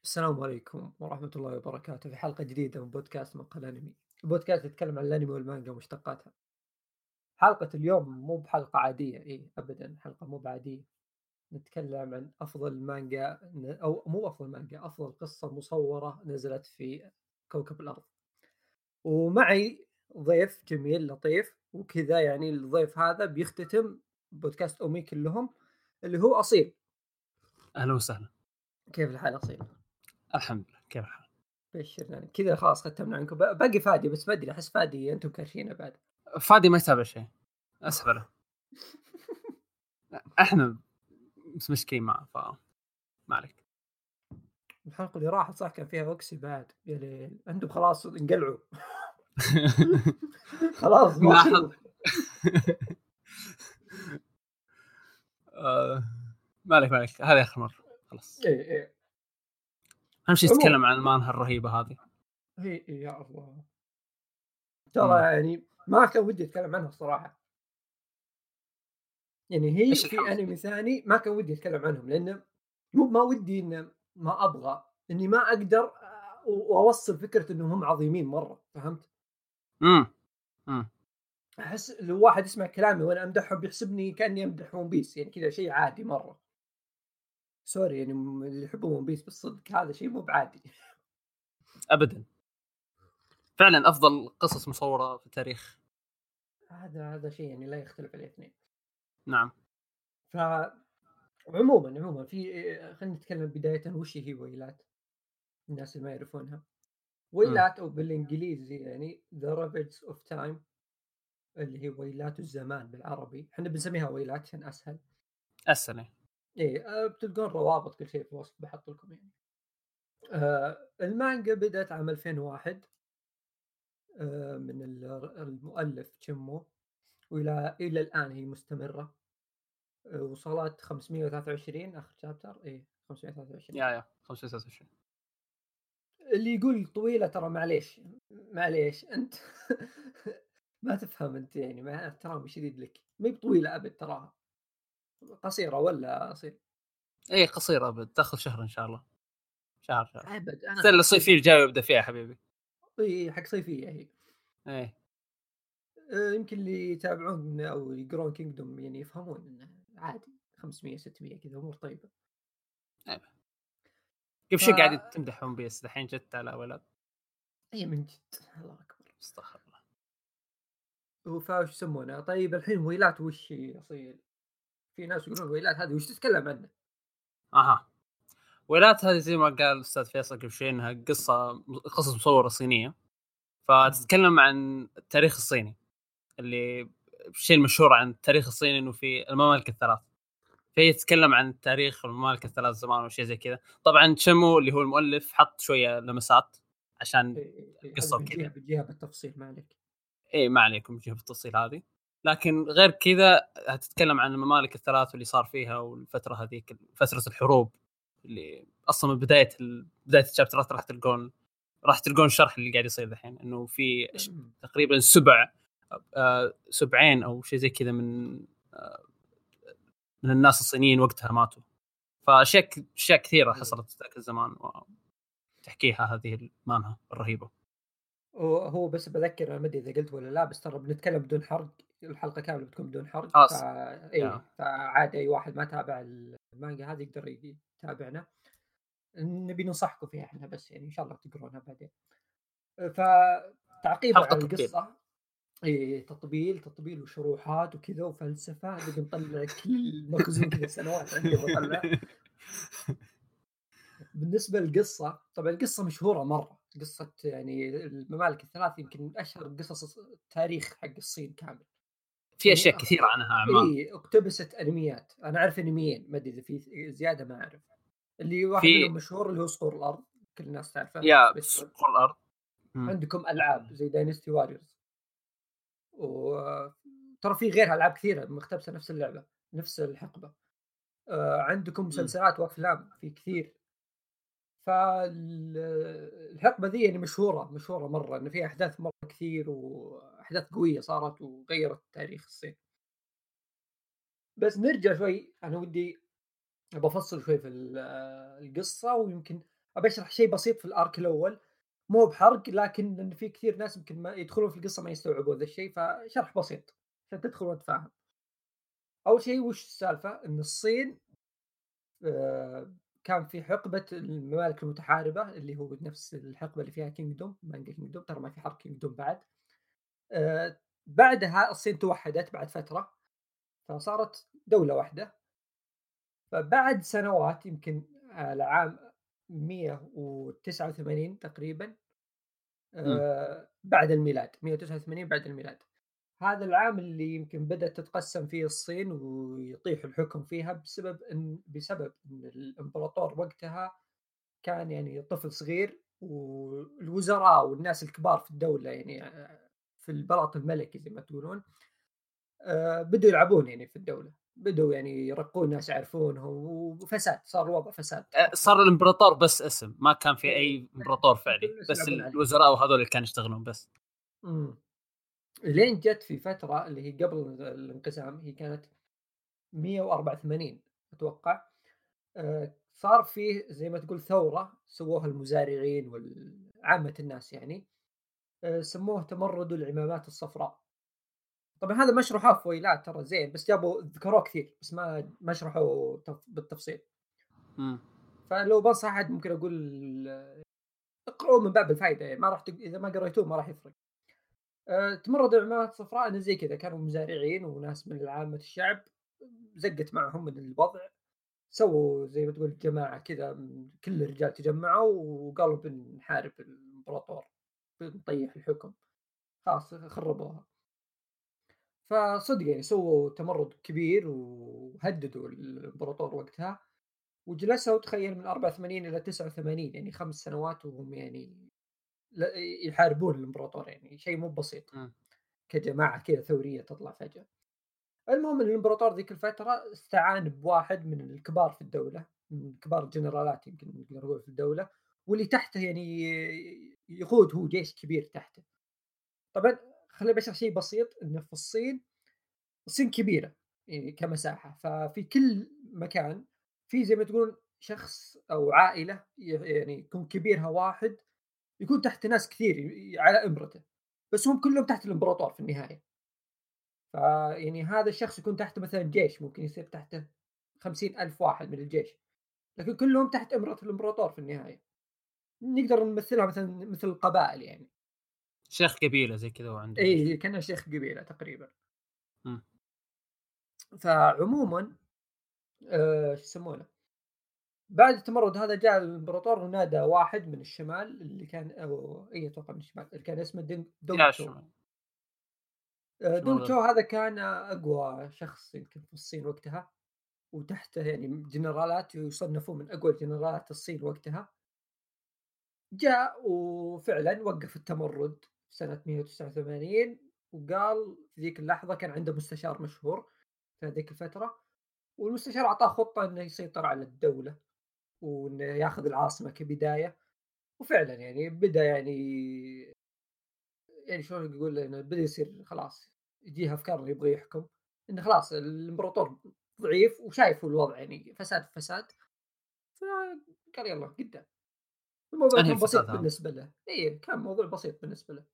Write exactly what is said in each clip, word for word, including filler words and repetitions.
السلام عليكم ورحمة الله وبركاته في حلقة جديدة من بودكاست مقال أنمي. البودكاست يتكلم عن الأنمي والمانجا ومشتقاتها. حلقة اليوم مو بحلقة عادية، إيه أبدا، حلقة مو بعادية. نتكلم عن أفضل مانجا، أو مو أفضل مانجا، أفضل قصة مصورة نزلت في كوكب الأرض. ومعي ضيف جميل لطيف وكذا، يعني الضيف هذا بيختتم بودكاست أمي كلهم، اللي هو أصيل. أهلا وسهلا. كيف الحال أصيل؟ الحمد لله، كيف الحال؟ بشر يعني كذا خلاص ختمنا عنكم، باقي فادي، بس ما ادري احس فادي انتم كارشينه بعد. فادي ما يتابع شيء، اسف له. احنا مش مشكلين معه، فما عليك. الحلقه اللي راحت صح كان فيها وكسي بعد، يا ليل انتم خلاص انقلعوا. خلاص ما لاحظ. في. آه، ما عليك ما عليك، هذه اخر مره خلاص. ايه ايه. اهم شيء عموما نتكلم عن المانها الرهيبه هذه. هي إيه يا الله، ترى امم يعني ما كان ودي اتكلم عنها الصراحه. يعني هي ايش وفي الحمس؟ انمي ثاني ما كان ودي اتكلم عنهم، لانه مو ما ودي، انه ما ابغى، اني ما اقدر آه، واوصل فكره انهم هم عظيمين مره، فهمت؟ امم امم احس لو واحد يسمع كلامي وانا امدحهم بيحسبني كاني امدح ون بيس، يعني كذا شيء عادي مره. سوري يعني م- اللي يحبون ون بيس، بالصدق هذا شيء مو بعادي. ابدا، فعلا افضل قصص مصوره في التاريخ. هذا هذا شيء يعني لا يختلف عليه اثنين. نعم. فعموما عموما في، خلينا نتكلم بدايه وش هي ويلات، الناس اللي ما يعرفونها. امم ويلات او بالانجليزي يعني The Ravage of Time، اللي هي ويلات الزمان بالعربي، احنا بنسميها ويلات عشان اسهل. اسهل. ايه آه، بتلقون روابط كل شيء في الوصف بحط لكم يعني. آه المانجا بدأت عام ألفين وواحد، آه من ال- المؤلف تشيمو، والى الى الان هي مستمره. آه وصلت خمسمية وثلاثة وعشرين اخر شابتر، ايه خمسمية وثلاثة وعشرين. يا يا خمسة وستين. اللي يقول طويله ترى معليش، معليش انت. ما تفهم انت، يعني مع احترامي شديد لك، ما هي بطويله ابد تراها، قصيره ولا قصير. اي قصيره، بتاخذ شهر ان شاء الله. شهر شهر. ابد انا السنه احس الصيفيه الجايه يبدا فيها حبيبي. اي حق صيفيه هي. ايه. آه، يمكن اللي يتابعون او يقرون كينجدوم يعني يفهمون انه عادي خمسمية ستمية كذا، امور طيبه. كيف ف شيء قاعد تمدح ون بيس الحين جت على ولد. اي من جد الله اكبر. استغفر الله. وفاوش يسمونه. طيب الحين ويلات وش هي اصيل؟ في ناس يقولون ويلات هذه وش تتكلم عنه؟ اها. ويلات هذه زي ما قال الاستاذ فيصل قبل شوي انها قصه قصص مصوره صينيه، فتتكلم عن التاريخ الصيني. اللي الشيء المشهور عن التاريخ الصيني انه في الممالك الثلاث. فهي تتكلم عن تاريخ الممالك الثلاث زمان وشيء زي كذا. طبعا تشمو اللي هو المؤلف حط شويه لمسات عشان إي إي إي، هذه القصه بنجيها وكذا. بنجيها بالتفصيل ما عليك. ايه ما عليكم جهه بالتفصيل هذه. لكن غير كذا هتتكلم عن الممالك الثلاث واللي صار فيها والفتره هذيك فتره الحروب. اللي اصلا من بدايه ال... بدايه الشابترات راح تلقون راح تلقون شرح اللي قاعد يصير الحين انه في ش- أمم. تقريبا سبع آه سبعين او شيء زي كذا من آه من الناس الصينيين وقتها ماتوا. فاشياء ك- اشياء كثيره حصلت في ذاك الزمان وتحكيها هذه المانها الرهيبه. وهو بس بذكر، انا ما ادري اذا قلت ولا لا، بس ترى بنتكلم بدون حرق، الحلقه كامله بتكون بدون حرق. فا خلاص. اي يا فعادي اي واحد ما تابع المانجا هذه يقدر يتابعنا. نبي ننصحكم فيها احنا بس، يعني ان شاء الله تقرونها بعدين. فتعقيبا حلقه على تطبيل. القصه، اي تطبيل تطبيل وشروحات وكذا وفلسفه، نبي نطلع كل مخزون كذا سنوات عندي بطلع. بالنسبه للقصه، طبعا القصه مشهوره مره، قصه يعني الممالك الثلاث يمكن من اشهر قصص التاريخ حق الصين كامل. في يعني اشياء أخ... كثيره عنها اعمال. اي اقتبست انميات، انا اعرف انميين، ما ادري اذا في زياده ما اعرف. اللي واحد في منهم مشهور اللي هو صقور الارض، كل الناس تعرفه، يا سبيس تون. سقوط الارض. مم. عندكم العاب زي داينستي واريورز، وترى في غيرها العاب كثيره مقتبسه نفس اللعبه، نفس الحقبه. آه، عندكم مم. مسلسلات وافلام في كثير. فالحقبه ذي يعني مشهوره مشهوره مره، انه في احداث مره كثير واحداث قويه صارت وغيرت تاريخ الصين. بس نرجع شوي، انا ودي بفصل شوي في ال- القصه، ويمكن أبي أشرح شيء بسيط في الآرك الأول، مو بحرق، لكن لأن في كثير ناس يمكن ما يدخلون في القصة ما يستوعبون ذا الشيء، فشرح بسيط عشان تدخل وأنت فاهم. أول شيء وش السالفة؟ إن الصين آآ كان في حقبة الممالك المتحاربة اللي هو نفس الحقبة اللي فيها Kingdom Manga Kingdom، ترى ما في حرب Kingdom بعد. آآ بعدها الصين توحدت بعد فترة، فصارت دولة واحدة. فبعد سنوات يمكن على عام مئة وتسعة وثمانين تقريبًا، إمم. آآ بعد الميلاد، مئة وتسعة وثمانين بعد الميلاد. هذا العام اللي يمكن بدأت تتقسم فيه الصين ويطيح الحكم فيها بسبب إن بسبب إن الإمبراطور وقتها كان يعني طفل صغير، والوزراء والناس الكبار في الدولة يعني آآ في البلاط الملكي زي ما تقولون، آآ بدوا يلعبون يعني في الدولة، بدوا يعني يرقون ناس يعرفونهم، وفساد، صار الوضع فساد أ حرفيًا. صار الإمبراطور بس اسم، ما كان في إيه، أي إمبراطور فعلي، الناس بس يلعبون عليه. الوزراء وهذول اللي كانوا يشتغلون بس. إمم. لين جت في فترة اللي هي قبل الانقسام، هي كانت مئة وأربعة وثمانين أتوقع. آآ صار فيه زي ما تقول ثورة سووها المزارعين وال عامة الناس يعني، آآ سموه تمرد العمامات الصفراء. طبعًا هذا ما شرحوه في ويلات ترى زين، بس جابوا ذكروه كثير، بس ما ما شرحوه تف بالتفصيل. إمم. فلو بنصح أحد ممكن أقول اقرؤوه من باب الفايدة يعني، ما راح تق إذا ما قريتوه ما راح يفرق. آآ تمرد العمامات الصفراء إنه زي كذا، كانوا مزارعين وناس من عامة الشعب، زقت معهم من الوضع، سووا زي ما تقول جماعة كذا، من كل الرجال تجمعوا وقالوا بنحارب الإمبراطور، بنطيح الحكم، خلاص خربوها. فصدق يعني سووا تمرد كبير وهددوا الإمبراطور وقتها، وجلسوا تخيل من أربعة وثمانين إلى تسعة وثمانين يعني خمس سنوات وهم يعني ل يحاربون الإمبراطور، يعني شيء مو بسيط، إمم. كجماعة كذا ثورية تطلع فجأة. المهم إن الإمبراطور ذيك الفترة استعان بواحد من الكبار في الدولة، من كبار الجنرالات يمكن نقدر نقول في الدولة، واللي تحته يعني يقود هو جيش كبير تحته. طبعًا خليني باشرح شيء بسيط، إنه في الصين، الصين كبيرة يعني كمساحة، ففي كل مكان في زي ما تقولون شخص أو عائلة ي يعني يكون كبيرها واحد، يكون تحت ناس كثير ي على إمرته، بس هم كلهم تحت الإمبراطور في النهاية. فيعني هذا الشخص يكون تحته مثلًا جيش، ممكن يصير تحته خمسين ألف واحد من الجيش، لكن كلهم تحت إمرة الإمبراطور في النهاية. نقدر نمثلها مثلًا مثل القبائل يعني. شيخ قبيلة زي كذا وعنده جيش. إي كأنه شيخ قبيلة تقريبًا. إمم. فعمومًا آآ شو يسمونه، بعد التمرد هذا جاء الإمبراطور ونادى واحد من الشمال اللي كان، أو إي أتوقع من الشمال، اللي كان اسمه دينغ دونغ يا تشو. شمال. آآ شمال دونغ غرب. تشو هذا كان أقوى شخص يمكن في الصين وقتها، وتحته يعني جنرالات يصنفون من أقوى جنرالات الصين وقتها. جاء وفعلًا وقّف التمرد في سنة مئة وتسعة وثمانين، وقال في ذيك اللحظة كان عنده مستشار مشهور في هذيك الفترة، والمستشار أعطاه خطة إنه يسيطر على الدولة، وإنه ياخذ العاصمة كبداية. وفعلًا يعني بدأ يعني يعني شلون نقول، إنه بدأ يصير خلاص يجيه أفكار إنه يبغى يحكم، إنه خلاص الإمبراطور ضعيف وشايف هو الوضع يعني فساد في فساد، فقال يالّا قدام. الموضوع أنهي كان الفساد بسيط هذا؟ بالنسبة له، إي كان موضوع بسيط بالنسبة له.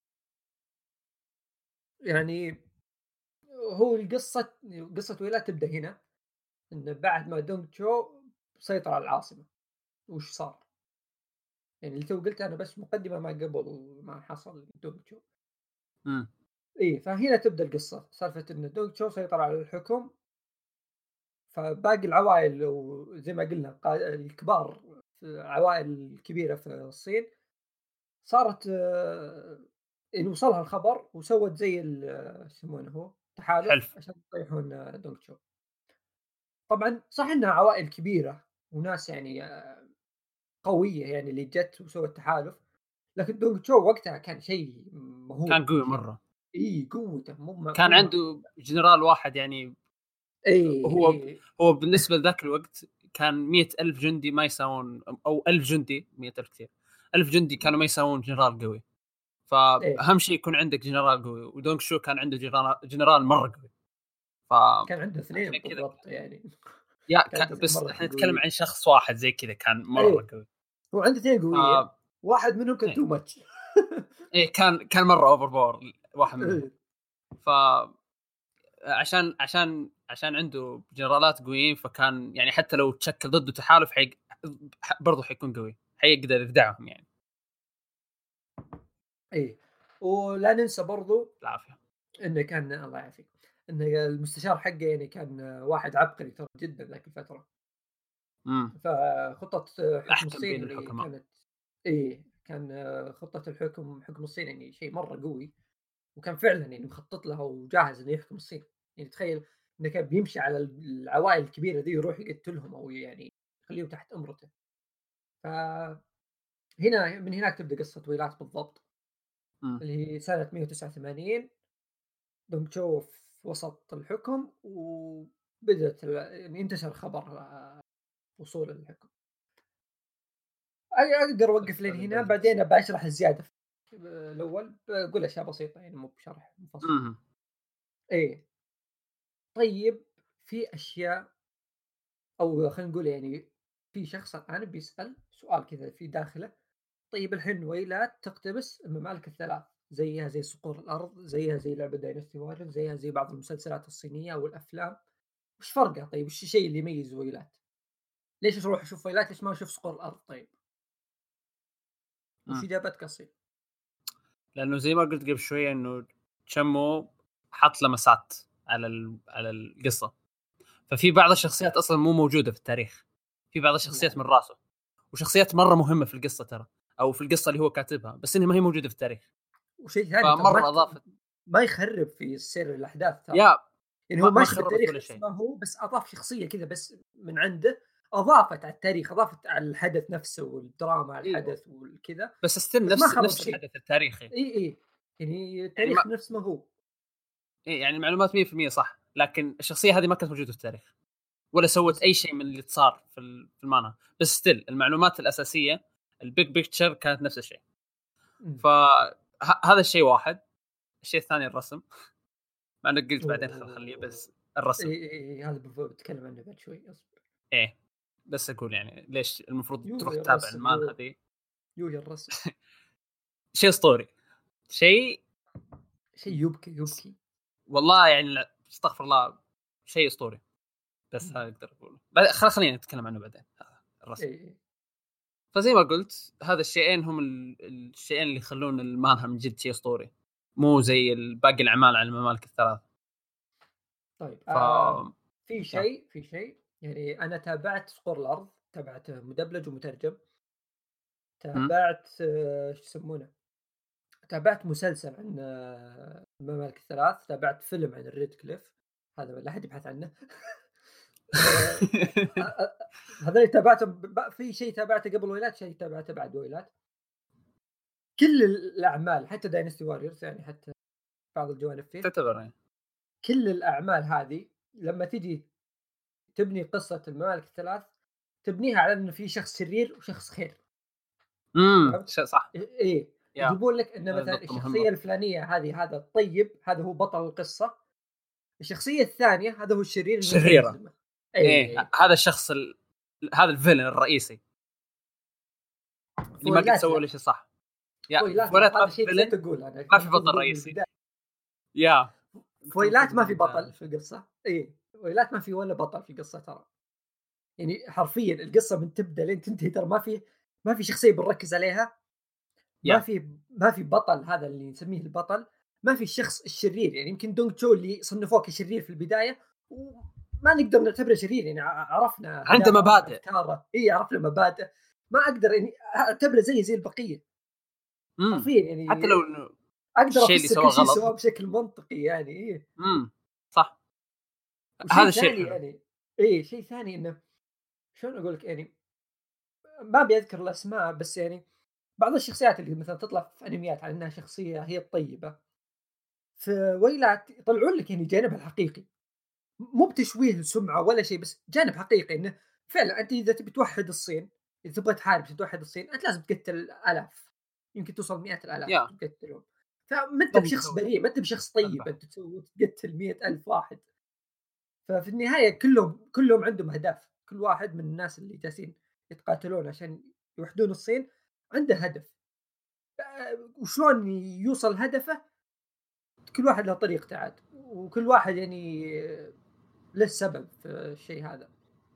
يعني هو القصة قصة ويلا تبدأ هنا، إنه بعد ما دونغ تشو سيطر على العاصمة، وش صار؟ يعني اللي تو قُلته أنا بس مقدمة ما قبل ما حصل دونغ تشو. إمم. إي فهنا تبدأ القصة، سالفة إن دونغ تشو سيطر على الحكم، فباقي العوائل وزي ما قلنا قا الكبار في العوائل الكبيرة في الصين صارت آه، يعني وصلها الخبر وسوت زي ال شو يسمونه هو، تحالف حلف. عشان يطيحون آه، دونغ تشو. طبعًا صح إنها عوائل كبيرة وناس يعني قوية يعني اللي جت وسوت تحالف، لكن دونغ تشو وقتها كان شيء كان مهول قوي يعني. مرة. إي قوته مو م كان مو م عنده جنرال واحد يعني. إي، هو ب إي، هو بالنسبة لذاك الوقت كان مئة ألف جندي ما يساوون، أو ألف جندي، مئة ألف كثير، ألف جندي كانوا ما يساوون جنرال قوي. إيه، فأهم شيء يكون عندك جنرال قوي، ودونغ شو كان عنده جنرال جنرال مرة قوي. كان عنده فعشان اثنين كذا بالضبط يعني. يا كان عنده ك اثنين بس مرة إحنا نتكلم قويين. عن شخص واحد زي كذا كان مرة إيه، قوي. هو عنده اثنين ف قويين، واحد منهم كان إيه. تو ماتش. إيه كان كان مرة أوفر باور واحد منهم. إيه. ف عشان عشان عشان عنده جنرالات قويين، فكان يعني حتى لو تشكل ضده تحالف حيق... برضه حيكون قوي، حيقدر يردعهم يعني. إيه، ولا ننسى برضو العافية. إنه كان الله يعافيك، إنه المستشار حقه يعني كان واحد عبقري ترى جدًا ذاك الفترة. امم فخطة حكم الأحكم الصين بين يعني الحكماء. كانت إيه، كان خطة الحكم حكم الصين يعني شيء مرة قوي، وكان فعلًا يعني مخطط لها وجاهز إنه يحكم الصين. يعني تخيل إنه كان بيمشي على ال العوائل الكبيرة ذي ويروح يقتلهم أو يعني يخليهم تحت أمرته. فهنا من هناك تبدأ قصة ويلات بالضبط، امم اللي هي سنة مئة وتسعة وثمانين. دونغ تشو في وسط الحكم، وبدأت ال يعني انتشر خبر آه، وصوله للحكم. أ أقدر طيب أوقف لين هذا هنا، بداية القصة. بعدين باشرح الزيادة في الأول، باقول أشياء بسيطة يعني مو بشرح مفصل. امم إيه، طيب في أشياء، أو خلينا نقول يعني في شخص الآن بيسأل سؤال كذا في داخله. طيب الحين ويلات تقتبس الممالك الثلاث، زيها زي صقور الأرض، زيها زي لعبة داينستي واريور، زيها زي بعض المسلسلات الصينية أو الأفلام. وش فرقها طيب؟ وش الشيء اللي يميز ويلات؟ ليش أروح أشوف ويلات، ليش ما أشوف صقور الأرض طيب؟ وش امم إجابتك أصيل؟ لأنه زي ما قلت قبل شوية إنه تشمو حط لمسات على ال... على القصة. ففي بعض الشخصيات أصلا مو موجودة في التاريخ، في بعض الشخصيات نعم. من راسه، وشخصيات مرة مهمة في القصة ترى، أو في القصة اللي هو كاتبها، بس إنها ما هي موجودة في التاريخ. وشيء ثاني ترى ما فمرة ت أضافت. ما يخرب في سير الأحداث ترى. يا يعني هو ما ما ماشي خربت بالتاريخ ولا نفس شيء. ما هو، بس أضاف شخصية كذا بس من عنده، أضافت على التاريخ، أضافت على الحدث نفسه والدراما على ايوه الحدث والكذا. بس ستيل بس ما نفس خرب نفس شيء. الحدث التاريخي. إي، إي، يعني يعني ما التاريخ نفس ما هو. إيه يعني المعلومات مية في المية صح، لكن الشخصية هذه ما كانت موجودة في التاريخ، ولا سوت بالضبط. أي شيء من اللي صار في ال- في المانا. بس ستيل المعلومات الأساسية، البيج بيكتشر، كانت نفس الشيء. إمم. فهذا الشيء واحد. الشيء الثاني الرسم. مع انك قلت بعدين خل خليه، أوه! بس الرسم. إي، إي، إي، هذا بالضبط باتكلم عنه بعد شوي، اصبر. ايه بس اقول يعني ليش المفروض تروح يوه تتابع الرسم، المان يوه، هذه. يوه الرسم. شيء اسطوري، شيء شيء يبكي، يبكي. والله يعني لا، استغفر الله، شيء اسطوري. بس إمم. هذا اقدر اقوله بعد. خل خلينا نتكلم عنه بعدين. هذا إي، الرسم. إي. فزي ما قلت هذا الشيئين هم ال- الشيئين اللي يخلون المانها من جد شيء اسطوري، مو زي باقي الاعمال عن الممالك الثلاث. طيب ف آآ في يا. شيء في شيء يعني أنا تابعت صقور الأرض، تابعته مدبلج ومترجم. هم؟ تابعت آه، شو يسمونه، تابعت مسلسل عن آه، الممالك الثلاث، تابعت فيلم عن الريد كليف، هذا لا أحد يبحث عنه. آآ أ أ هذول تابعتهم ب ب في شيء تابعته قبل ويلات، شيء تابعته بعد ويلات. كل الأعمال حتى Dynasty Warriors يعني حتى بعض الجوانب فيه، تعتبر يعني. كل الأعمال هذه لمّا تيجي تبني قصة الممالك الثلاث، تبنيها على إنه في شخص شرير وشخص خير. امم فهمت؟ شيء صح. إ إيه، يا يجيبون لك إن هذه مثلًا نقطة مهمة. الشخصية الفلانية هذه هذا الطيب، هذا هو بطل القصة. الشخصية الثانية هذا هو الشرير اللي نبغى شريرة. نهزمه. ايه ه- إيه، هذا الشخص ال... هذا الفيلن الرئيسي اللي ما قد فويلات سوى لأ، ولا شيء صح. يا فويلات ولا لأ، هذا ما في شيء نسيت فيلن، أقوله أنا، ما كان في المفروض بطل أقول من رئيسي. البداية. يا كنت المفروض فويلات ما في تقول بطل انت. في القصة. إيه، فويلات ما في ولا بطل في القصة ترى. يعني حرفيًا القصة من تبدأ لين تنتهي ترى ما في ما في شخصية بنركز عليها. ما يا في ما في بطل هذا اللي نسميه البطل. ما في الشخص الشرير، يعني يمكن دونغ تشو اللي صنفوه كشرير في البداية، وما نقدر نعتبره شرير، يعني ع عرفنا عنده أهدافه، عرفنا مبادئ. أفكاره، إي عرفنا مبادئه. ما أقدر يعني أعتبره زيه زي البقية. امم حرفيا حتى يعني لو انه أقدر الشيء اللي أفسر سواه كل شيء غلط. سواه بشكل منطقي يعني إيه. امم صح. وشيء هذا الشيء ثاني الحلو. يعني إيه، شيء ثاني إنه شلون أقول لك يعني، ما أبي أذكر الأسماء بس يعني بعض الشخصيات اللي مثلًا تطلع في أنميات على إنها شخصية هي الطيبة، في ويلات يطلعون لك يعني جانبها الحقيقي. مو بتشويه السمعة ولا شيء، بس جانب حقيقي إنه فعلًا أنت إذا تبي توحّد الصين، إذا تبغى تحارب توحّد الصين، أنت لازم تقتل آلاف، يمكن توصل مئات الآلاف يا تقتلهم. فما أنت لازم بشخص تسوي بريء، ما أنت بشخص طيب تذبح. أنت تسوي تقتل مئة ألف واحد. ففي النهاية كلهم كلهم عندهم أهداف، كل واحد من الناس اللي جالسين يتقاتلون عشان يوحدون الصين عنده هدف. آآ وشلون يوصل لهدفه كل واحد له طريقته عاد، وكل واحد يعني له سبب في الشيء هذا.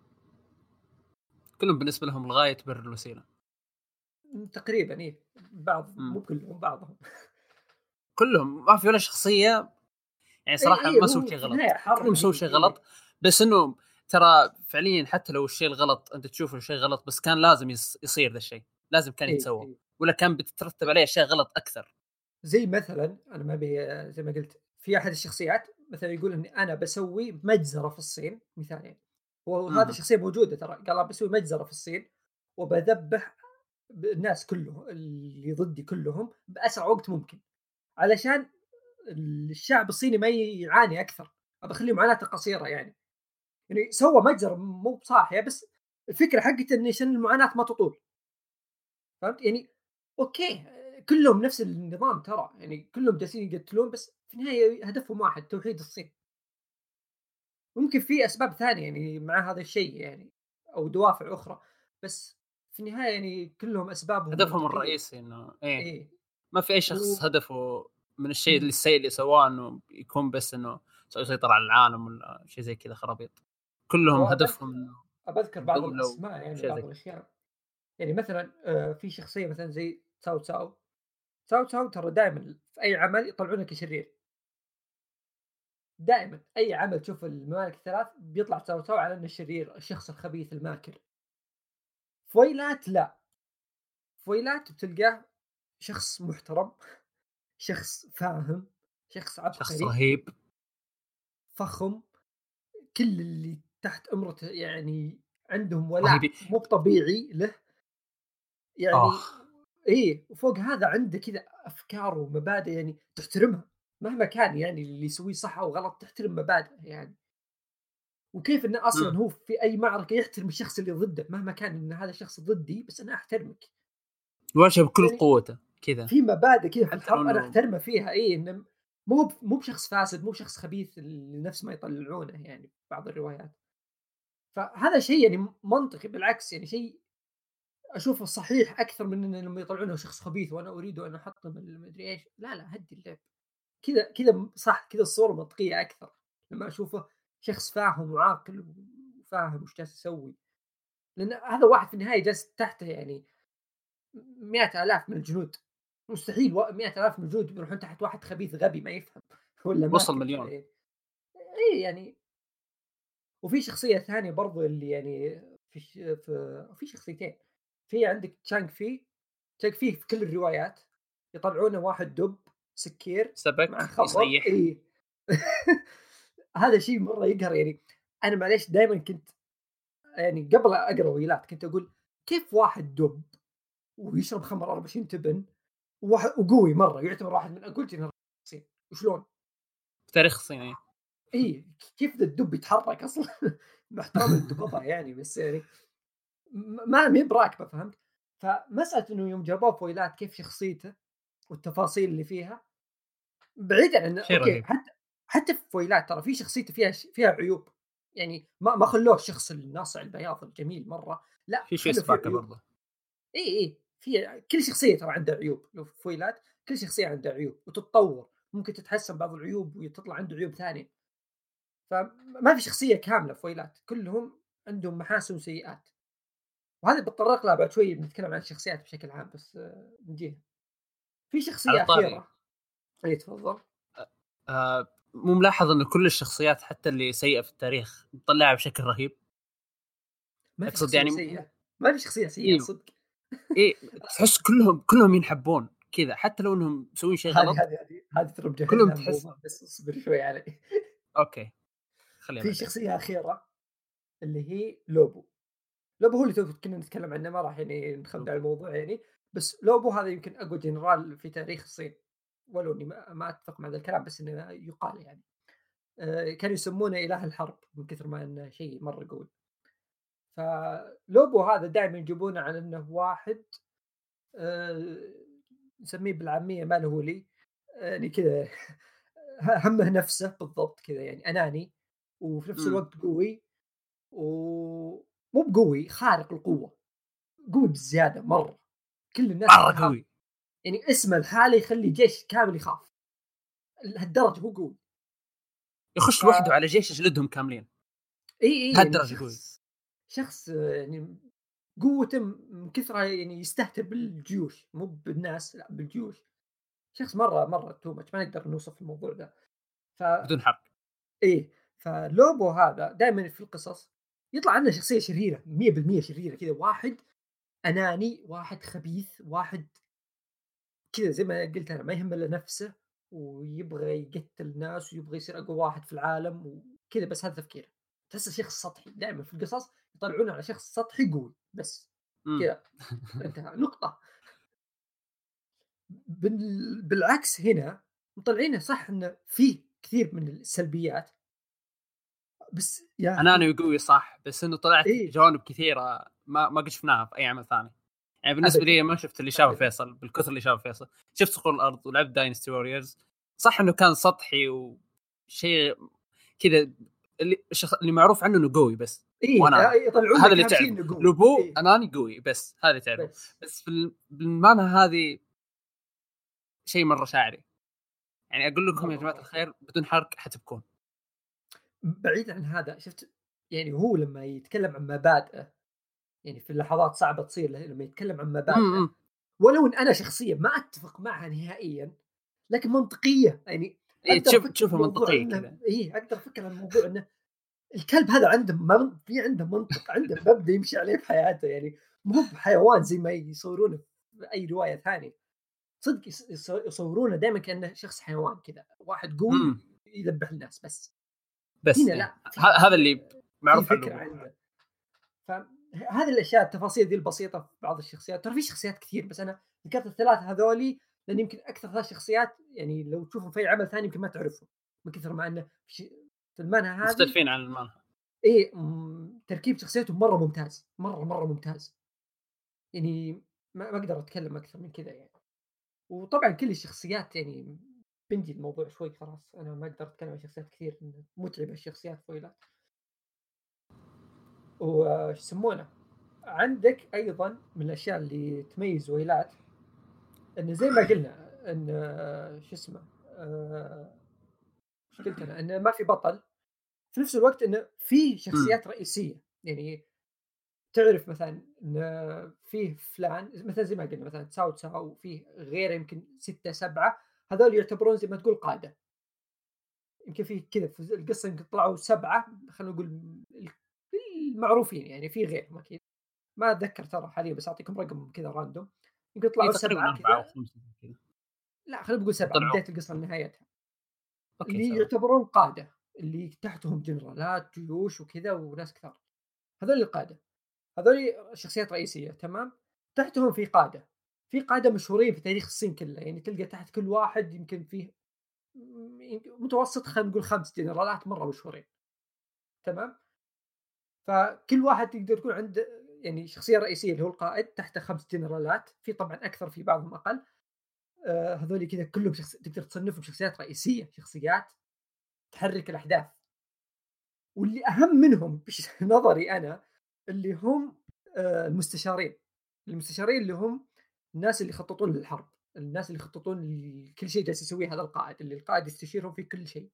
كلهم بالنسبه لهم الغايه تبرر الوسيله. تقريبًا إيه، بعض امم مو كلهم بعضهم. كلهم ما في ولا شخصيه يعني إي، صراحه إي، ما سووا هو شيء في النهاية غلط، كلهم حرب سووا هي، شيء إيه. غلط. بس انه ترى فعليا حتى لو الشيء الغلط انت تشوفه شيء غلط، بس كان لازم يص- يصير ذا الشيء، لازم كان إيه، يتسوى، إيه. ولا كان بتترتب عليه اشياء غلط اكثر. زي مثلًا أنا ما أبي زي ما قُلت في أحد الشخصيات مثلًا يقول إني أنا باسوي مجزرة في الصين مثال يعني، وهذه اها شخصية موجودة ترى، قال أنا باسوي مجزرة في الصين وباذبح ب الناس كلهم اللي ضدي كلهم بأسرع وقت ممكن، علشان الشعب الصيني ما يعاني أكثر، أبى أخلّي معاناته قصيرة يعني. يعني سوى مجزرة مو بصاحية بس الفكرة حقته إن عشان المعاناة ما تطول. فهمت؟ يعني أوكي، كلّهم نفس النظام ترى، يعني كلّهم جالسين يقتلون بس في النهاية هدفهم واحد توحيد الصين. ممكن في أسباب ثانية يعني مع هذا الشيء يعني أو دوافع أخرى، بس في النهاية يعني كلّهم أسبابهم هدفهم منطقية. الرئيسي انه ايه، إيه. ما في اي و شخص هدفه من الشيء اللي إمم. السيء اللي سواه انه يكون بس انه يسوي يسيطر على العالم ولا شيء زي كذا خرابيط. كلهم وأبذكر هدفهم انه أبذكر بعض الدوله الأسماء يعني وشيء بعض زي كذا. الأشياء. يعني مثلًا آآ في شخصية مثلًا زي تاو تاو، تاو تاو ترى دايمًا في أي عمل يطلعونه كشرير. دائمًا أي عمل تشوف الممالك الثلاث بيطلع تاو تاو على إنه الشرير، الشخص الخبيث الماكر. فويلات لأ، فويلات بتلقاه شخص محترم، شخص فاهم، شخص شخص عبقري، رهيب. فخم، كل اللي تحت إمرته يعني عندهم ولاء رهيب. مو طبيعي له. اه يعني إيه، وفوق هذا عنده كذا أفكار ومبادئ يعني تحترمها، مهما كان يعني اللي يسويه صح أو غلط تحترم مبادئه يعني. وكيف إنه مم. أصلًا هو في أي معركة يحترم الشخص اللي ضده، مهما كان إن هذا الشخص ضدي بس أنا أحترمك. يواجه بكل يعني قوته كذا. في مبادئ كذا في حتى لو الحرب أنا انه أحترمه فيها، إيه، إنه مو ب مو بشخص فاسد، مو بشخص خبيث ال نفس ما يطلعونه يعني في بعض الروايات. فهذا شيء يعني منطقي بالعكس يعني شيء أشوفه صحيح أكثر من إن لما يطلعونه شخص خبيث وأنا أريد أن أحطم ال ما أدري إيش، لا، لا هدّي اللعب. كذا كذا م صح، كذا الصورة منطقية أكثر، لما أشوفه شخص فاهم وعاقل وفاهم وش جالس يسوي، لأن هذا واحد في النهاية جالس تحته يعني مئات آلاف من الجنود. مستحيل و مئة آلاف من الجنود بيروحون تحت واحد خبيث غبي ما يفهم والّا وصل ماكر مليون. يعني. إي يعني. وفي شخصية ثانية برضو اللي يعني في ش في في شخصيتين، في عندك تشانغ في، تشانغ في في كل الروايات يطلعونه واحد دب سكير مع سبك خنجر، يصيح. إي. هذا شيء مرة يقهر يعني. أنا معليش دايمًا كنت يعني قبل أقرا روايات كنت أقول كيف واحد دب ويشرب خمر أربعة وعشرين تبن وواحد وقوي مرة يعتبر واحد من أقوى الجنرالين، وشلون؟ في تاريخ الصين. إيه، كيف ذا الدب يتحرك أصلًا؟ مع احترامي للدببة يعني بس يعني م ما ما هي براكبة، فهمت؟ فمسألة إنه يوم جابوه فويلات كيف شخصيته والتفاصيل اللي فيها، بعيدًا عن شيء أوكي رهيب. حتى حتى في فويلات ترى في شخصيته فيها ش فيها عيوب، يعني ما ما خلوه الشخص الناصع البياض الجميل مرة، لأ في شوي خلوا فيه سباكه عيوب. برضه. إي، إي، في كل شخصية ترى عندها عيوب، لو في فويلات كل شخصية عندها عيوب وتتطور، ممكن تتحسن بعض العيوب وتطلع عنده عيوب ثانية. فما في شخصية كاملة في فويلات، كلهم عندهم محاسن وسيئات. وهذا بتطرق لها بعد شوي بنتكلم عن الشخصيات بشكل عام بس آه، نجيها. في على شخصية الطاري، أخيرة. أي تفضل. آه مو ملاحظ انه كل الشخصيات حتى اللي سيئه في التاريخ مطلعها بشكل رهيب؟ ما في اقصد شخصية يعني م- سيئة، ما في شخصية سيئة ايوه، صدق. ايه، تحس كلهم كلهم ينحبون كذا حتى لو انهم مسوين شيء هذه غلط. هذه هذه هذه ترى كلهم بجهنم تحس. بوما بس اصبر شوي علي. اوكي، خليها في بعدين. شخصية أخيرة اللي هي لوبو. لوبو هو اللي تو كنا نتكلم عنه، ما راح يعني نخبي على الموضوع يعني. بس لوبو هذا يمكن أقوى جنرال في تاريخ الصين، ولو إني ما, ما أتفق مع هذا الكلام بس إنه يقال يعني. آه، كانوا يسمونه إله الحرب من كثر ما إنه شيء مرة قوي. فلوبو هذا دائما يجيبونه على إنه واحد آه، نسميه بالعامية ما له لي، يعني كذا همه نفسه بالضبط كذا يعني أناني، وفي نفس امم الوقت قوي ومو بقوي خارق القوة. قوي بزياده مره، كل الناس مره تخاف، قوي، يعني اسمه الحالي يخلي جيش كامل يخاف، لهالدرجه هو قوي. يخش ف لوحده على جيش يجلدهم كاملين، اي اي يعني لهالدرجه قوي. شخص شخص آه، يعني قوته من كثره يعني يستهتر بالجيوش مو بالناس، لا بالجيوش. شخص مره مره تو ماتش، ما نقدر نوصف الموضوع ده. ف بدون حرق. إيه، فلوبو هذا دائمًا في القصص يطلع عنده شخصية شريرة، مية بالمية شريرة كذا، واحد أناني، واحد خبيث، واحد كذا زي ما قلت أنا ما يهمه إلا نفسه، ويبغى يقتل الناس ويبغى يصير أقوى واحد في العالم وكذا، بس هذا تفكيره. تحسه شخص سطحي، دائمًا في القصص يطلعونه على شخص سطحي قوي بس، امم كذا انتهى نقطة. بال بالعكس هنا مطلعينه صح إنه فيه كثير من السلبيات، بس يا أخي اناني وقوي صح، بس انه طلعت إيه، جوانب كثيره ما ما قد شفناها في اي عمل ثاني. يعني بالنسبه أبدًا، لي ما شفت اللي شافه أبدًا. فيصل بالكثر اللي شافه فيصل. شفت صقور الارض ولعبت داينستي ووريرز، صح انه كان سطحي وشيء كذا، اللي الشخص اللي معروف عنه انه قوي بس إيه، آآ واناني. يطلعون هذا لك اللي أهم شيء تعرفه، إنه قوي، لوبو إيه، اناني قوي بس هذا اللي تعرفه. بس بس في ال- بالمانها هذه شيء مره شاعري. يعني اقول لكم يا مرّة، جماعه مرّة. الخير بدون حرق حتبكون. بعيد عن هذا شُفت يعني هو لمّا يتكلم عن مبادئه، يعني في لحظات صعبة تصير له لمّا يتكلم عن مبادئه، امم ولو إن أنا شخصيًا ما أتفق معها نهائيًا، لكن منطقية، يعني اي أقدر تشوف أفكر تشوفها بموضوع منطقيه إنه كذا. إيه، أقدر أفكر عن الموضوع إنه الكلب هذا عنده من في عنده منطق، عنده مبدأ يمشي عليه في حياته، يعني مو بحيوان زي ما يصورونه في أي رواية ثانية. صدق يص يص يصورونه دايمًا كأنه شخص حيوان كذا، واحد قوي امم يذبح الناس بس. هنا بس ايه لأ، ه- في هذا اللي في معروف عن فكرة لوبو. عنده. فهذه الأشياء التفاصيل ذي البسيطة في بعض الشخصيات، ترى في شخصيات كثير بس أنا ذكرت الثلاثة هذولي لأن يمكن أكثر ثلاث شخصيات يعني لو تشوفهم في أي عمل ثاني يمكن ما تعرفهم، من كثر ما إنه ش في المانهوا هذه مختلفين عن المانهوا. إيه، امم، تركيب شخصيتهم مرة ممتاز، مرة، مرة ممتاز. يعني ما ما أقدر أتكلم أكثر من كذا يعني. وطبعًا كل الشخصيات يعني بنجي الموضوع شوي خلاص، أنا ما أقدر أتكلم عن شخصيات كثير لأنه متعبة الشخصيات فويلات. وش يسمونه، عندك أيضًا من الأشياء اللي تميز ويلات إنه زي ما قلنا إن شو اسمه آآ، وش قلت أنا؟ إنه ما في بطل، في نفس الوقت إنه في امم شخصيات رئيسية، يعني تعرف مثلًا إن فيه فلان مثلًا زي ما قلنا مثلًا تساو تساو وفيه غيره يمكن ستة سبعة هذول يعتبرون زي ما تقول قادة. يمكن في كذا في القصة يمكن طلعوا سبعة خلينا نقول ال المعروفين يعني في غيرهم أكيد، ما أتذكر ترى حاليًا بس أعطيكم رقم كذا random يمكن اي طلعوا تقريبا سبعة اربعه او كذا، خمسه كذا. لأ خلينا نقول سبعة من طلعوا بداية القصة لنهايتها، اوكي اللي سبعه. يعتبرون قادة، اللي تحتهم جنرالات، جيوش وكذا وناس كثار، هذول القادة، هذول شخصيات رئيسية تمام؟ تحتهم في قادة، في قادة مشهورين في تاريخ الصين كله، يعني تلقى تحت كل واحد يمكن فيه م يمكن متوسط خلينا نقول خمس جنرالات مرة مشهورين، تمام؟ فكل واحد تقدر تقول عنده يعني شخصية رئيسية اللي هو القائد، تحته خمس جنرالات، في طبعًا أكثر في بعضهم أقل، آآ هذول كذا كلهم شخص تقدر تصنفهم شخصيات رئيسية، شخصيات تحرك الأحداث، واللي أهم منهم بش نظري أنا اللي هم آآ المستشارين، المستشارين اللي هم الناس اللي يخططون للحرب، الناس اللي يخططون لكل شيء جالس يسويه هذا القائد، اللي القائد يستشيرهم في كل شيء.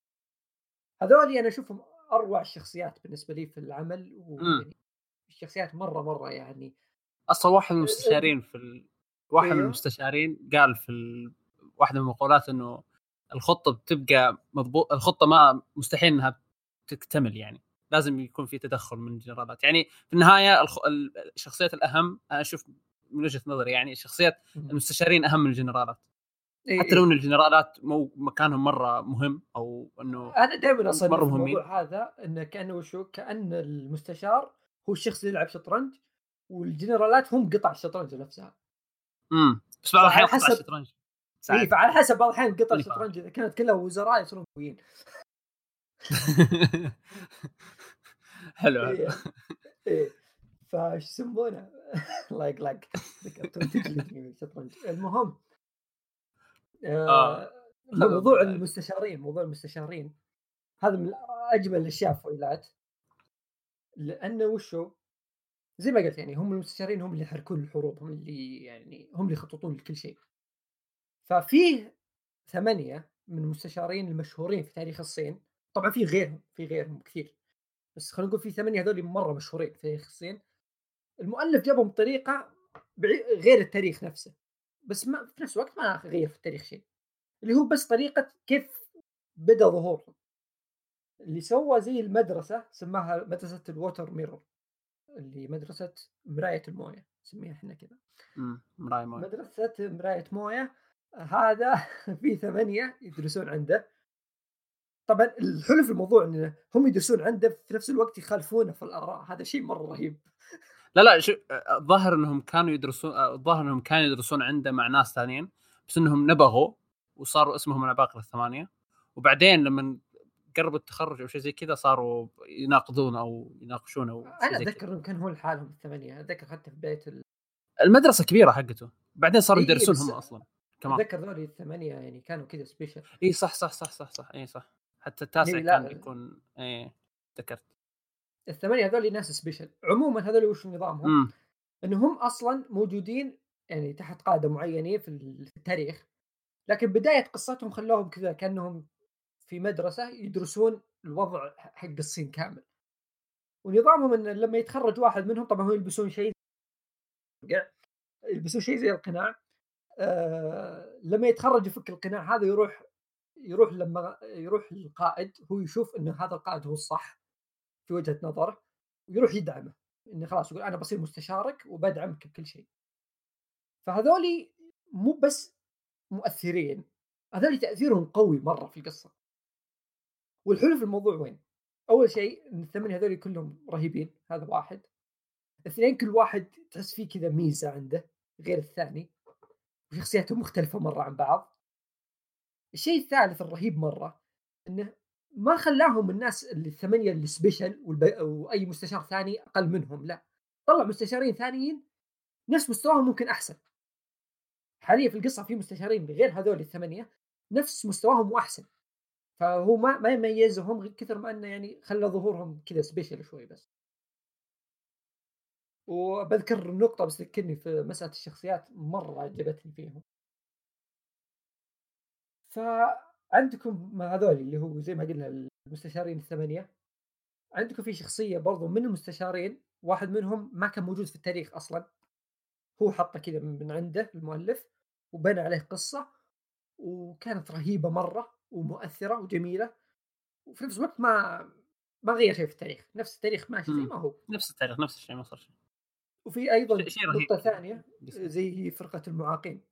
هذولي أنا أشوفهم أروع الشخصيات بالنسبة لي في العمل، امم ويعني الشخصيات مرة مرة يعني اصلا واحد من أ أ المستشارين في ال... واحد من أيوه، المستشارين قال في ال... واحده من المقولات انه الخطه بتبقى مضبوط، الخطه ما مستحيل انها تكتمل، يعني لازم يكون في تدخل من الجنرالات. يعني في النهايه الخ... الشخصيات الاهم انا اشوف من وجهه نظري يعني شخصيات اهم، المستشارين اهم من الجنرالات. إي، حتى لو إي، ان الجنرالات مو مكانهم مره مهم او انه أنا دايمًا مره أصنّف مهمين. الموضوع هذا إنه كأنه وشو، كأن المستشار هو الشخص اللي يلعب شطرنج، والجنرالات هم قطع الشطرنج نفسها، امم بس بعض فعلى الاحيان قطع حسب الشطرنج إي، تساعد. فعلى حسب بعض الأحيان قطع اللي فاهم. الشطرنج إذا كانت كلها وزراء يصيرون قويين. حلو حلو. إي، إي، فش يسمونه الله يقلعك ذكرت توي تجلدني من الشطرنج، المهم اه آآ هذا موضوع موضوع ثاني. المستشارين، موضوع المستشارين هذا من أجمل الأشياء في ويلات، لأنه وشو زي ما قلت يعني هم المستشارين هم اللي يحركون الحروب، هم اللي يعني هم اللي يخططون لكل شيء. ففيه ثمانية من المستشارين المشهورين في تاريخ الصين، طبعًا في غيرهم، في غيرهم كثير، بس خلينا نقول في ثمانية هذول مرة مشهورين في تاريخ الصين. المؤلف جابهم بطريقة بعي غير التاريخ نفسه، بس ما في نفس الوقت ما غيّر في التاريخ شيء، اللي هو بس طريقة كيف بدأ ظهورهم. اللي سوى زي المدرسة سماها مدرسة الwater mirror، اللي مدرسة مراية الموية نسميها إحنا كذا. امم مراي موي. مدرسة مراية موية هذا في ثمانية يدرسون عنده. طبعًا الحلو في الموضوع إن هم يدرسون عنده في نفس الوقت يخالفونه في الآراء، هذا شيء مرة رهيب. لا لا شو الظاهر انهم كانوا يدرسون، الظاهر انهم كانوا يدرسون عنده مع ناس ثانيين، بس انهم نبغوا وصاروا اسمهم العباقرة الثمانية. وبعدين لما قربوا التخرج او شيء زي كذا صاروا يناقضون او يناقشون او شيء أنا زي كذا. أتذكر إنهم كانوا هو لحالهم الثمانية، أتذكر حتى في بداية ال المدرسة كبيرة حقته، بعدين صاروا إي يدرسون بس هم اصلا كمان. أتذكر ذولي الثمانية يعني كانوا كذا special. اي صح صح صح صح صح اي صح. حتى التاسع إي كان لا يكون اي ذكرت. الثمانية هذولي ناس special. عمومًا هذولي وش نظامهم؟ امم إنهم أصلًا موجودين يعني تحت قادة معينين في ال في التاريخ، لكن بداية قصتهم خلّوهم كذا كأنهم في مدرسة يدرسون الوضع ح حق الصين كامل. ونظامهم إن لمّا يتخرّج واحد منهم طبعًا هم يلبسون شيء يلبسون شيء زي القناع. آآ لمّا يتخرّج يفك القناع هذا يروح يروح لمّا يروح للقائد، هو يشوف إن هذا القائد هو الصح في وجهة نظره، ويروح يدعمه، إنه خلاص يقول أنا باصير مستشارك وبادعمك بكل شيء. فهذولي مو بس مؤثرين، هذولي تأثيرهم قوي مرّة في القصة. والحلو في الموضوع وين؟ أول شيء إن الثمانية هذولي كلهم رهيبين، هذا واحد. اثنين كل واحد تحس فيه كذا ميزة عنده غير الثاني، وشخصياتهم مختلفة مرّة عن بعض. الشيء الثالث الرهيب مرّة، إنه ما خلّاهم الناس اللي الثمانية اللي special والب وأي مستشار ثاني أقل منهم، لأ، طلّع مستشارين ثانيين نفس مستواهم ممكن أحسن. حاليًا في القصة في مستشارين غير هذول الثمانية نفس مستواهم وأحسن، فهو ما ما يميزهم غير كثر ما إنه يعني خلّى ظهورهم كذا special شوي بس. وباذكر نقطة بس تذكرني في مسألة الشخصيات مرّة عجبتني فيهم. فعندكم مع هذول اللي هو زي ما قلنا المستشارين الثمانية، عندكم في شخصية برضو من المستشارين، واحد منهم ما كان موجود في التاريخ أصلا، هو حطه كذا من عنده المؤلف وبنى عليه قصة، وكانت رهيبة مرة ومؤثرة وجميلة، وفي نفس الوقت ما ما غير شيء في التاريخ، نفس التاريخ ماشي زي امم ما هو. نفس التاريخ نفس الشيء ما صار شيء. وفي شيء أيضا شيء رهيب نقطة ثانية بيصير. زي فرقة المعاقين.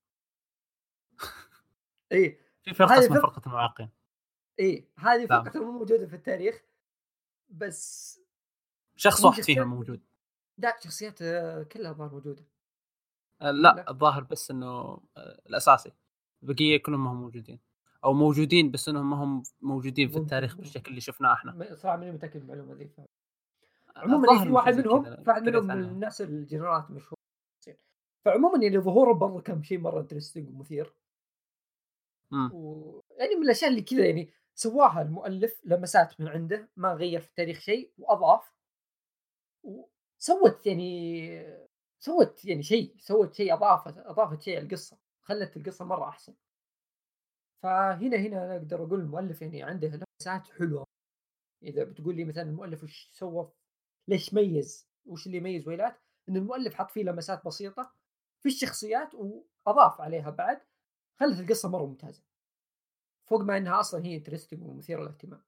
إيه في فرقة هذه اسمها الفرقة فرقة المعاقين. إيه هذه لا فرقة مو موجودة في التاريخ، بس شخص هم واحد فيهم شخصيات موجود. لأ شخصيات آه، كلها الظاهر موجودة. آه، لا والّا؟ الظاهر بس انه آه، الاساسي، البقيه كلهم ما هم موجودين، او موجودين بس انهم ما هم موجودين في ممكن التاريخ ممكن بالشكل اللي شفناه احنا. م صراحة ماني متأكد من المعلومة ذي. ف آه، عمومًا إيه الظاهر في انه شيء واحد زي منهم كذا في واحد منهم قريت من عنها. الناس الجنرالات المشهورين. فعمومًا يعني ظهورهم برضه كان شيء مرة interesting ومثير. امم ويعني من الأشياء اللي كذا يعني سواها المؤلف لمسات من عنده، ما غيّر في التاريخ شيء وأضاف، وسوت يعني سوت يعني شيء سوت شيء أضافت أضافت شيء القصة، خلت القصة مرة أحسن. فهنا هنا أقدر أقول المؤلف يعني عنده لمسات حلوة. إذا بتقول لي مثلًا المؤلف وش سوى، ليش ميّز، وش اللي يميز ويلات، إن المؤلف حط فيه لمسات بسيطة في الشخصيات وأضاف عليها بعد، خلت القصة مرة ممتازة، فوق ما إنها أصلًا هي interesting ومثيرة للاهتمام.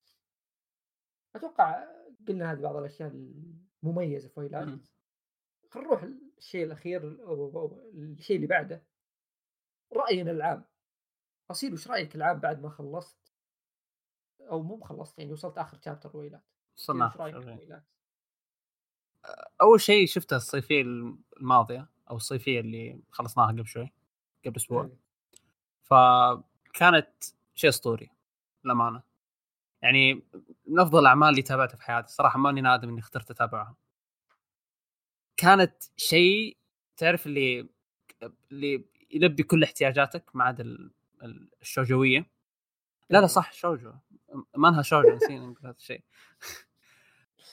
أتوقع قلنا هذه بعض الأشياء المميزة في ويلات. امم خلينا نروح للشيء الأخير أو أو الشيء اللي بعده، رأينا العام. أصيل وش رأيك العام بعد ما خلصت، أو مو بخلصت يعني وصلت آخر chapter ويلات، كذا وصلنا وش اخر رأيك في شيء. ويلات؟ اول شيء شفتها الصيفيه الماضيه او الصيفيه اللي خلصناها قبل شوي، قبل اسبوع. إيه. فكانت شيء اسطوري للامانه، يعني من افضل الاعمال اللي تابعتها في حياتي صراحه، ماني نادم اني اخترت اتابعها. كانت شيء تعرف اللي اللي يلبي كل احتياجاتك ما عدا ال- ال- الشوجويه. لا لا إيه. صح شوجو، ما انها شوجو، نسينا نقول هذا الشيء.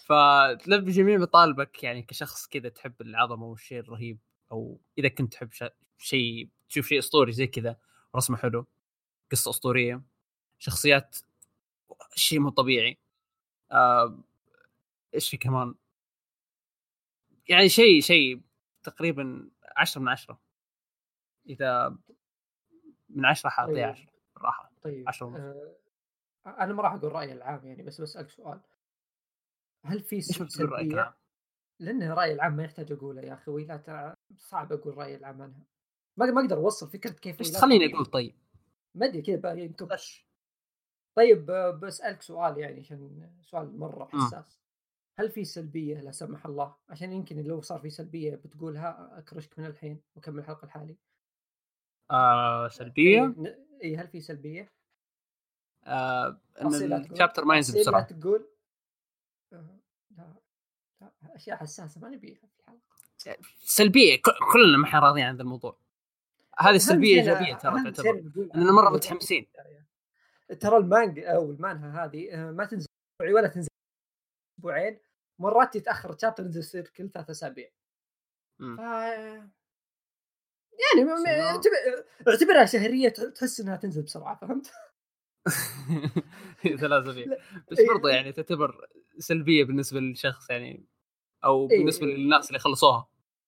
فتلب جميع مطالبك يعني كشخص كذا تحب العظمه والشيء الرهيب، او اذا كنت تحب ش- شيء تشوف شيء اسطوري زي كذا، رسمه حلو، قصه اسطوريه، شخصيات شيء مو طبيعي. آه، ايش في كمان؟ يعني شيء شيء تقريبا عشرة من عشرة. اذا من عشرة حاعطيه طيب عشرة بالراحه، طيب عشرة ونص. آه انا ما راح اقول رايي العام يعني، بس بسالك سؤال. هل في ليش س- ما بتقول رايك العام؟ سلبيه؟ لان رايي العام ما يحتاج اقوله يا اخي، لا تع... صعب اقول رايي العام عنها. ما ما اقدر اوصل فكره كيف ليش لا تخليني طبيعي. اقول طيب؟ ما ادري كذا بقى ينكب. ليش؟ طيب آه، بسالك سؤال يعني، عشان سؤال مره امم حساس. هل في سلبيه لا سمح الله؟ عشان يمكن لو صار في سلبيه بتقولها اكرشك من الحين وكمل الحلقه الحالي. آه اي سلبيه. ن- اي هل في سلبيه؟ آه ان تفاصيل لا تقول، الشابتر ما ينزل تفاصيل لا بسرعه. تقول. آه، لا لا، اشياء حساسه ما نبيها في الحلقه. سلبيه، ك- كلنا ما احنا راضيين عن ذا الموضوع. هذه اهم السلبيه شيء ايجابيه أنا ترى اهم شيء تعتبر، أنا نقول اننا مره نقول الرأي متحمسين. في البداية. ترى المانجا او المانها هذه آه، ما تنزل اسبوعي ولا تنزل اسبوعين، مرات يتاخر تشابتر ينزل يصير كل ثلاث اسابيع. ف امم يعني م- م- سنو اعتبر- اعتبرها شهريه، تحس انها تنزل بسرعه، فهمت؟ ثلاث اسابيع. لا. بس برضه اي يعني تعتبر سلبيه بالنسبه للشخص يعني، او بالنسبه اي للناس اللي خلصوها.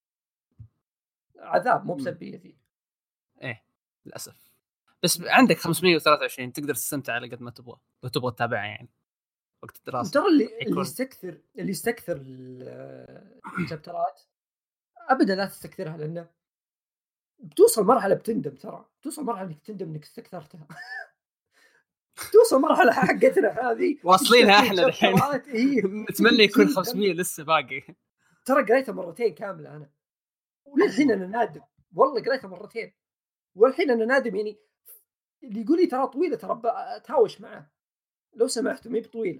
عذاب مو امم بسلبيه ذي. ايه للاسف. بس عندك خمسمية وثلاثة وعشرين تقدر تستمتع على قد ما تبغى، لو تبغى تتابعها يعني وقت الدراسه وترى اللي اللي يكون. يستكثر اللي يستكثر ال- الشابترات ابدا لا تستكثرها، لانه بتوصل مرحله بتندم. ترى توصل مرحله انك تندم انك استكثرتها. توصل مرحله حقتنا هذه واصلينها تستكثر احنا دحين. شابترات. ايه نتمنى يكون تندم. خمسمية لسه باقي. ترى قريتها مرتين كامله انا، وللحين انا نادم. والله قريتها مرتين والحين انا نادم يعني. اللي يقول لي ترى طويله، ترى اتهاوش معه لو سمحت، ما هي بطويله.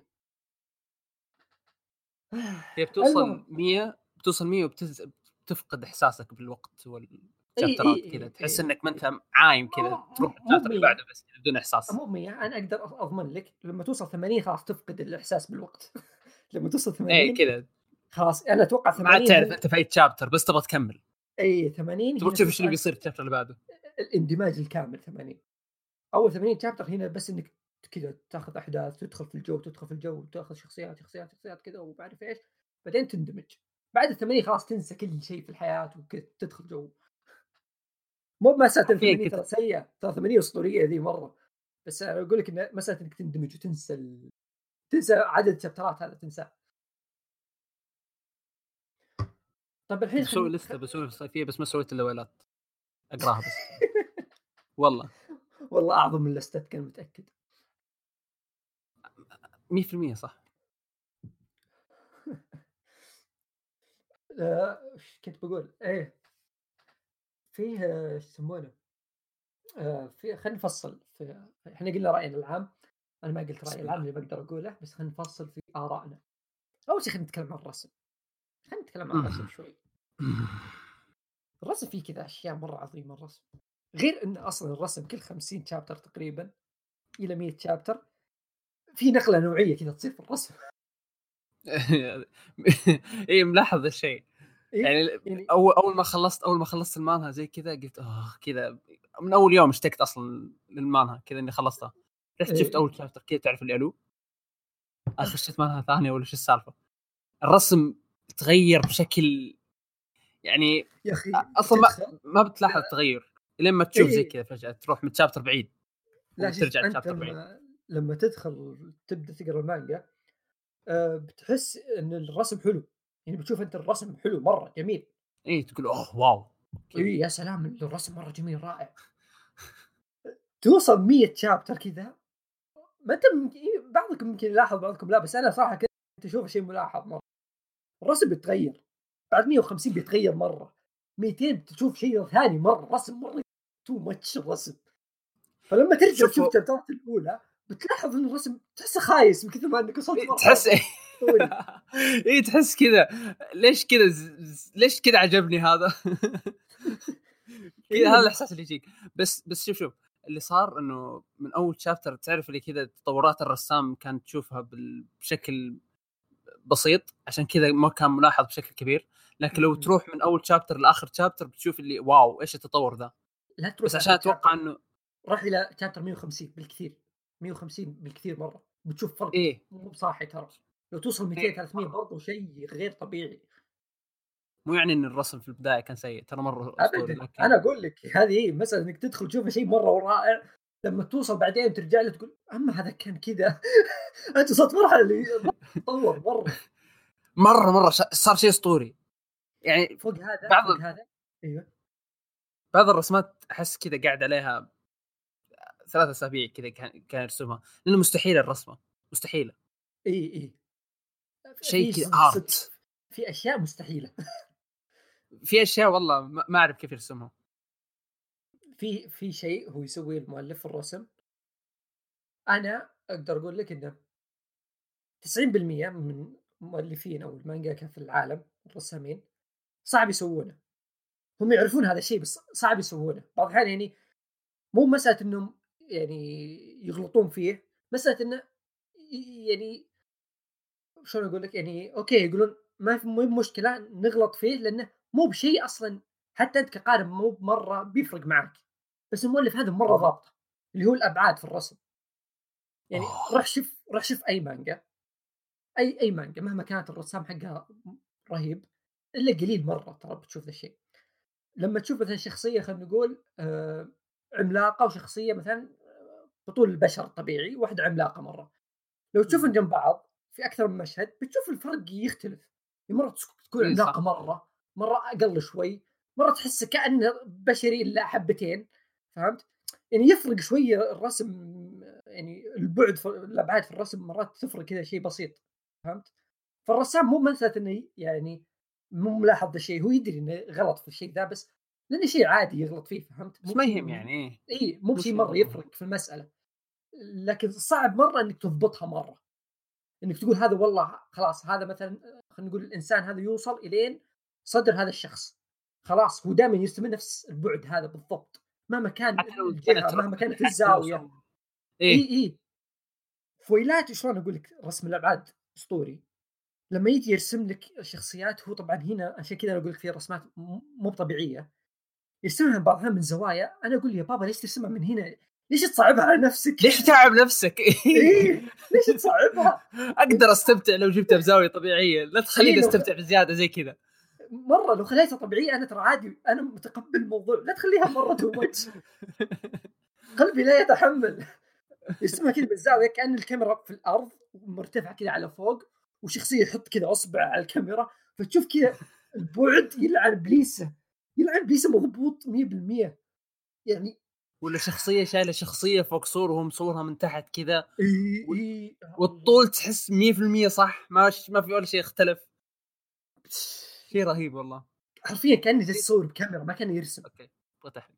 هي بتوصل المهم مية، بتوصل مية وبتفقد احساسك بالوقت اي اي والشابترات كذا، اي تحس اي انك ما انت عايم كذا، تروح مو الشابتر اللي مية، بعده بس بدون احساس. مو مية. انا اقدر اضمن لك لما توصل ثمانين خلاص تفقد الاحساس بالوقت. لما توصل ايه ثمانين كذا، خلاص، انا اتوقع ما عاد ثمانين تعرف هنا. انت في اي شابتر، بس تبغى تكمل، اي ثمانين تبغى هنا تشوف ايش اللي تسأل بيصير الشابتر اللي بعده. الاندماج الكامل. ثمانين اول ثمانين شابتر هنا بس انك كذا تاخذ احداث، تدخل في الجو تدخل في الجو وتاخذ شخصيات شخصيات شخصيات كذا وما بعرف ايش، بعدين تندمج. بعد الثمانين خلاص تنسى كل شيء في الحياه وكذا تدخل جو. مو مساله حرفيا ثمانين كنت ترى سيئه، ترى ثمانين اسطوريه ذي مره. بس انا اقول لك ان مساله انك تندمج وتنسى ال... تنسى عدد شابترات هذا تنساه. طب الحين كنت بسوي خلينا لسته خ... بسوي في الصيفيه، بس ما سويت الا ويلات اقراها بس والله. والله اعظم من الاستاذ كان متاكد. مية في المية صح. آه، ايش كنت بقول؟ ايه فيه آه، ايش يسمونه؟ آه، في خلينا نفصل في. احنا قلنا راينا العام. انا ما قلت رايي بسم العام الله. اللي بقدر اقوله، بس خلينا نفصل في ارائنا. اول شيء خلينا نتكلم عن الرسم. خلينا نتكلم عن الرسم شوي. الرسم فيه كذا اشياء مره عظيمه. الرسم غير انه اصلا الرسم كل خمسين شابتر تقريبا الى مية شابتر في نقله نوعيه كذا تصير في الرسم. اي ملاحظ ذا الشيء. ايه يعني يعني اول اول ما خلصت اول ما خلصت المانها زي كذا قلت اه كذا، من اول يوم اشتقت اصلا للمانها كذا اني خلصتها. رحت شفت إيه اول شابتر كذا، تعرف اللي الو خشيت مانها ثانيه ولا شو السالفه. الرسم تغير بشكل يعني يا اخي اصلا تدخل. ما ما بتلاحظ لا التغير لين ما اي تشوف زي اي كذا فجاه تروح من شابتر بعيد لا شوف، وترجع انت لشابتر بعيد. لما لما تدخل تبدا تقرا المانجا آه، بتحس ان الرسم حلو. يعني بتشوف انت الرسم حلو مره جميل. اي تقول اوه واو كذا. اي يا سلام الرسم مره جميل رائع. توصل مية شابتر كذا، ما انت ممكن بعضكم يمكن يلاحظ بعضكم لا، بس انا صراحه كنت اشوف شيء ملاحظ مره. الرسم بيتغير بعد مية وخمسين بيتغير مره، ميتين بتشوف شيء ثاني مره. الرسم مره تو ماتش الرسم. فلما ترجع تشوف شوفوا الشابترات الاولى بتلاحظ ان الرسم تحسه خايس من كثر ما انك وصلت إيه، مرحله تحس في الستوري. اي تحس كذا ليش كذا ز... ز- ليش كذا عجبني هذا. إيه كذا هذا لما الاحساس اللي يجيك. بس بس شوف شوف اللي صار انه من اول شابتر تعرف اللي كذا تطورات الرسام كانت تشوفها بال- بشكل بسيط، عشان كذا ما كان ملاحظ بشكل كبير. لكن لو مم. تروح من اول شابتر لاخر شابتر بتشوف اللي واو ايش التطور ذا. لا تروح بس عشان لاخر اتوقع شابتر، انه راح الى شابتر مية وخمسين بالكثير، مية وخمسين بالكثير مره بتشوف فرق ايه مو بصاحي ترى. لو توصل مئتين ايه ثلاثمية برضه شيء غير طبيعي. مو يعني ان الرسم في البدايه كان سيء، ترى مره اسطوري. ابدا انا لكن اقول لك هذه مثلا انك تدخل تشوف شيء مره رائع، لما توصل بعدين ترجع له تقول اما هذا كان كذا. انت وصلت مرحله اللي تطور مره. مره مره ش- صار شيء اسطوري يعني. فوق هذا بعض فوق هذا ايوه بعض الرسمات احس كذا قاعد عليها ثلاثة اسابيع كذا كان كان يرسمها، لانه مستحيل الرسمه مستحيله. اي اي شيء في كذا صدق ارت. في اشياء مستحيله. في اشياء والله ما ما اعرف كيف يرسمها. في في شيء هو يسويه المؤلف في الرسم، انا اقدر اقول لك انه تسعين بالمئة من المؤلفين او المانجاكا في العالم الرسامين صعب يسوونه. هم يعرفون هذا الشيء بس صعب يسوونه بعض الأحيان. يعني مو مسألة انهم يعني يغلطون فيه، مسألة انه ي- يعني شلون اقول لك، يعني اوكي يقولون ما في مو مشكلة نغلط فيه لانه مو بشيء اصلا حتى انت كقارئ مو بمرة بيفرق معك، بس المؤلف هذا مرة اها ضابطه اللي هو الابعاد في الرسم. يعني اوه روح شوف روح شوف اي مانجا، اي اي مانجا مهما كانت الرسام حقها رهيب، الا قليل مره ترى بتشوف ذا الشيء. لما تشوف مثلا شخصيه خلينا نقول آه عملاقه وشخصيه مثلا بطول البشر الطبيعي واحده عملاقه مره، لو تشوفهم جنب بعض في اكثر من مشهد بتشوف الفرق يختلف. مره تكون اي عملاقه صح. مره، مره اقل شوي، مره تحس كانه بشري الا حبتين. فهمت؟ يعني يفرق شويه الرسم، يعني البعد في الابعاد في الرسم مرات تفرق كذا شيء بسيط. فهمت؟ فالرسام مو مسألة انه يعني مو ملاحظ ذا الشيء، هو يدري انه غلط في الشيء ذا بس لانه شيء عادي يغلط فيه. فهمت؟ مو بس ما يهم بشيء، يعني ايه. اي مو مو بشيء شيء مره مره مهم. يفرق في المسألة. لكن صعب مره انك تضبطها مره، انك تقول هذا والله خلاص هذا مثلا خلينا نقول الانسان هذا يوصل الين صدر هذا الشخص، خلاص هو دائما يرسم نفس البعد هذا بالضبط مهما كان حتى لو الجهه كانت مهما كانت حتى لو الزاويه. سووا اي ايه. اي فويلات شلون اقول لك رسم الابعاد اسطوري. لما يجي يرسم لك الشخصيات هو طبعا هنا عشان كذا انا اقول لك في رسمات م- مو طبيعيه، يرسمها بعضها من زوايا. انا اقول يا بابا ليش ترسمها من هنا؟ ليش تصعبها على نفسك؟ ليش تعب نفسك؟ ايه ليش تصعبها؟ اقدر استمتع لو جبتها بزاويه طبيعيه، لا ايه تخليني لو خ... استمتع بزياده زي كذا. مره لو خليتها طبيعيه انا ترى عادي، انا متقبل الموضوع، لا تخليها مره تو ماتش. قلبي لا يتحمل. يرسمها كذا بالزاويه كأن الكاميرا في الارض ومرتفعه كذا على فوق، وشخصيه يحط كذا اصبع على الكاميرا فتشوف كذا البعد يلعن ابليسه، يلعن ابليسه مضبوط مية بالمية. يعني ولا شخصيه شايله شخصيه فوق صور وهو مصورها من تحت كذا، اي و- اي يا الله. والطول تحس مية بالمية صح، ما ما في ولا شيء اختلف. شيء رهيب والله. حرفيا كانه جالس يصور بكاميرا ما كان يرسم. اوكي بغيت احلم.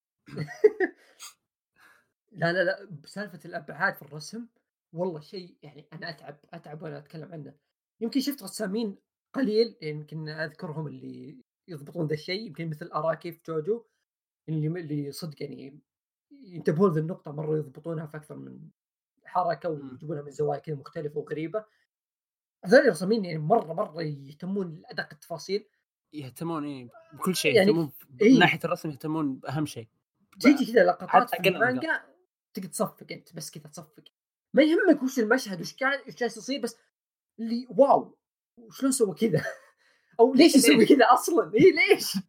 لا لا لا بسالفه الابعاد في الرسم والله شيء، يعني انا اتعب اتعب وانا اتكلم عنه. يمكن شفت رسامين قليل يمكن اذكرهم اللي يضبطون ذا الشيء، يمكن مثل اراكي في جوجو اللي اللي صدق يعني ينتبهون ذي النقطه مره يضبطونها في اكثر من حركه مم. ويجيبونها من زوايا كذا مختلفه وغريبه. هذول الرسامين يعني مره مره يهتمون لادق التفاصيل. يهتمون ايه بكل شيء، يعني يهتمون من اي ناحيه الرسم، يهتمون باهم شيء. ب- تيجي كذا لقطات حتى في اقل من ذا. المانجا تقعد تصفق انت بس كذا تصفق، ما يهمك وش المشهد وش كان وش جالس يصير، بس اللي واو وشلون سوى كذا او ليش يسوي ليش؟ كذا اصلا، اي ليش.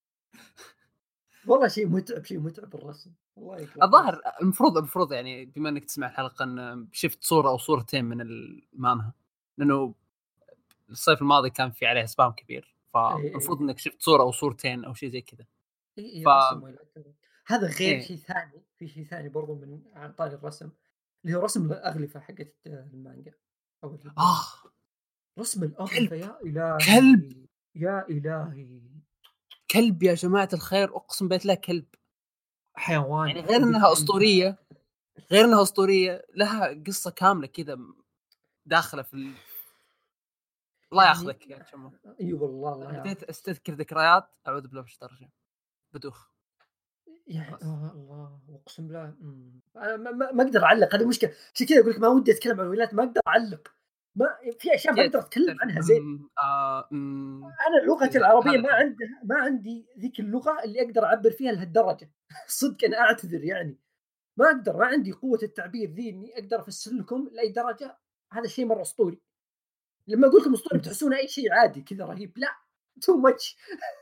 والله شيء متعب شيء متعب الرسم الله يقلب الظاهر بس. المفروض المفروض يعني بما انك تسمع الحلقه ان شفت صوره او صورتين من المانها، لانه الصيف الماضي كان في عليها سبام كبير، اي فالمفروض اي انك شفت صوره او صورتين او شيء زي كذا. اي اي ف الرسم ولا هذا غير ايه شيء ثاني. في شيء ثاني برضو من عن طاري الرسم اللي هو رسم الاغلفه حقت المانجا او اه المانهوا. رسم كلب الاغلفه يا كلب الهي يا الهي. كلب يا جماعه الخير، اقسم بالله كلب. حيوان يعني غير ودك انها كلب. اسطوريه، غير انها اسطوريه لها قصه كامله كذا داخله في ال... الله يعني ياخذك يا شمو. اي والله الله بديت يعافيك. استذكر ذكريات اعوذ بالله من الشيطان الرجيم، بدوخ. يعني بس آه الله اقسم بالله. أمم. انا ما, ما, ما اقدر اعلق، هذه مشكله عشان كذا اقول لك ما ودي اتكلم عن الولايات، ما اقدر اعلق ما في أشياء ما كيف أقدر أتكلم تعرف عنها زين. إمم، آه، إمم، أنا لغتي كذا العربية هذا ما فعلًا. عند ما عندي ذيك اللغة اللي أقدر أعبّر فيها لهالدرجة. صدق أنا أعتذر يعني، ما أقدر، ما عندي قوة التعبير ذي إني أقدر أفسّر لكم لأي درجة. هذا شيء مرة أسطوري. لمّا أقول لكم أسطوري بتحسونه أي شيء عادي كذا رهيب، لأ too much.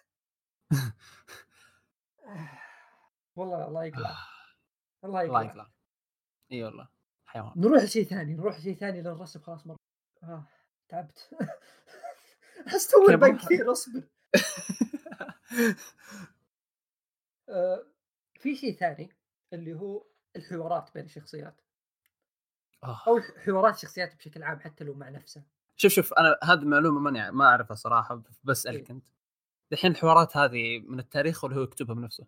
والله الله يقلعك، الله الله يقلعك. يقلع. إي والله، حيوان. نروح لشيء ثاني، نروح لشيء ثاني لأن الرسم خلاص مرة آه تعبت. أحس تو أوكي الباقي بنروح. كثير أصبر. آآ في شيء ثاني اللي هو الحوارات بين الشخصيات، آه. أو ح حوارات الشخصيات بشكل عام حتى لو مع نفسه. شوف، شوف أنا هذه المعلومة ماني ما أعرفها صراحة، إيه. باسألك أنت. الحين الحوارات هذه من التاريخ والّا هو يكتبها بنفسه؟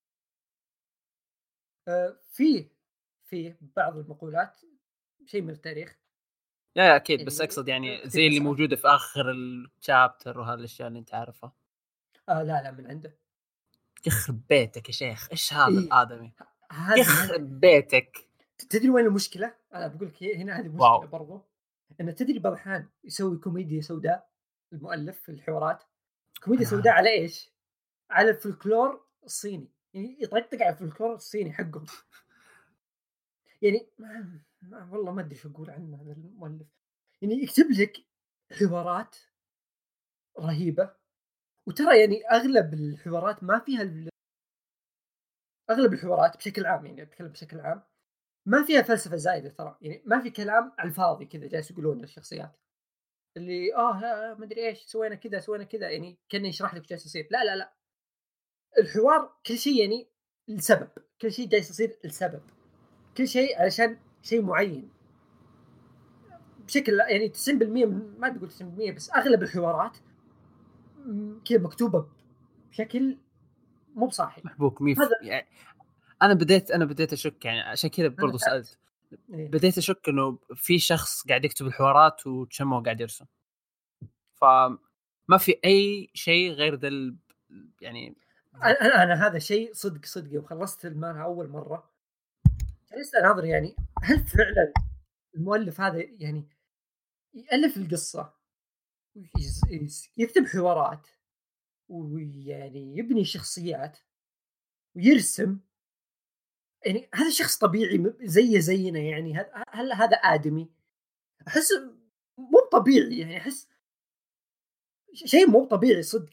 آآ فيه فيه بعض المقولات شيء من التاريخ، يا، يا أكيد، بس يعني أقصد يعني زي كتبها اللي صح. موجودة في آخر الchapter وهذه الأشياء اللي أنت عارفها. آه لا، لا من عنده. يخرب بيتك يا شيخ، إيش هذا إيه. الآدمي؟ ه هذه هذا يخرب بيتك. تدري وين المشكلة؟ أنا باقول لك هنا هذه واو! مشكلة برضه، إنه تدري بعض الأحيان يسوي كوميديا سوداء المؤلف في الحوارات. كوميديا أنا سوداء عارف. على إيش؟ على الفولكلور الصيني، يعني يطقطق على الفولكلور الصيني حقهم. يعني ما ما والله ما أدري إيش أقول عنه هذا المؤلف. يعني يكتب لك حوارات رهيبة، وترى يعني أغلب الحوارات ما فيها ال أغلب الحوارات بشكل عام، يعني أتكلم بشكل عام، ما فيها فلسفة زايدة ترى، يعني ما في كلام على الفاضي كذا جالس يقولونه الشخصيات، اللي آه لا ما أدري إيش سوينا كذا سوينا كذا، يعني كأنه يشرح لك إيش جالس يصير. لا، لا، لأ، الحوار كل شيء يعني لسبب، كل شيء جالس يصير لسبب، كل شيء علشان شيء معين. بشكل يعني تسعين بالمئة من ما بقول تسعين بالمئة بس أغلب الحوارات م كذا مكتوبة بشكل مو بصاحي. محبوك ميف هذا يعني. أنا بديت أنا بديت أشُك يعني عشان كذا أنا برضه تعبت. سألت. إيه. بديت أشُك إنه في شخص قاعد يكتب الحوارات وتشمّه قاعد يرسم. فما في أي شيء غير ذا ال يعني. أنا أنا أنا هذا شيء صدق، صدق يوم خلصت المانهوا أول مرة جلست أناظر يعني هل فعلًا المؤلف هذا يعني يألف القصة ويز يس يكتب حوارات ويعني يبني شخصيات ويرسم، يعني هذا شخص طبيعي م زيه زينا يعني ه هل هذا آدمي؟ أحس مو بطبيعي يعني أحس ش شيء مو طبيعي صدق.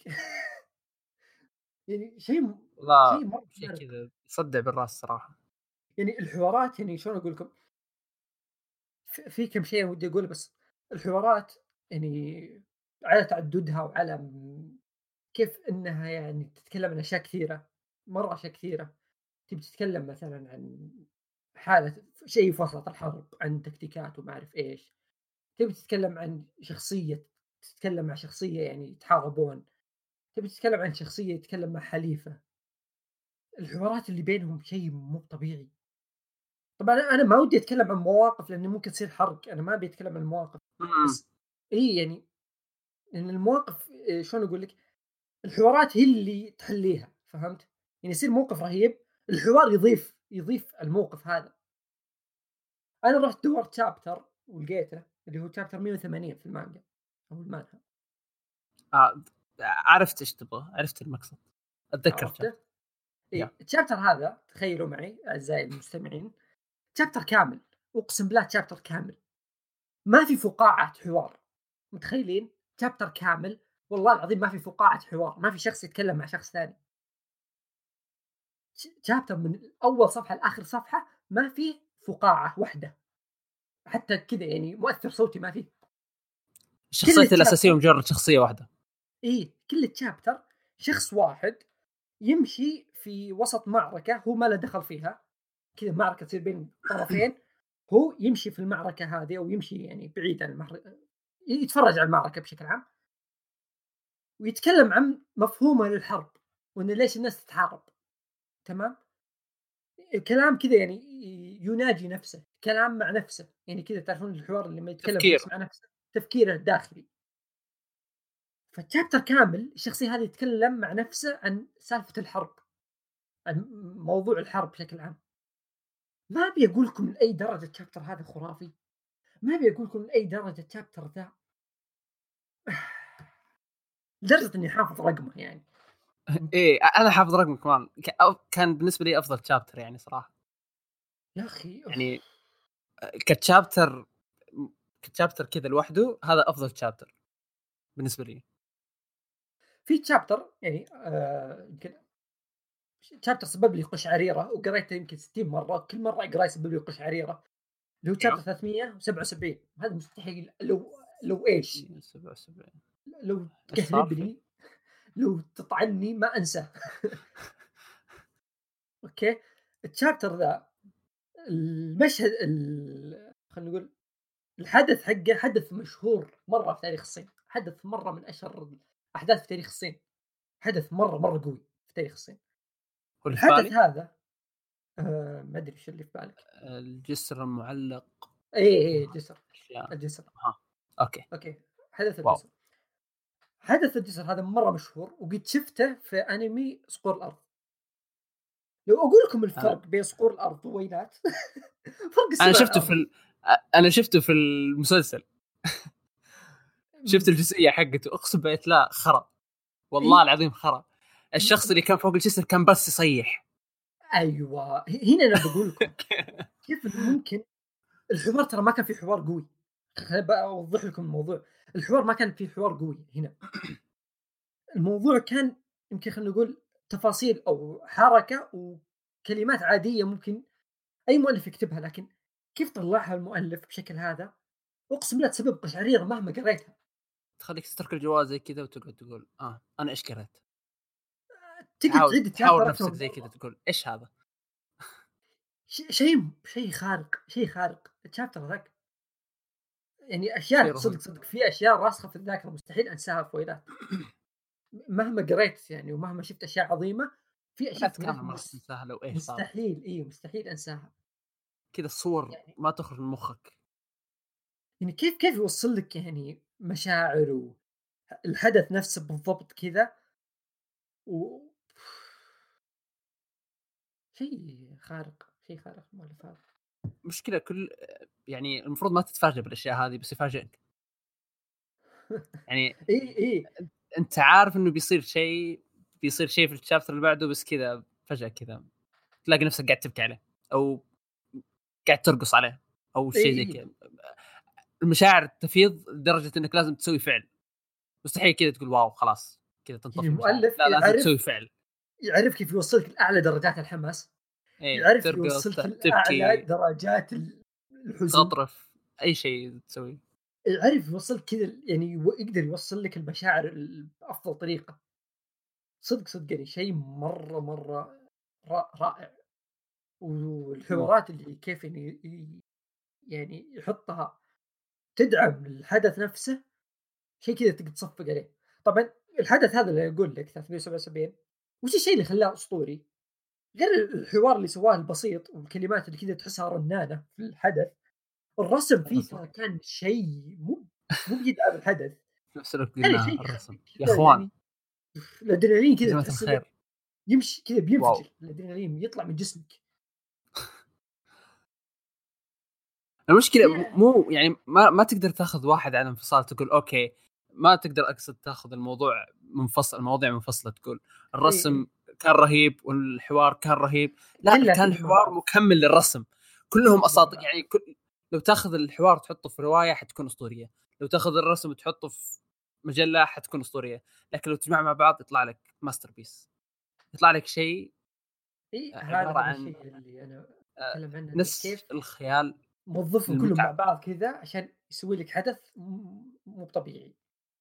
يعني شيء م والله شيء مرة شيء خارق. كذا يصدّع بالراس صراحة. يعني الحوارات يعني شلون أقول لكم، ف في كم شيء ودي أقوله بس الحوارات يعني على تعددها وعلى م كيف إنها يعني تتكلم عن أشياء كثيرة، مرة أشياء كثيرة. تبي تتكلم مثلًا عن حالة شيء في وسط الحرب، عن تكتيكات وما أعرف إيش، تبي تتكلم عن شخصية تتكلم مع شخصية يعني يتحاربون، تبي تتكلم عن شخصية يتكلم مع حليفه، الحوارات اللي بينهم شيء مو طبيعي. طبعًا أنا أنا ما ودي أتكلم عن مواقف لأنه ممكن تصير حرق، أنا ما أبي أتكلم عن المواقف، إمم. بس إي يعني لأن المواقف آآ شلون أقول لك، الحوارات هي اللي تحليها، فهمت؟ يعني يصير موقف رهيب، الحوار يضيف يضيف الموقف هذا. أنا رُحت دَوَرت chapter ولقيته اللي هو chapter مية وثمانين في المانجا أو المانهوا. آه، عرفت إيش تبغى، عرفت المقصد. أتذكر عرفته؟ الchapter. ياه! إي الchapter هذا تخيلوا معي أعزائي المستمعين chapter كامل، أقسم بالله chapter كامل، ما في فقاعة حوار، متخيلين؟ chapter كامل والله العظيم ما في فقاعة حوار، ما في شخص يتكلم مع شخص ثاني. ش chapter من أول صفحة لآخر صفحة ما في فقاعة واحدة، حتى كذا يعني مؤثر صوتي ما في. كل الشخصيات الأساسية الchapter مجرد شخصية واحدة. إيه، كل الchapter شخص واحد يمشي في وسط معركة هو ما له دخل فيها، كذا معركة تصير بين طرفين، هو يمشي في المعركة هذه أو يمشي يعني بعيد عن المعر يتفرج على المعركة بشكل عام، ويتكلم عن مفهومه للحرب، وإنه ليش الناس تتحارب، تمام؟ كلام كذا يعني ي يناجي نفسه، كلام مع نفسه، يعني كذا تعرفون الحوار اللي لمّا يتكلم تفكير. شخص مع نفسه، تفكيره الداخلي. فالchapter كامل الشخصية هذه يتكلم مع نفسه عن سالفة الحرب، عن م موضوع الحرب بشكل عام. ما أبي أقول لكم لأي درجة الchapter هذا خرافي، ما ابي اقول لكم اي درجه تشابتر ذا، لدرجه اني حافظ رقمه يعني. ايه انا حافظ رقم كمان، كان بالنسبه لي افضل تشابتر يعني صراحه. يا اخي يعني كتشابتر كتشابتر كذا لوحده هذا افضل تشابتر بالنسبه لي. في تشابتر يعني آه يمكن تشابتر سبب لي قشعريره وقريته يمكن ستين مره، كل مره اقرا يسبب لي قشعريره، اللي هو تشابتر ايوه ثلاثمية وسبعة وسبعين. هذا مستحيل، لو لو ايش سبعة وسبعين لو ايش صار فيه؟ تكهربني لو تطعني ما انسى. اوكي التشابتر ذا المشهد ال... خلينا نقول الحدث حقه حدث مشهور مره في تاريخ الصين، حدث مره من اشهر الاحداث في تاريخ الصين، حدث مره مره قوي في تاريخ الصين. هو اللي في الحدث بالي هذا آه ما ادري شو اللي في بالك. الجسر المعلق. ايه ايه جسر اشياء. الجسر. ها اوكي. اوكي حدث واو. الجسر. حدث الجسر هذا مره مشهور وقد شفته في انمي صقور الارض. لو اقول لكم انا الفرق بين صقور الارض وويلات فرق انا السماء شفته والارض. في ال... انا شفته في المسلسل، شفت الجزئيه حقته، اقسم بالله لا خرا، والله إيه؟ العظيم خرا. الشخص اللي كان فوق الجسر كان بس يصيح. ايوه هنا انا بقول لكم كيف إنه ممكن الحوار ترى ما كان في حوار قوي. خليني بقى اوضح لكم الموضوع. الحوار ما كان في حوار قوي هنا. الموضوع كان يمكن خلينا نقول تفاصيل او حركه وكلمات عاديه ممكن اي مؤلف يكتبها، لكن كيف طلعها المؤلف بشكل هذا اقسم بالله تسبب قشعريره مهما قريتها. تخليك تترك الجوال زي كذا وتقعد تقول اه انا ايش قريت. تقعد تحاول تعيد تحاور التشابتر اكثر نفسك من زي كذا مره. تقول ايش هذا. شيء شيء خارق، شيء خارق التشابتر ذاك. يعني شيء اشياء صدق رهيب. صدق في اشياء راسخه في الذاكره مستحيل انساها في ويلات. مهما قريت يعني ومهما شفت اشياء عظيمه في اشياء ولا في ويلات كامل ما راح مس... تنساها لو ايش صار. مستحيل اي مستحيل انساها. كذا الصور يعني ما تخرج من مخك. يعني كيف كيف يوصل لك يعني مشاعر والحدث نفسه بالضبط كذا و شيء خارق، شيء خارق مؤلف هذا. مشكلة كل يعني المفروض ما تتفاجئ بالاشياء هذه بس يفاجئك. يعني اي اي انت عارف انه بيصير شيء، بيصير شيء في الشابتر اللي بعده بس كذا فجأة كذا تلاقي نفسك قاعد تبكي عليه او قاعد ترقص عليه او اي شيء زي اي كذا. المشاعر تفيض لدرجة انك لازم تسوي فعل. مستحيل كذا تقول واو خلاص كذا يعني تنطفي المشاعر، المؤلف لا لازم تسوي يعرف فعل. يعرف كيف يوصلك لاعلى درجات الحماس، ايه يعرف ترقص يوصلك لاعلى تبكي درجات الحزن، تغطرف اي شيء تسوي. يعرف يوصلك كذا يعني يو- يقدر يوصل لك المشاعر ال- بافضل طريقه. صدق صدق يعني شيء مره مره را- رائع. مم. والحوارات اللي كيف يعني ي- يعني يحطها تدعم الحدث نفسه، شيء كذا تقدر تصفق عليه. طبعا الحدث هذا اللي اقول لك ثلاثمية وسبعة وسبعين وش الشيء اللي خلاه اسطوري غير الحوار اللي سواه البسيط والكلمات اللي كذا تحسها رنانه في الحدث. الرسم فيه الرسم ترى كان شيء مو مو بيدعم الحدث. في نفس الوقت كان قلنا شيء الرسم يخليك يا كذا اخوان. يعني الادرينالين يا كذا جماعة تحس انه الخير يمشي كذا واو. بينفجر، الادرينالين يطلع من جسمك. المشكلة م- ياه. مو يعني ما ما تقدر تاخذ واحد على انفصال تقول اوكي، ما تقدر اقصد تاخذ الموضوع منفصل، المواضيع منفصلة تقول اي الرسم اي كان رهيب والحوار كان رهيب. لا كلها كان تجي مع الحوار بعض، مكمل للرسم. كلهم تجي مع اساطير بعض. يعني كل... لو تاخذ الحوار تحطه في رواية حتكون اسطورية، لو تاخذ الرسم وتحطه في مجلة حتكون اسطورية، لكن لو تجمع مع بعض يطلع لك ماستر بيس، يطلع لك شيء اي هذا عبارة هذا عن الشيء اللي انا آه، اتكلم عنه، انه نصف كيف الخيال موظفهم كلهم مع المتعة. بعض كذا عشان يسوي لك حدث م- مو طبيعي.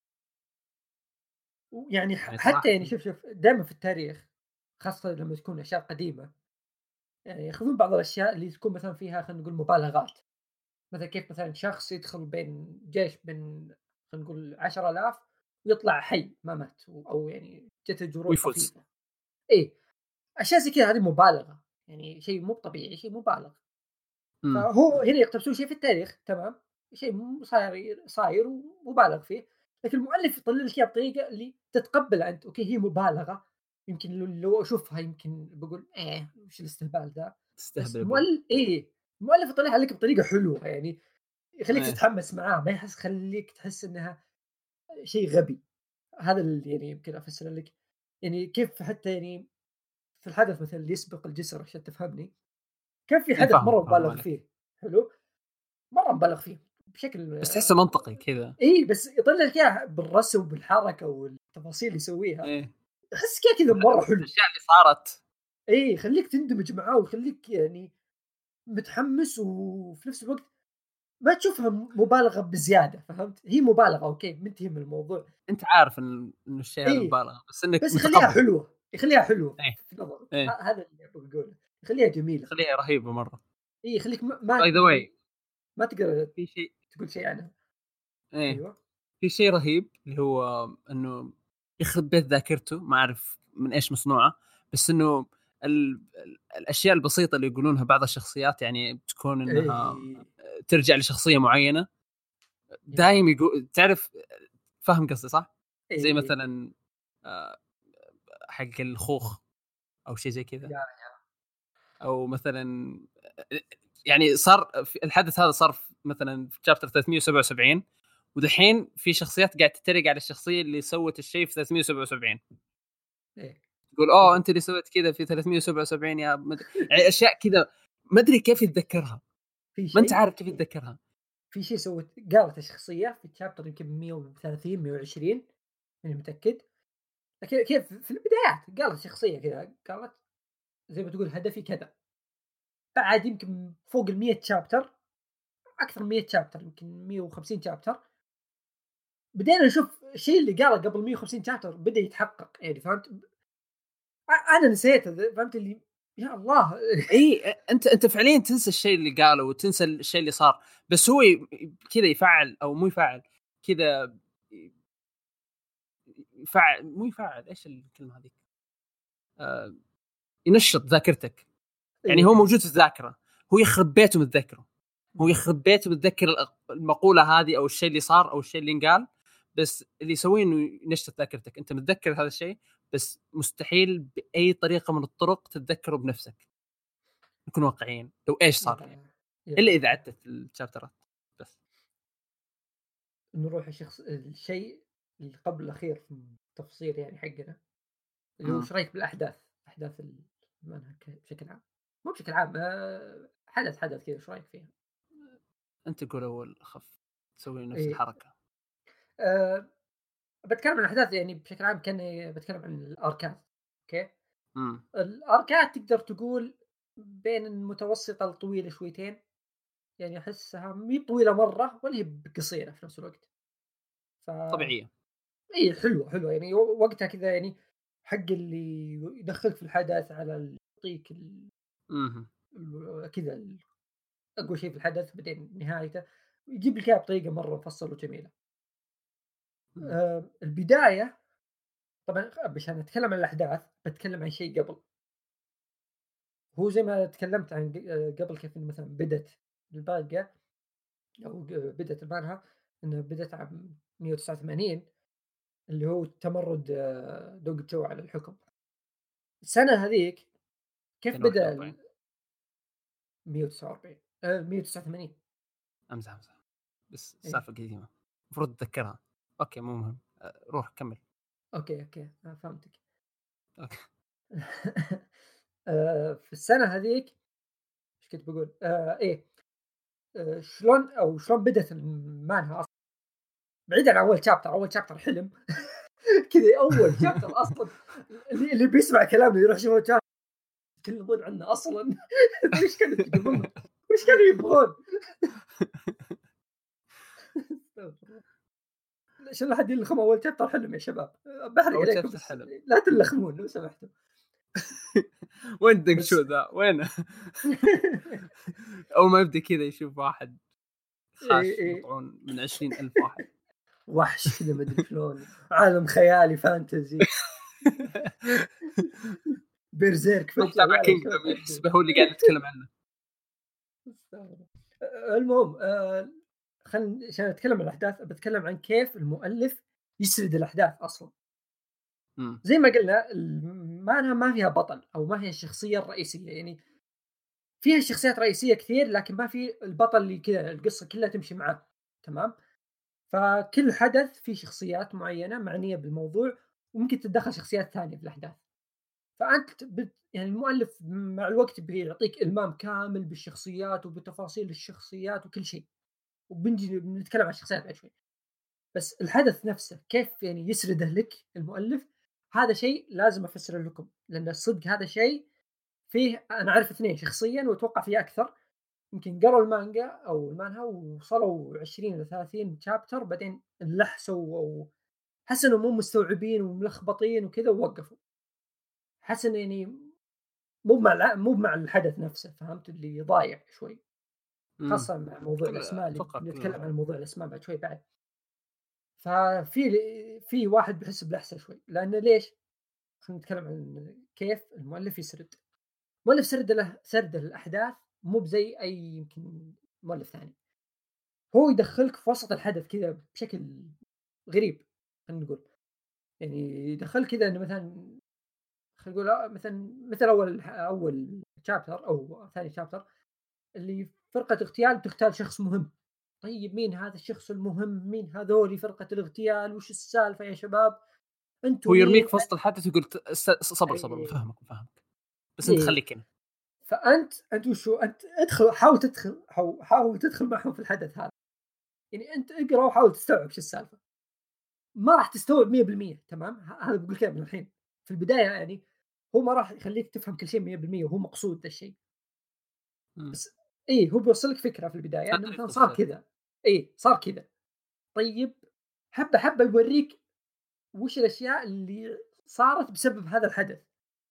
ويعني ح- يعني حتى صراحة يعني شوف شوف دائما في التاريخ خاصة لما تكون اشياء قديمة، يعني ياخذون بعض الاشياء اللي تكون مثلا فيها خلينا نقول مبالغات. مثلا كيف مثلا شخص يدخل بين جيش بين خلينا نقول عشرة آلاف ويطلع حي ما مات او يعني جته جروح ويفوز. طفيفة. اي اشياء زي كذا هذه مبالغة، يعني شيء مو طبيعي، شيء مبالغ. امم فهو هنا يقتبسون شيء في التاريخ تمام، شيء م صاير صاير ومبالغ فيه، لكن المؤلف يطلّع لك إياه بطريقة اللي تتقبّلها أنت. أوكي هي مبالغة، يمكن لو لو أشوفها يمكن باقول إيه وش الاستهبال ذا، بس تستهبل ابوي. المؤل إيه، المؤلف يطلّعها لك بطريقة حلوة يعني يخليك إيه. تتحمس معاه، ما يحس خليك تحس انها شيء غبي. هذا اللي يعني يمكن افسر لك يعني كيف حتى يعني في الحدث مثلا اللي يسبق الجسر عشان تفهمني، كان في إيه حدث فاهمك مره فاهم مبالغ عليك، فيه. حلو، مره مبالغ فيه بشكل بس تحسه منطقي كذا. اي، بس يطلع لك اياه بالرسم بالحركه والتفاصيل اللي يسويها، إيه احس كذا كذا مره حلو. الاشياء اللي صارت. اي يخليك تندمج معاه ويخليك يعني متحمس، وفي نفس الوقت ما تشوفها مبالغه بزياده، فهمت؟ هي مبالغه اوكي، منتهي من الموضوع. انت عارف ان انه الشيء هذا اي مبالغه، بس انك بس يخليها متقبل. حلوه، يخليها حلوه ايه في نظرك، ه- ايه هذا اللي ابغى اقوله، يخليها جميله. خليها رهيبه مره. اي يخليك ما, ما باي ذا واي، يعني ما تقدر في شيء، تقول شيء عنها. ايه ايوه في شيء رهيب اللي هو انه يخرب بيت ذاكرته، ما اعرف من ايش مصنوعه، بس انه ال... ال- الاشياء البسيطه اللي يقولونها بعض الشخصيات يعني بتكون انها اي ترجع لشخصيه معينه. اي دايم يقول تعرف، فاهم قصدي صح؟ اي زي اي مثلا آه، حق الخوخ او شيء زي كذا، يا او مثلا يعني صار في الحدث هذا صار في مثلا في شابتر ثلاثمية وسبعة وسبعين، ودحين في شخصيات قاعد تتريق على الشخصيه اللي سوت الشيء في ثلاثمية وسبعة وسبعين، اي تقول اوه انت اللي سويت كذا في ثلاثمية وسبعة وسبعين يا مد... يعني اشياء كذا ما ادري كيف يتذكرها، في ما انت شيء عارف كيف يتذكرها. في شيء سوت قالت الشخصيه في الشابتر يمكن مية وثلاثين مية وعشرين، ماني متاكد، لكن كيف في البدايات قالت شخصيه كذا، قالت زي ما تقول هدفي كذا. بعد يمكن فوق ال مية شابتر، اكثر من مية شابتر، يمكن مية وخمسين شابتر، بدينا نشوف الشيء اللي قاله قبل مية وخمسين شابتر بدا يتحقق، يعني فهمت؟ أ- انا نسيته، فهمت اللي يا الله. اي انت انت فعليا تنسى الشيء اللي قاله وتنسى الشيء اللي صار، بس هو ي- كذا يفعل او مو يفعل كذا، يفعل مو يفعل ايش الكلمه هذيك، آه ينشط ذاكرتك. يعني هو إيه. موجود في الذاكره، هو يخرب بيته متذكره، هو يخرب بيته متذكر المقوله هذه او الشيء اللي صار او الشيء اللي انقال، بس اللي يسويه انه ينشط ذاكرتك، انت متذكر هذا الشيء بس مستحيل باي طريقه من الطرق تتذكره بنفسك. نكون واقعيين، لو ايش صار يا يا الا اذا عدت الشابترات بس. نروح الشخص الشيء اللي قبل الاخير في التفصيل يعني حقنا، اللي هو مم. ايش رايك بالاحداث، احداث المنهج بشكل عام، مو بشكل عام، آه، حدث حدث كذا، ايش رايك فيها؟ انت قول اول اخف، تسوي نفس إيه. الحركه. أه بتكلم عن الاحداث يعني بشكل عام، كاني بتكلم عن الاركات. اوكي، امم الاركات تقدر تقول بين المتوسطه الطويله شويتين، يعني احسها مي طويله مره ولا هي قصيره في نفس الوقت. ف طبيعيه. اي حلوه حلوه يعني وقتها كذا، يعني حق اللي يدخلك في الحدث، على ال- يعطيك ال- امم ال- كذا ال- اقوى شيء في الحدث بعدين نهايته، يجيب لك اياها بطريقه مره مفصله وجميله. أه البدايه طبعا عشان اتكلم عن الاحداث بتكلم عن شيء قبل. هو زي ما تكلمت عن ق- آه، قبل كيف إن مثلا بدت الباقه او ق- بدت المانها، انها بدت عام مية وتسعة وثمانين، اللي هو تمرد آه، دوغ تشو على الحكم. السنه هذيك كيف مئتين وواحد بدا وأربعين. ال مية وتسعة وأربعين، آه مية وتسعة وثمانين. امزح امزح، بس ايه السالفه قديمه المفروض تتذكرها. اوكي مو مهم، أه، روح كمل. اوكي اوكي آه فهمتك. اوكي. آه في السنه هذيك ايش كنت بقول؟ آه ايه آه شلون او شلون بدت المانها اصلا، بعيدا عن اول شابتر. اول شابتر حلم كذا، اول شابتر اصلا اللي, اللي بيسمع كلامنا يروح يشوف شابتر يتكلمون عنه اصلا. ايش كانوا يتكلمون؟ ايش كانوا يبغون؟ عشان لا حد يلخم، اول شابتر حلم يا شباب، بحرق اول عليكم شابتر بس حلو. لا تلخمون لو سمحتوا. وين دنك بس شو ذا وينه؟ اول ما يبدا كذا يشوف واحد إيه خاش إيه مطعون من عشرين ألف واحد. وحش كذا ما ادري شلون، عالم خيالي فانتزي، بيرزيرك روح فجأة، تابع لا لا شو كينجدوم تحدث. يحسبه هو اللي قاعد نتكلم عنه. آه، المهم آه خلينا عشان اتكلم عن الاحداث بتكلم عن كيف المؤلف يسرد الاحداث اصلا. امم زي ما قلنا الم- ما أنا ما فيها بطل او ما هي الشخصيه الرئيسيه، يعني فيها شخصيات رئيسية كثير لكن ما في البطل اللي كذا القصة كلها تمشي معاه، تمام؟ فكل حدث فيه شخصيات معينة معنية بالموضوع، وممكن تتدخل شخصيات ثانية في الأحداث. فأنت بت يعني المؤلف مع الوقت بيعطيك إلمام كامل بالشخصيات وبتفاصيل الشخصيات وكل شيء، وبنجي بنتكلم عن الشخصيات بعد شوي. بس الحدث نفسه كيف يعني يسرده لك المؤلف، هذا شيء لازم أفسره لكم، لأن الصدق هذا شيء فيه أنا أعرف اثنين شخصيًا وأتوقع فيه أكثر، يمكن قروا المانجا أو المانهوا ووصلوا عشرين إلى ثلاثين chapter بعدين انلحسوا أو حسوا إنهم مو مستوعبين وملخبطين وكذا ووقفوا. حس إنه يعني مو مع الع مو مع الحدث نفسه، فهمت؟ اللي ضايع شوي، إمم. خاصة مع موضوع كل الأسماء اللي أتوقع بنتكلم كل عن موضوع الأسماء بعد شوي بعد. ففي ل في واحد بيحس بلحسة شوي، لأنه ليش؟ خلينا نتكلم عن كيف المؤلف يسرد. مؤلف سرد له سرد الأحداث مو بزي أي يمكن مؤلف ثاني. هو يدخّلك في وسط الحدث كذا بشكل غريب، خلينا نقول. يعني يدخّلك كذا إنه مثلًا خلينا نقول أ مثلًا مثل أول ح أول chapter أو ثاني chapter اللي فرقة اغتيال تغتال شخص مهم. طيب مين هذا الشخص المهم؟ مين هذول فرقة الاغتيال؟ وش السالفة يا شباب؟ هو أنتم مين؟ يرميك في وسط الحدث ويقول ت اس صبر، صبر أي بافهمك، بافهمك، بس أنت إيه. خليك هنا. فأنت أنت وشو أنت ادخل حاول تدخل حو حاول تدخل معهم في الحدث هذا. يعني أنت اقرا وحاول تستوعب شو السالفة. ما راح تستوعب مية بالمية تمام؟ ه هذا باقول لك إياه من الحين. في البداية يعني هو ما راح يخلّيك تفهم كل شيء مية بالمية وهو مقصود ذا الشيء. إمم. بس إيه، هو بيوصّل لك فكرة في البداية إنه أدري مثلًا صار قصتك. كذا، إيه، صار كذا. طيب حبّة، حبّة يورّيك وش الأشياء اللي صارت بسبب هذا الحدث.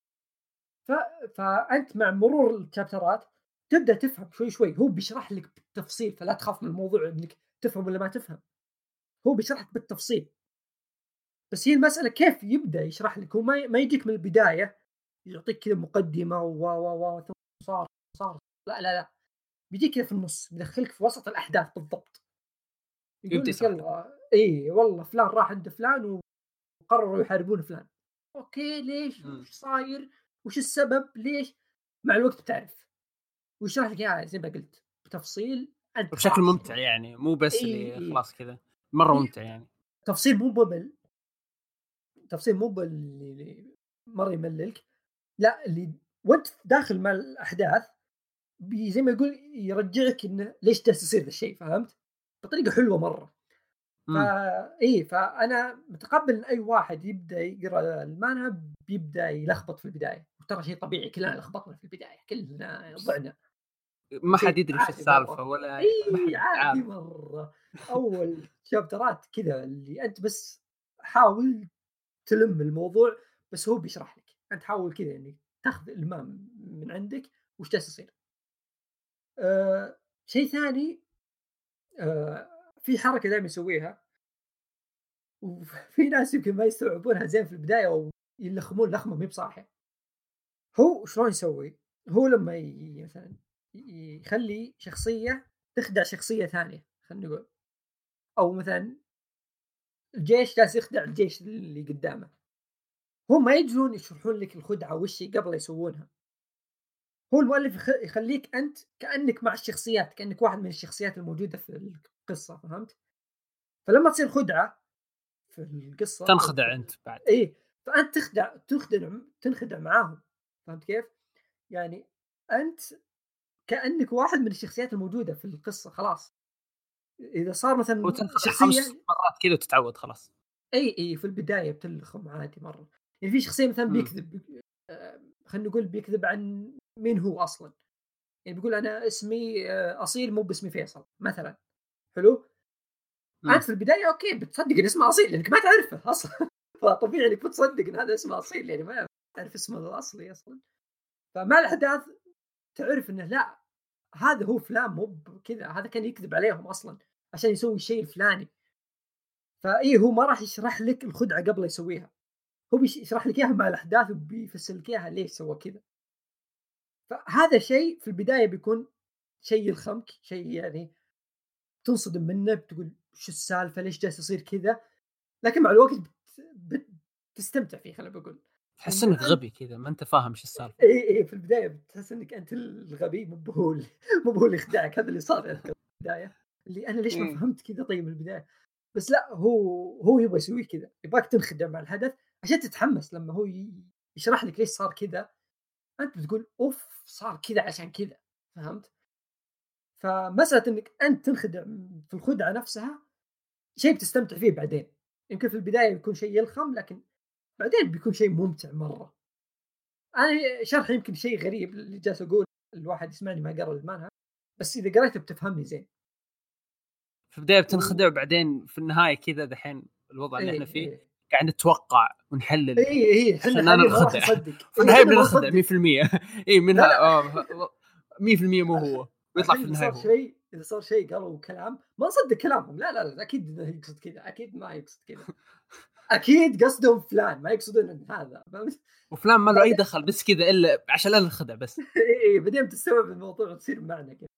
ف فأنت مع مرور الشابترات تبدأ تفهم شوي، شوي. هو بيشرح لك بالتفصيل، فلا تخاف من الموضوع إنك تفهم والّا ما تفهم. هو بيشرح لك بالتفصيل. بس هي المسألة كيف يبدأ يشرح لك. هو ما ي ما يجيك من البداية يعطيك كذا مقدمة و، و، و، ثم صار، صار. لا، لا، لا. بيجيك كذا في النُص، بيدخّلك في وسط الأحداث بالضبط. يبدأ يقول لك يشرح لك. يالّا إي والله فلان راح عند فلان وقرروا يحاربون فلان. أوكي ليش؟ إمم. وش صاير؟ وش السبب؟ ليش؟ مع الوقت بتعرف. ويشرح لك إياها زي ما قُلت بتفصيل أنت وبشكل خلاص ممتع يعني. يعني، مو بس إي، اللي إي. خلاص كذا، مرة إي ممتع يعني. تفصيل مو ممل. تفصيل مو باللي مرة يملّلك. لأ اللي وأنت داخل مع الأحداث بي زي ما يقول يرجّعك إنه ليش جالس يصير ذا الشيء، فهمت؟ بطريقة حلوة مرّة. إمم. فإيه، فأنا متقبّل إن أي واحد يبدأ يقرا المانهوا بيبدأ يلخبط في البداية، وترى شيء طبيعي كلنا لخبطنا في البداية، كلنا بس ضِعنا. ما حد شيء يدري وش عادي السالفة مرّة. ولا ما إي حد عادي عارف. مرّة. أول شابترات كذا اللي أنت بس حاول تلِم الموضوع، بس هو بيشرح لك. أنت حاول كذا يعني تاخذ إلمام من عندك وش جالس يصير. آآ شيء ثاني، آآ في حركة دايمًا يسويها وفي ناس يمكن ما يستوعبونها زين في البداية أو يلخمون لخمة ما هي بصاحية. هو شلون يسوي؟ هو لمّا ي مثلًا ي يخلّي شخصية تخدع شخصية ثانية خلينا نقول، أو مثلًا الجيش جالس يخدع الجيش اللي قدامه، هم ما يجون يشرحون لك الخدعة وش هي قبل لا يسوونها. هو المؤلف يخ يخلّيك أنت كأنك مع الشخصيات، كأنك واحد من الشخصيات الموجودة في القصة، فهمت؟ فلمّا تصير خدعة في القصة أو في تنخدع ال أنت بعد. إيه، فأنت تخدع تخدع تنخدع معاهم. فهمت كيف؟ يعني أنت كأنك واحد من الشخصيات الموجودة في القصة خلاص. إذا صار مثلًا وتنخدع خمس شخصية مرات كذا وتتعود خلاص. أي، أي في البداية بتلخم عادي مرّة. يعني في شخصية مثلًا إمم. بيكذب آآ، خلينا نقول بيكذب عن مين هو أصلًا. يعني بيقول أنا اسمي آآ، أصيل مو باسمي فيصل مثلًا. حلو؟ إمم. أنت في البداية أوكي بتصدق إن اسمه أصيل لأنك ما تعرفه أصلًا. فطبيعي إنك بتصدق إن هذا اسمه أصيل يعني ما تعرف اسمه الأصلي أصلًا. فمع الأحداث تعرف إنه لأ، هذا هو فلان مو بكذا، هذا كان يكذب عليهم أصلًا عشان يسوي الشيء الفلاني. فإيه هو ما راح يشرح لك الخدعة قبل لا يسويها. هو بيش يشرح لك إياها مع الأحداث وبيفسر لك إياها ليش سوى كذا. فهذا شيء في البداية بيكون شيء يلخمك، شيء يعني تنصدم منه، بتقول وش السالفة؟ ليش جالس يصير كذا؟ لكن مع الوقت بت بتستمتع فيه خليني باقول. تحس إن إنك أنت غبي كذا ما أنت فاهم إيش السالفة. إي، إي في البداية بتحس إنك أنت الغبي مو بهو ال مو بهو اللي يخدعك، هذا اللي صار أذكر في البداية، اللي أنا ليش ما إمم. فهمت كذا طيب من البداية، بس لأ هو هو يبغى يسوي كذا، يبغاك تنخدع مع الحدث عشان تتحمس لمّا هو ي يشرح لك ليش صار كذا، أنت بتقول أوف! صار كذا عشان كذا، فهمت؟ فمسألة إنك أنت تنخدع في الخدعة نفسها شيء بتستمتع فيه بعدين، يمكن في البداية بيكون شيء يلخم، لكن بعدين بيكون شيء ممتع مرة. أنا شرحي يمكن شيء غريب اللي جالس أقول الواحد يسمعني ما قرا المانهوا، بس إذا قريته بتفهمني زين. في البداية و بتنخدع وبعدين في النهاية كذا دحين الوضع اللي إحنا إيه، فيه إيه. قاعد نتوقع ونحلل إي، إي، حنا عشان لا حاليًا ما راح ننخدع. نصدق، في إي النهاية حنا ما بننخدع نصدق. مية بالمية. إي لا، منها لأ. آه مية بالمية مو الح هو ويطلع الحين في إذا النهاية صار هو. شيء إذا صار شيء قالوا كلام ما نصدق كلامهم، لا، لا، لا، أكيد إنه يقصد كذا، أكيد ما يقصد كذا، أكيد قصدهم فلان ما يقصدون إن هذا، فهمت؟ وفلان ما له أي بعدين دخل بس كذا إلا عشان لا ننخدع بس. إي، إي، بعدين بتستوعب الموضوع وتصير بمعنى كذا.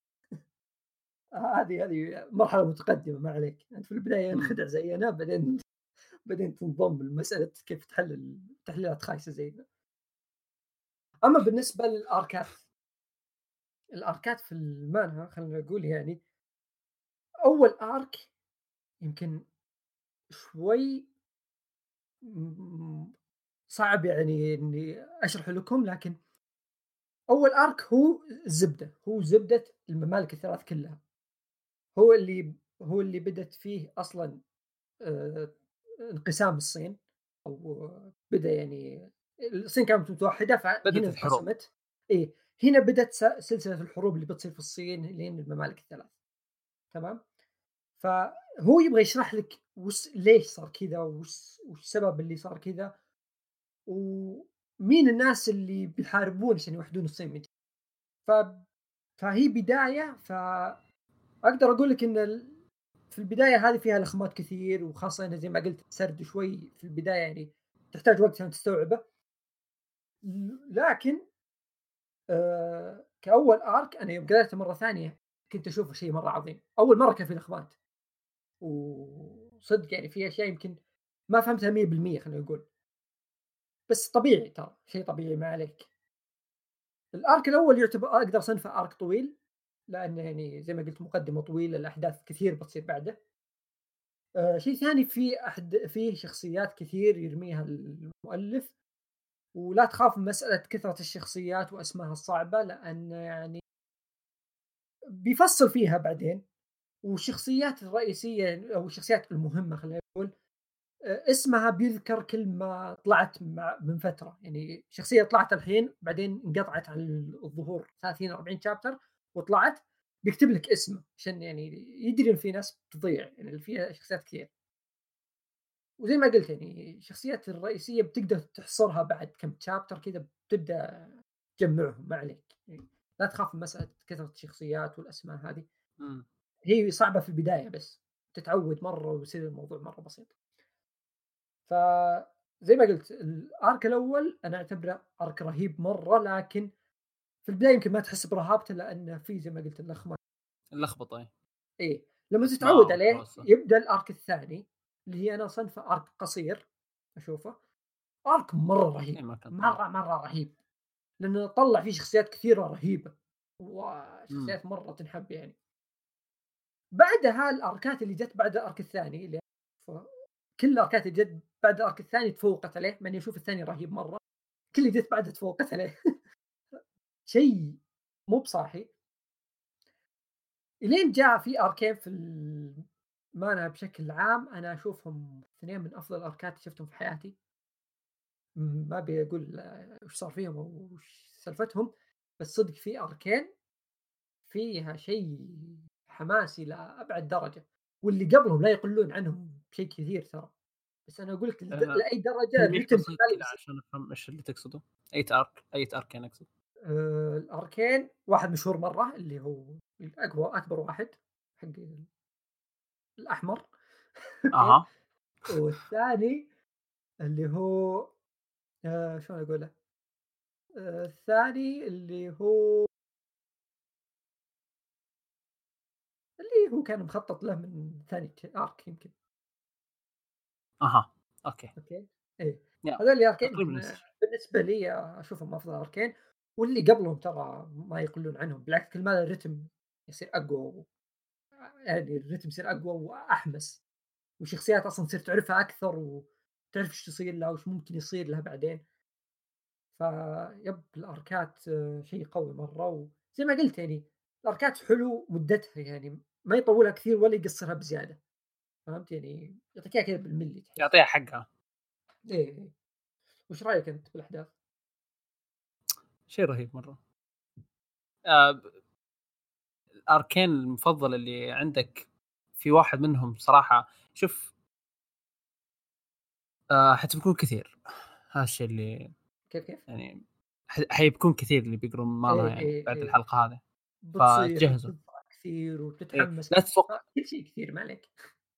هذه هذه مرحلة متقدمة ما عليك، أنت في البداية إمم. انخدع زينا بعدين بعدين تنضم لمسألة كيف تحلل تحليلات خايسة زي ذا. أما بالنسبة للآركات، الآركات في الManhwa خلينا نقول يعني أول آرك يمكن شوي م صعب يعني إني أشرحه لكم، لكن أول آرك هو الزبدة، هو زبدة الممالك الثلاث كلها، هو اللي هو اللي بدأت فيه أصلًا آآ انقسام الصين، أو بدأ يعني الصين كانت متوحدة بدت فهنا الحروب. انقسمت. إيه، هنا بدأت س سلسلة الحروب اللي بتصير في الصين لين الممالك الثلاث، تمام؟ فهو يبغى يشرح لك وش ليش صار كذا، وش وش السبب اللي صار كذا، ومين الناس اللي بيحاربون عشان يوحدون الصين من جديد. ف فهي بداية، فأقدر أقول لك إن ال في البداية هذه فيها لخمات كثير، وخاصة إنه زي ما قلت السرد شوي في البداية يعني تحتاج وقت عشان تستوعبه، ل لكن آآ كأول arc أنا يوم قريته مرة ثانية كنت أشوفه شيء مرة عظيم، أول مرة كان في لخبات، وصدق يعني في أشياء يمكن ما فهمتها مية بالمية خلينا نقول، بس طبيعي ترى، شيء طبيعي ما عليك. الarc الأول يعتبر أقدر أصنفه arc طويل، لأنه يعني زي ما قلت مقدمة طويلة، الأحداث كثير بتصير بعده. آآ شيء ثاني في أحد فيه شخصيات كثير يرميها المؤلف، ولا تخاف من مسألة كثرة الشخصيات وأسمائها الصعبة، لأن يعني بيفصّل فيها بعدين، والشخصيات الرئيسية أو الشخصيات المهمة خلّينا نقول آآ اسمها بيذكر كل ما طلعت مع من فترة، يعني شخصية طلعت الحين بعدين انقطعت عن الظهور ثلاثين أربعين chapter وطلعت، بيكتب لك اسمه عشان يعني يدري إن في ناس بتضيع، يعني فيها شخصيات كثير. وزي ما قُلت يعني الشخصيات الرئيسية بتقدر تحصرها بعد كم chapter كذا بتبدأ تجمّعهم ما عليك، يعني لا تخاف من مسألة كثرة الشخصيات والأسماء هذه، إمم. هي صعبة في البداية بس، تتعوّد مرّة ويصير الموضوع مرّة بسيط. فزي ما قُلت الarc الأول أنا أعتبره arc رهيب مرّة، لكن في البداية يمكن ما تحس برهابته لأنه في زي ما قُلت اللخمة. اللخبطة إيه. إيه، لمّا أسماء تتعوّد عليه وهوسة. يبدأ الarc الثاني اللي هي أنا أصنفه arc قصير أشوفه، arc مرّة إيه رهيب، ما كان طويل. مرّة، مرّة رهيب، لأنه طلّع فيه شخصيات كثيرة رهيبة، إمم. وشخصيات مرّة تنحب يعني. بعدها الأركات اللي جت بعد الأرك الثاني اللي ف كل الأركات اللي جت بعد الأرك الثاني تفوقت عليه، مع إني أشوف الثاني رهيب مرّة، كل اللي جت بعده تفوقت عليه. شيء مو بصاحي. إلين جاء في أركين في المانهوا بشكل عام أنا أشوفهم اثنين من أفضل الأركات اللي شُفتهم في حياتي. م ما أبي أقول آه، وش صار فيهم أو وش سالفتهم، بس صدق في أركين فيها شيء حماسي لأبعد درجة، واللي قبلهم لا يقلون عنهم بشيء كثير ترى، بس أنا أقول لك لد آآ لأي درجة تلميح الريتم بسيط شغال كذا بس. عشان أفهم إيش اللي تقصده. أية arc أية arc يعني أقصد؟ آآ الأركين واحد مشهور مرة اللي هو الأقوى أكبر واحد حق الأحمر. أوكي، أها. والثاني اللي هو آآ شلون أقوله؟ آآ الثاني اللي هو اللي هو كان مخطط له من ثاني ت arc يمكن. أها. أوكي. أوكي، إيه. يا هذول الأركين تقريبا نفس الشيء. بالنسبة لي أشوفهم أفضل أركين، واللي قبلهم ترى ما يقلون عنهم، بالعكس كل ما الرتم يصير أقوى و يعني الرتم يصير أقوى وأحمس، وشخصيات أصلًا تصير تعرفها أكثر وتعرف إيش تصير لها وإيش ممكن يصير لها بعدين. فيب الأركات آه، شيء قوي مرة، وزي ما قلت يعني الأركات حلو مدتها يعني ما يطولها كثير ولا يقصرها بزيادة، فهمت يعني يعطيك إياها كذا بالملي تحس. يعطيها حقها. إيه إيه. وش رأيك أنت بالأحداث؟ شيء رهيب مره. آه، الاركين المفضل اللي عندك في واحد منهم صراحه. شوف، آه حتبكون كثير. هذا الشيء اللي كيف كيف؟ يعني ح- حيبكون كثير اللي بيقرون مانها إيه يعني إيه بعد إيه. الحلقه هذه. بتصيح فتجهزوا. وتنفع كثير إيه وتتحمس، لا تتوقع. كل شيء كثير ما عليك.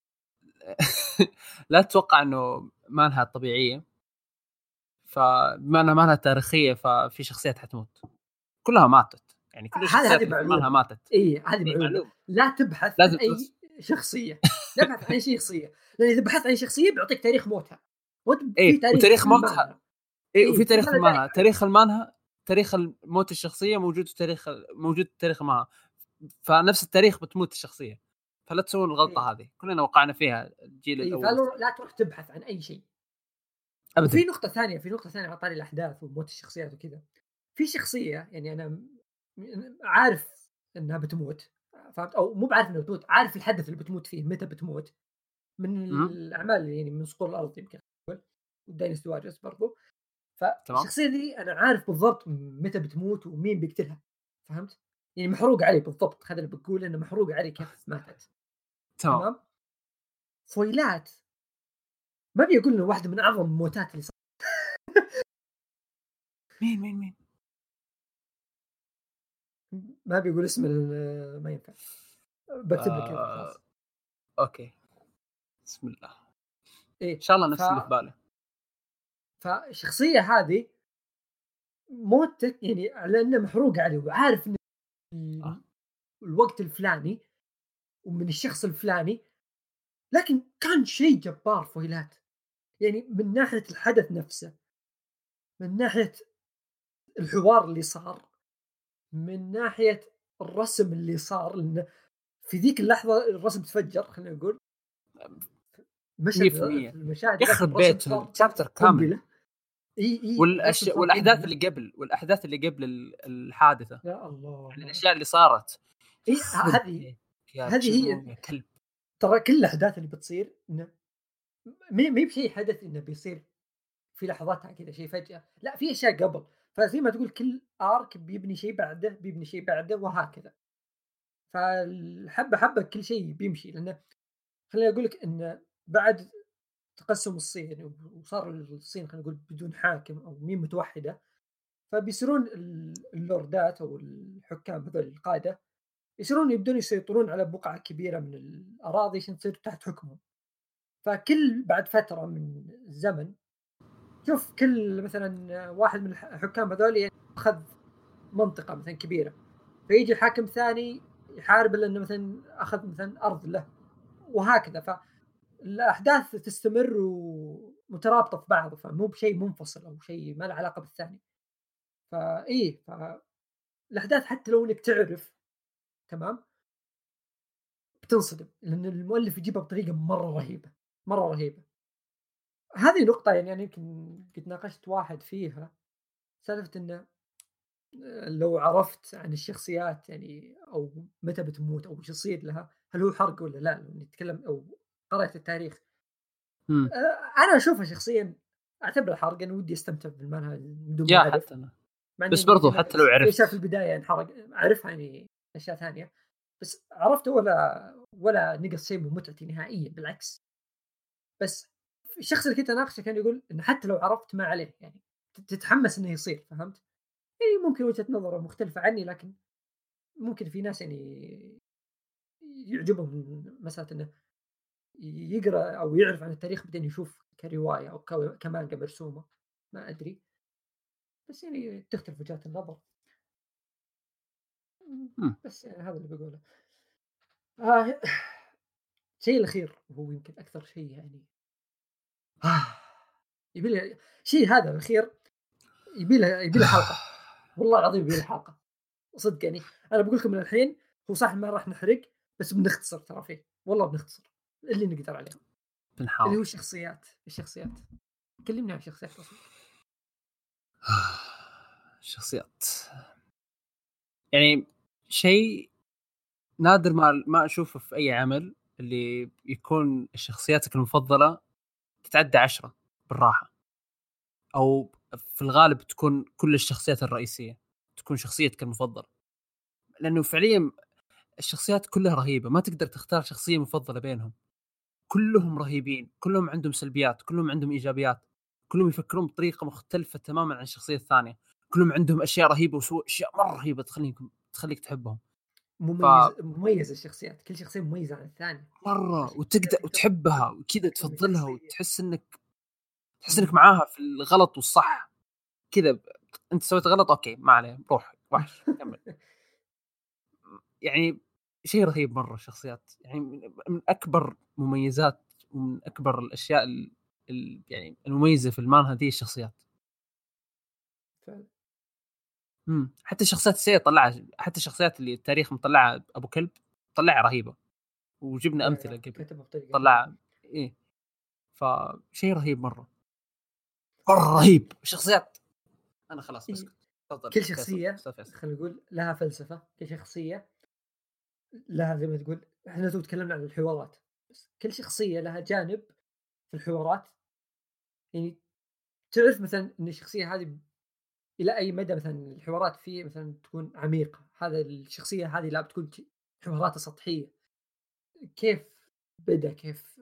لا تتوقع انه ما لها طبيعيه. فبما انها ما لها تاريخيه ففي شخصيات حتموت. كلها ماتت يعني كل هذه هذه الشخصيات اللي في مالها معلومة، ماتت. إيه هذه اي معلومة، معلومه. لا تبحث عن لازم أي تبص. شخصية، لا تبحث عن أي شخصية، لأن إذا بحثت عن شخصية بيعطيك تاريخ موتها، وأنت في ايه تاريخ وتاريخ كل موتها. مالها. ايه إيه وفي وفي تاريخ مالها دايم المانها تاريخ المانها تاريخ موت الشخصيه موجود في تاريخ موجود في تاريخ المانها. فنفس التاريخ بتموت الشخصيه. فلا تسوون إيه الغلطه هذه كلنا وقعنا فيها الجيل إيه. الاول فلو والثاني. لا تروح تبحث عن أي شيء. ابدا. وفي نقطة ثانية، في نقطة ثانية على طاري الأحداث وموت الشخصيات وكذا، في شخصية يعني أنا م م عارف إنها بتموت، فهمت؟ أو مو بعارف إنها بتموت، عارف الحدث اللي بتموت فيه، متى بتموت، من امم الأعمال يعني من صقور الأرض يمكن أقول، والداينستي واريورز برضه. تمام. فالشخصية ذي أنا عارف بالضبط متى بتموت ومين بيقتلها، فهمت؟ يعني محروق علي بالضبط، هذا اللي باقوله إنه محروق علي كيف ماتت، تمام. تمام؟ فويلات ما بيقول إنه واحدة من أعظم الموتات اللي ص مين مين مين. ما بيقول اسم ال ما ينفع، باكتب لك كذا آه... خلاص. اوكي. بسم الله. ان إيه. شاء الله ف نفس اللي في بالي. فالشخصية هذه موتت يعني على إنه محروق عليه وعارف إن ال آه. الوقت الفلاني ومن الشخص الفلاني، لكن كان شيء جبار فويلات، يعني من ناحية الحدث نفسه، من ناحية الحوار اللي صار، من ناحية الرسم اللي صار، لأنه في ذيك اللحظة الرسم تفجر خلينا نقول، مشهد في مية بالمية. المشاهد ذاك يخرب الرسم بيت صار الشابتر كامل. قنبلة. إي إي الرسم والأش... صار والاحداث قنبلة. اللي قبل والاحداث اللي قبل ال- الحادثه. يا الله. يعني الاشياء اللي صارت. إي يخرب هذه بيت يا هذه جيمو هي يا كلب. ترى كل الأحداث اللي بتصير إنه ما ما هي بشيء حدث إنه بيصير في لحظتها كذا شيء فجأة، لأ في أشياء قبل، فزي ما تقول كل arc بيبني شيء بعده، بيبني شيء بعده وهكذا. فالحبة حبة كل شيء بيمشي، لأنه خليني أقول لك إنه بعد تقسم الصين وصار الصين خلينا نقول بدون حاكم أو مين متوحدة، فبيصيرون ال- اللوردات أو الحكام هذول القادة يصيرون يبدون يسيطرون على بقعة كبيرة من الأراضي عشان تصير تحت حكمهم. فكل بعد فترة من الزمن شوف كل مثلا واحد من الحكام هذول ياخذ منطقة مثلا كبيرة، فيجي حاكم ثاني يحارب لأنه مثلا أخذ مثلا أرض له، وهكذا. فالأحداث تستمر ومترابطة في بعض، فمو بشيء منفصل أو شيء ما له علاقة بالثاني. فإيه فالأحداث حتى لو إنك تعرف تمام بتنصدم، لأن المؤلف يجيبها بطريقة مرة رهيبة، مرة رهيبة. هذه نقطة يعني أنا يمكن قد ناقشت واحد فيها، سالفة إنه لو عرفت عن الشخصيات يعني أو متى بتموت أو وش يصير لها، هل هو حرق والّا لا؟ لو نتكلم أو قرأت التاريخ. امم آآ أنا أشوفها شخصيًا أعتبره حرق، أنا ودي أستمتع بالمانهوا من دون ما يا أعرف، حتى انا. مع إني بس يعني زي برضو ما حتى لو قلت في أشياء في عرفت. البداية انحرق أعرفها يعني أشياء ثانية، بس عرفته ولا ولا نقص شيء من متعتي نهائيًا بالعكس. بس الشخص اللي كنت أناقشه كان يقول إنه حتى لو عرفت ما عليه يعني ت تتحمس إنه يصير، فهمت؟ يعني ممكن وجهة نظره مختلفة عني، لكن ممكن في ناس يعني يعجبهم مسألة إنه يقرأ أو يعرف عن التاريخ بعدين يشوف كرواية أو كو كمانجا مرسومة، ما أدري، بس يعني تختلف وجهات النظر. إمم، امم بس يعني هذا اللي باقوله. آه الشيء الأخير وهو يمكن أكثر شيء يعني آه يبي له شيء هذا الأخير، يبي له يبي له حلقة، والله العظيم يبي له حلقة صدق. يعني أنا بقول لكم من الحين، هو صح ما راح نحرق بس بنختصر ترى فيه، والله بنختصر اللي نقدر عليه، اللي بنحاول. هو الشخصيات. الشخصيات كلمني عن الشخصيات أصلا. شخصيات يعني شيء نادر ما ما أشوفه في أي عمل، اللي يكون شخصياتك المفضلة تتعدى عشرة بالراحة، أو في الغالب تكون كل الشخصيات الرئيسية تكون شخصيتك المفضلة، لأنه فعليا الشخصيات كلها رهيبة، ما تقدر تختار شخصية مفضلة بينهم، كلهم رهيبين، كلهم عندهم سلبيات، كلهم عندهم إيجابيات، كلهم يفكرون بطريقة مختلفة تماما عن الشخصية الثانية، كلهم عندهم أشياء رهيبة وسوء أشياء مرة رهيبة تخليكم تخليك تحبهم. مميز مميز الشخصيات، كل شخصية مميزة عن الثانية فمرة عشان كذا وتقدر تقدر وتحبها وكذا أكثر من تفضلها شخصية. وتحس إنك تحس إنك مم. معاها في الغلط والصح كذا ب... أنت سويت غلط، أوكي ما عليه، روح وحش كمل. يعني شيء رهيب مرة الشخصيات، يعني من من أكبر مميزات ومن أكبر الأشياء ال... ال... يعني المميزة في المان هذه الشخصيات. فعلا. امم حتى الشخصيات السيئة طلعها، حتى الشخصيات اللي التاريخ مطلعها أبو كلب طلعها رهيبة، وجبنا لا أمثلة لا قبل كتبها بطريقة حلوة. طلعها. إيه، فشيء رهيب مرة، مرة رهيب الشخصيات. أنا خلاص إيه. بسكت. تفضل كل فيصل، شخصية أستاذ فيصل. خلينا نقول لها فلسفة، كل شخصية لها زي ما تقول، احنا تو تكلمنا عن الحوارات، بس كل شخصية لها جانب في الحوارات. يعني تعرف مثلا ان الشخصية هذه الى اي مدى مثلا الحوارات فيه مثلا تكون عميقة، هذا الشخصية هذه لا بتكون حواراتها سطحية. كيف بدأ، كيف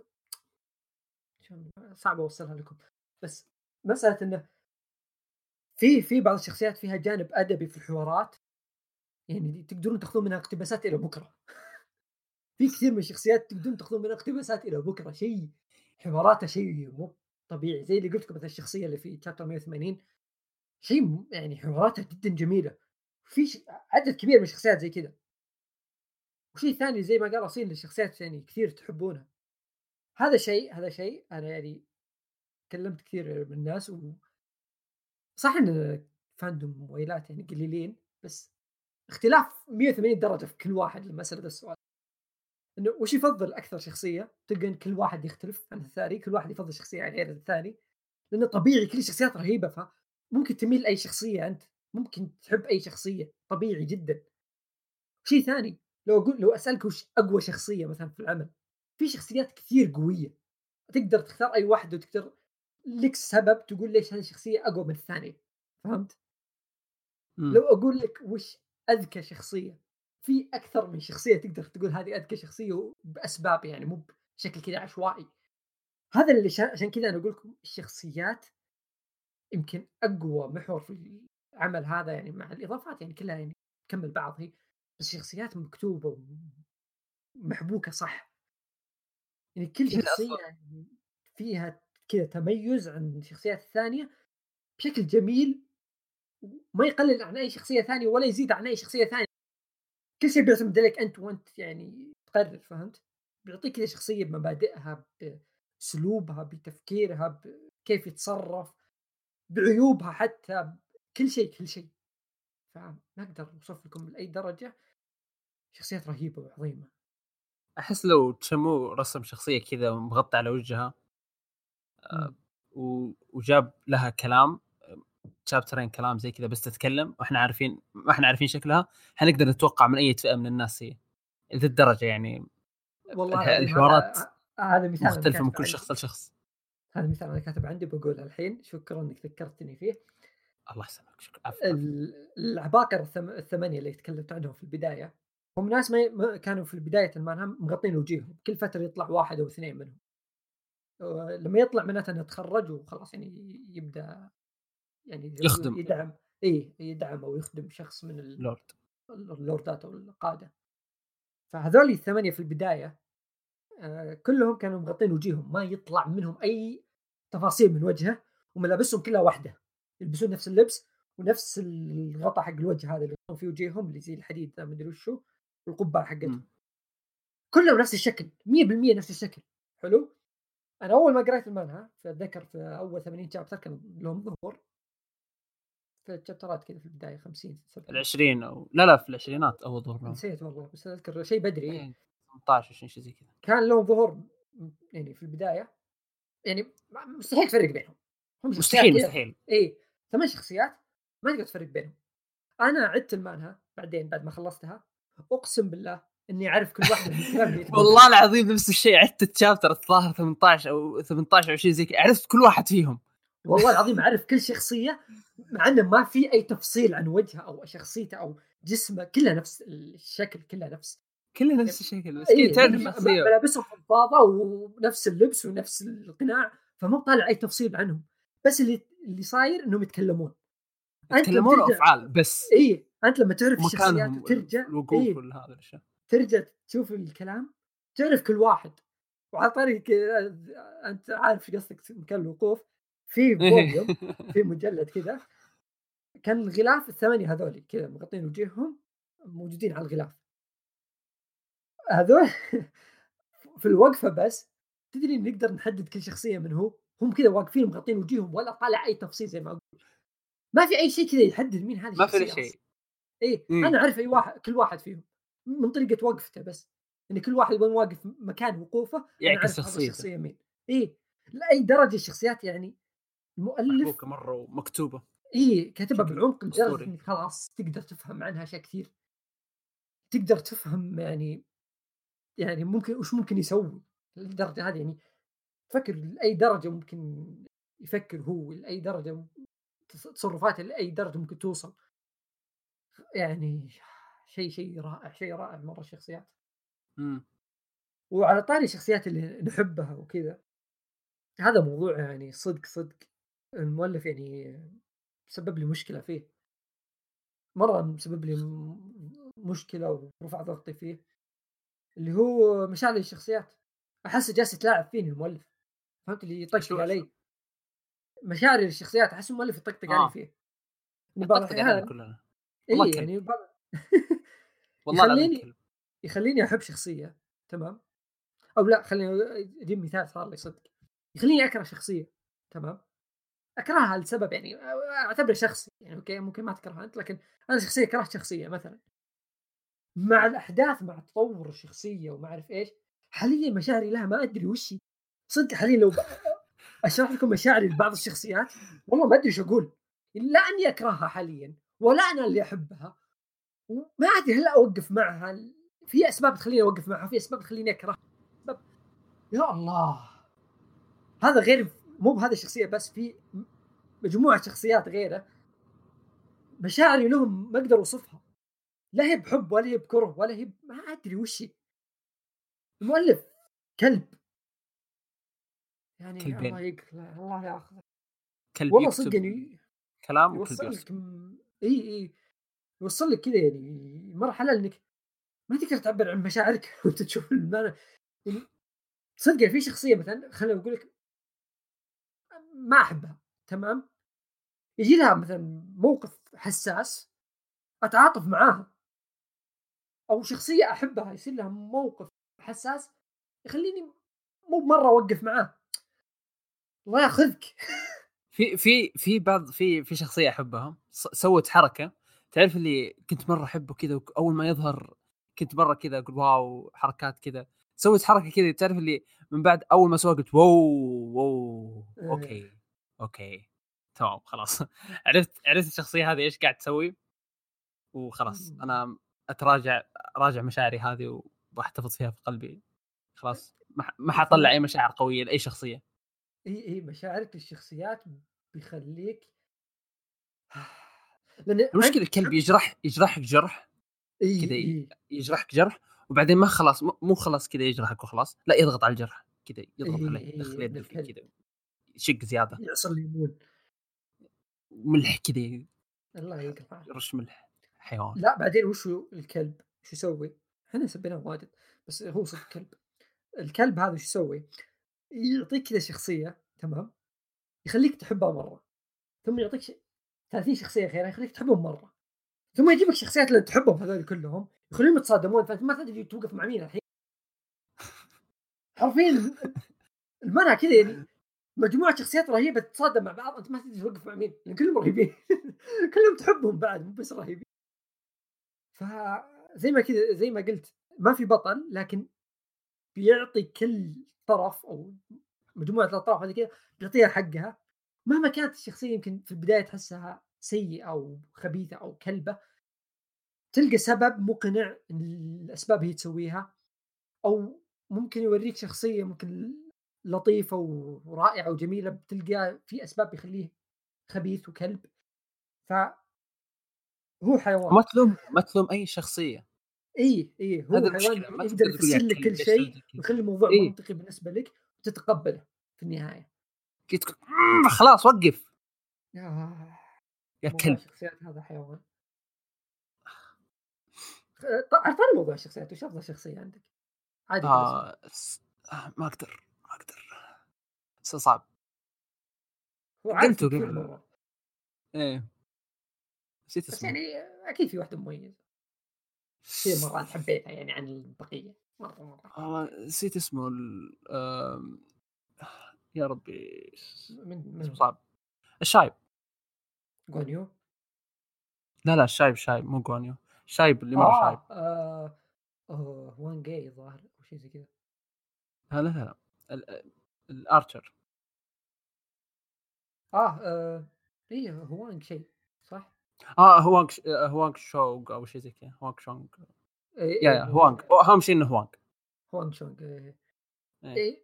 شلون- صعب اوصلها لكم، بس مسألة انه في في بعض الشخصيات فيها جانب ادبي في الحوارات، يعني تقدرون تاخذون منها اقتباسات الى بكره. في كثير من الشخصيات تقدرون تاخذون منها اقتباسات الى بكره، شيء حواراته شيء مو طبيعي. زي اللي قلت لكم مثلا الشخصيه اللي في شابتر مية وثمانين، شيء م- يعني حواراتها جدا جميله. في ش... عدد كبير من الشخصيات زي كذا. وشيء ثاني زي ما قال اصيل الشخصيات يعني كثير تحبونها. هذا شيء هذا شيء انا يعني كلمت كثير من الناس، وصح ان فاندوم ويلات يعني قليلين، بس اختلاف مية وثمانين درجه في كل واحد لما اسال هذا السؤال، انه وش يفضل اكثر شخصيه، تلقى إن كل واحد يختلف عن الثاني، كل واحد يفضل شخصيه عن غير الثاني، لانه طبيعي كل الشخصيات رهيبه، فممكن تميل لاي شخصيه، انت ممكن تحب اي شخصيه طبيعي جدا. شيء ثاني، لو اقول لو اسالك وش اقوى شخصيه مثلا في العمل، في شخصيات كثير قويه، تقدر تختار اي واحد وتقدر لك سبب تقول ليش هذه الشخصيه اقوى من الثانيه، فهمت؟ امم لو اقول لك وش اذكى شخصيه، في اكثر من شخصيه تقدر تقول هذه اذكى شخصيه باسباب، يعني مو بشكل كذا عشوائي. هذا اللي شا... عشان كذا انا اقول لكم الشخصيات يمكن اقوى محور في العمل هذا، يعني مع الاضافات يعني كلها يعني تكمل بعض هي، بس شخصيات مكتوبه ومحبوكه صح. يعني كل هي شخصيه اصلا يعني فيها كذا تميز عن الشخصيات الثانيه بشكل جميل، ما يقلل عن اي شخصيه ثانيه ولا يزيد عن اي شخصيه ثانيه. كل شيء بيعتمد عليك انت، وانت يعني تقرر، فهمت؟ بيعطيك كذا شخصيه بمبادئها، باسلوبها، بتفكيرها، بكيف يتصرف، بعيوبها، حتى كل شيء كل شيء. فما اقدر اوصف لكم لاي درجه، شخصيات رهيبه وعظيمه. احس لو تشمو رسم شخصيه كذا مغطى على وجهها امم و... وجاب لها كلام، شابترين كلام زي كذا بس تتكلم واحنا عارفين، ما احنا عارفين شكلها، حنقدر نتوقع من اي فئه من الناس هي لذي الدرجه يعني. والله الح- العظيم الحوارات هذا هذا مثال انا مختلفه من كاتبه كل شخص عندي. لشخص. هذا مثال انا كاتبه عندي بقولها الحين، شكرا انك ذكرتني فيه. الله يسلمك، شكرا، عفوا عفوا. ال- العباقرة الثم- الثمانية اللي تكلمت عنهم في البداية، هم ناس ما ما كانوا في بداية المانهام مغطين وجيههم، كل فترة يطلع واحد أو اثنين منهم. آه، لما يطلع معناته انه تخرج وخلاص، يعني يبدا يعني زي ما يقول يخدم يدعم، ايه يدعم او يخدم شخص من ال- لورد. اللوردات او القاده. فهذول الثمانيه في البدايه آه كلهم كانوا مغطين وجيههم، ما يطلع منهم اي تفاصيل من وجهه، وملابسهم كلها واحده، يلبسون نفس اللبس ونفس الغطاء حق الوجه هذا اللي يحطون فيه وجيههم، اللي زي الحديد ما ادري وشو، والقبعه حقتهم امم كلهم نفس الشكل، مية بالمية نفس الشكل. حلو. أنا أول ما قريت المانهوا فأتذكر في أول ثمانين شابتر كان لهم ظهور في الشابترات كذا في البداية خمسين سبعين العشرين أو لا لا في العشرينات أول ظهور لهم. نسيت والله بس أذكر شيء بدري إيه. إيه ثمانية عشر عشرين شيء زي كذا. كان لهم ظهور م يعني في البداية يعني م مستحيل تفرق بينهم، هم شخصيات مستحيل كذا مستحيل. إيه، ثمان شخصيات ما تقدر تفرق بينهم. أنا عِدت المانهوا بعدين بعد ما خلصتها، أقسم بالله إني أعرف كل واحدة من الكلام اللي يتقولون. والله العظيم نفس الشيء عدت الشابتر الظاهر ثمانية عشر أو ثمانية عشر عشرين زي كذا عرفت كل واحد فيهم. والله العظيم أعرف كل شخصية مع إنه ما في أي تفصيل عن وجهه أو شخصيته أو جسمه، كلها نفس الشكل كلها نفس كلها يعني نفس الشكل بس كذا إيه تعرف لأن م م الشخصية. ملابسهم فضفاضة ونفس اللبس ونفس القناع، فمو طالع أي تفصيل عنهم، بس اللي اللي صاير إنهم يتكلمون. أنت لما يتكلمون ترجع أفعال بس. إيه أنت لما تعرف الشخصيات ومكانهم وترجع الوقوف إيه ولا هذا الأشياء. ترجع تشوف الكلام تعرف كل واحد. وعلى طاري ك أنت عارف إيش قصدك مكان الوقوف، في فوليوم في مجلد كذا كان الغلاف الثمانية هذولي كذا مغطين وجيههم موجودين على الغلاف. هذول في الوقفة بس تدري نقدر نحدد كل شخصية من هو، هم كذا واقفين مغطين وجيههم ولا طالع أي تفصيل زي ما أقول، ما في أي شيء كذا يحدد مين هذه ما في الشخصية أصلًا. شيء. إيه إمم. أنا أعرف أي واحد كل واحد فيهم من طريقة وقفته بس، إن كل واحد وين واقف مكان وقوفه أنا يعكس أعرف هذا شخصيته. الشخصية مين. إيه لأي درجة الشخصيات يعني المؤلف محبوكة مرة ومكتوبة إيه كاتبها بشكل بعمق لدرجة أسطوري. إنك خلاص تقدر تفهم عنها أشياء كثير، تقدر تفهم يعني يعني ممكن وش ممكن يسوي للدرجة هذه يعني تفكر لأي درجة ممكن يفكر هو، لأي درجة تص تصرفاته لأي درجة ممكن توصل، يعني شيء شيء رائع، شيء رائع مرة الشخصيات. إمم. وعلى طاري الشخصيات اللي نحبها وكذا، هذا موضوع يعني صدق، صدق المؤلف يعني سبب لي مشكلة فيه، مرة مسبب لي م مشكلة ورفع ضغطي فيه، اللي هو مشاعر الشخصيات، أحسه جالس يتلاعب فيني المؤلف، فهمت اللي إيش هو يطقطق إيش هو؟ علي، مشاعري للشخصيات أحس المؤلف يطقطق علي آه. فيه، إنه بعض يطقطق علينا الأحيان كلنا. والله إيه كلب. يعني بعض والله العظيم يخلّيني كلب. يخلّيني أحب شخصية تمام، أو لأ خلّيني أجيب مثال صار لي صدق، يخلّيني أكره شخصية تمام، أكرهها لسبب يعني أ أعتبره شخصي يعني أوكي ممكن ما تكرهها أنت، لكن أنا شخصية كرهت شخصية مثلًا، مع الأحداث مع تطور الشخصية وما أعرف إيش، حاليًا مشاعري لها ما أدري وش هي، صدق حاليًا لو ب أشرح لكم مشاعري لبعض الشخصيات والله ما أدري وش أقول، لا إني أكرهها حاليًا ولا أنا اللي أحبها، وما أدري هل أوقّف معها، في أسباب تخلّيني أوقّف معها وفي أسباب تخلّيني أكرهها، أسباب يا الله! هذا غير مو بهذه الشخصية بس في م مجموعة شخصيات غيره مشاعري لهم ما أقدر أوصفها، لا هي بحب ولا هي بكره ولا هي ب ما أدري وش هي، المؤلف كلب، يعني الله كلبين. يقهره الله ياخذه، كلب والله صدق يكتب يعني كلام وكلب يوصّل يرسم. لك م إي، إي، يوصّل لك كذا يعني مرحلة إنك ما تقدر تعبّر عن مشاعرك وأنت تشوف المانع يعني صدق يعني في شخصية مثلًا خليني أقول لك ما أحبها تمام، ييجي لها مثلًا موقف حساس أتعاطف معاها، أو شخصية أحبها يصير لها موقف حساس يخلّيني مو بمرّة أوقّف معاه، الله ياخذك. في في في بعض في في شخصية أحبها س سوت حركة تعرف اللي كنت مرة أحبه كذا وك أول ما يظهر كنت مرة كذا أقول واو حركات كذا، سوت حركة كذا تعرف اللي من بعد أول ما سواها قلت واو واو آآ أوكي، أوكي تمام خلاص عرفت عرفت الشخصية هذه إيش قاعد تسوي، وخلاص إمم، أنا أتراجع أراجع مشاعري هذه وباحتفظ فيها في قلبي، خلاص ما ح ما حاطلّع يخل أي مشاعر قوية لأي شخصية. إي، إي، مشاعرك للشخصيات بيخلّيك لأن أنت المشكلة الكلب تحب يجرح يجرحك جرح إي، كذا ي إي، يجرحك جرح وبعدين ما خلاص م مو خلاص كذا يجرحك وخلاص، لأ يضغط على الجرح كذا يضغط إي، عليه إي، يدخل ابن يده فيه الكلب كذا يشق زيادة يعصر ليمون، وملح كذا الله يقطعه. يرش ملح حيوان. لأ بعدين وش هو الكلب، وش يسوي؟ إحنا سبيناه واجد، بس هو صدق كلب. الكلب هذا وش يسوي؟ يعطيك كذا شخصية تمام، يخلّيك تحبها مرة، ثم يعطيك ش ثلاثين شخصية غيرها يخلّيك تحبهم مرة، ثم يجيب لك شخصيات اللي تحبهم هذول كلهم، يخلّيهم يتصادمون فأنت ما تدري توقف مع مين الحين. حرفيًا ال المانع كذا يعني مجموعة شخصيات رهيبة تتصادم مع بعض، أنت ما تدري توقف مع مين، لأن كلهم رهيبين كلهم تحبهم بعد مو بس رهيبين. فزي ما كذا زي ما قلت ما في بطل، لكن بيعطي كل طرف أو مجموعة الأطراف هذه كذا بيعطيها حقها، مهما كانت الشخصية يمكن في البداية تحسها سيئة أو خبيثة أو كلبة، تلقى سبب مقنع إن الأسباب هي تسويها، أو ممكن يوريك شخصية ممكن لطيفة ورائعة وجميلة بتلقى في أسباب يخليه خبيث وكلب. فهو حيوان. ما تلوم ما تلوم اي شخصيه. إيه إيه هو هذا حيوان المشكله، ما يقدر تقدر تقول يا يفسر لك كلب كل ليش سويت شيء زي كذا. ويخلي الموضوع ايه منطقي بالنسبة لك وتتقبله في النهاية. كنت تقول "مم، خلاص وقف آه، يا موضوع كلب". الشخصيات هذا حيوان. ط أعطاني موضوع الشخصيات، وش أفضل شخصية عندك؟ عادي كذا سؤال. آه س... آه ما اقدر ما اقدر س- صعب. هو عارف قلته كثير قبل. مرة، ايه نسيت بس اسمه. يعني أكيد في واحدة مميزة كثير مرات حبيتها يعني عن البقية مرة مرة. آه نسيت اسمه ال... آه... يا ربي من من اسمه هو؟ صعب. الشايب. غونيو؟ لا لا الشايب شايب مو جوانيو. شايب اللي مره شايب. آه, آه, آه وان جاي ظاهر أو شيء زي كذا. لا لا لا ال... الارشر. آه, آه إيه هوانغ شيء صح؟ اه هوانغ ش... آه، هوانغ شوغ او شيء زي كذا. هوانغ شونغ. إيه يا إيه يا هو هوانغ أو اهم شيء انه هوانغ. هوانغ شونغ. إيه, إيه. إيه.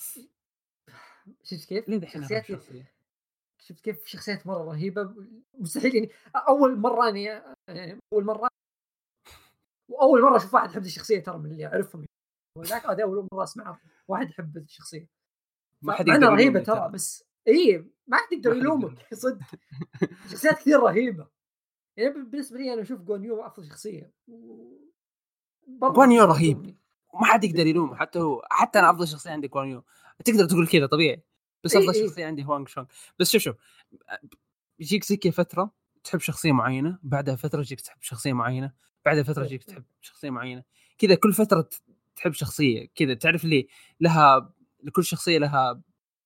شفت كيف ليه دحين اهم شخصيات، شخصيه. شفت كيف شخصيات مرة رهيبة. مستحيل يعني أول مرة أني يعني أول مرة وأول مرة أشوف واحد يحب الشخصية ترى من اللي أعرفهم، وذاك هذا أول مرة أسمعه واحد يحب الشخصية. ما حد فمع إنها يقدر رهيبة يلومني ترى، ترى. بس إيه ما حد يقدر ما حد يقدر. يلومك صدق. شخصيات كثير رهيبة يعني بالنسبة لي أنا أشوف غونيو أفضل شخصية، برضه جوانيو تقدر رهيب تلومني. وما حد يقدر إيه يلومه، حتى هو. حتى انا إيه افضل شخصيه عندي جوانيو. تقدر تقول كذا طبيعي. بس إيه افضل إيه شخصيه عندي هوانغ شونغ. بس شوف شوف يجيك زي كذا فتره تحب شخصيه معينه، بعدها فتره يجيك تحب شخصيه معينه، بعدها فتره إيه يجيك تحب شخصيه معينه. كذا كل فتره تحب شخصيه كذا، تعرف لي لها. لكل شخصيه لها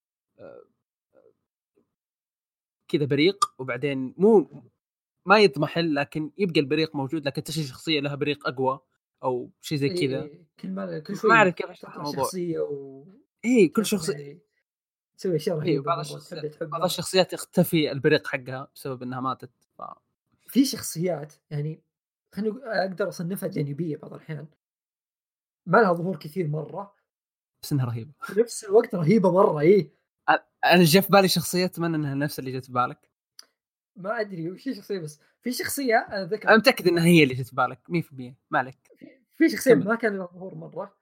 كذا بريق، وبعدين مو ما يضمحل لكن يبقى البريق موجود، لكن تشي شخصيه لها بريق اقوى او شيء زي إيه كذا. إيه كل ما كل ما شوي اعرف كيف اشرح تطلع الموضوع. شخصية وتحس ايه كل إنها شخصيه. تسوي أشياء ايه رهيبة بعض مرة الشخصيات تحب بعض تحبها. الشخصيات يختفي البريق حقها بسبب انها ماتت. ف... في شخصيات يعني خليني أقو- أقدر أصنفها جانبية بعض الأحيان، ما لها ظهور كثير مرة، بس انها رهيبه. في نفس الوقت رهيبة مرة. إيه أ- انا جاء في بالي شخصيه اتمنى انها نفس اللي جت في بالك. ما أدري وش هي شخصية، بس في شخصية أنا انا أتذكر متاكد انها هي اللي جت في بالك مية بالمية. ما عليك. في في شخصية كمل. ما كان لها ظهور مرة،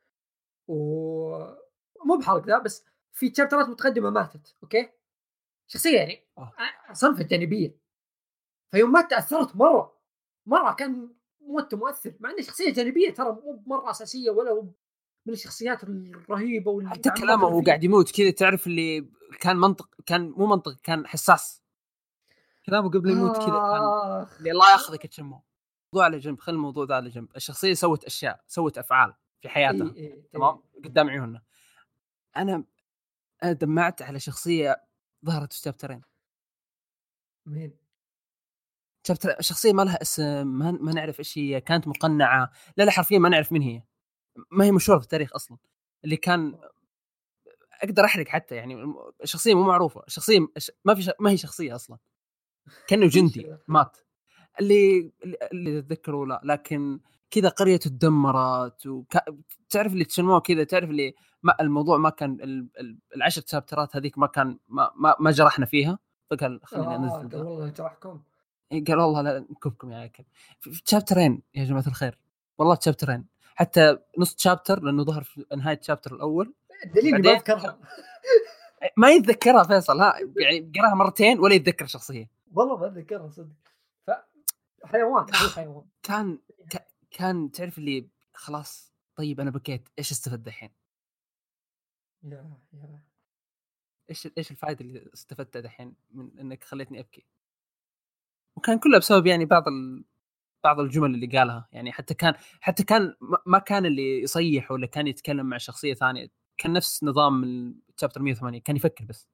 ومو بحرق ذا، بس في شابترات متقدمة ماتت. أوكي شخصية يعني أوه. صنفة جانبية، فيوم ما تأثرت مرة مرة كان موت مؤثر، مع إنه شخصية جانبية ترى مو مرة أساسية ولا هو من الشخصيات الرهيبة واللي حتى كلامه تعمقنا وهو فيه. قاعد يموت كذا تعرف اللي كان منطق، كان مو منطق، كان حساس. كلامه قبل يموت كذا كان آخ اللي الله ياخذك تشمه. الموضوع على جنب، خل الموضوع ذا على جنب. الشخصيه سوت اشياء، سوت افعال في إي حياتها إي تمام إي قدام عيوننا. انا انا دمعت على شخصيه ظهرت في شابترين. مين؟ شابتر شخصيه ما لها اسم، ما, ما نعرف ايش هي، كانت مقنعه. لا لا حرفيا ما نعرف من هي، ما هي مشهوره في التاريخ اصلا. اللي كان اقدر احرق حتى يعني. الشخصيه مو معروفه، الشخصيه ما في ش... ما هي شخصيه اصلا، كانه وش جندي يا أخي؟ مات. اللي اللي اتذكره لا، لكن كذا قريه تدمرت وك... تعرف اللي تسموه كذا، تعرف اللي ما الموضوع ما كان ال... ال... العشر شابترات هذيك ما كان ما ما, ما جرحنا فيها. فقال خلينا آه انزل قال ذا. والله جرحكم. قال والله لا نكبكم يا اكل. في شابترين يا جماعه الخير، والله شابترين، حتى نص شابتر لانه ظهر في نهايه الشابتر الاول. الدليل إني ما بعدين أذكرها. ما يتذكرها فيصل، ها يعني قراها مرتين ولا يتذكر شخصيه. والله ما أتذكرها صدق. فحيوان هو حيوان. كان ك... كان تعرف اللي خلاص طيب انا بكيت، ايش استفدت الحين؟ يا يا ايش ايش الفائده اللي استفدتها الحين من انك خليتني ابكي؟ وكان كله بسبب يعني بعض ال... بعض الجمل اللي قالها يعني. حتى كان حتى كان ما كان اللي يصيح ولا كان يتكلم مع شخصيه ثانيه، كان نفس نظام تشابتر مية وثمانية كان يفكر بس.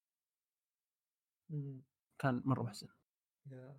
إمم. كان مرة محسن. يا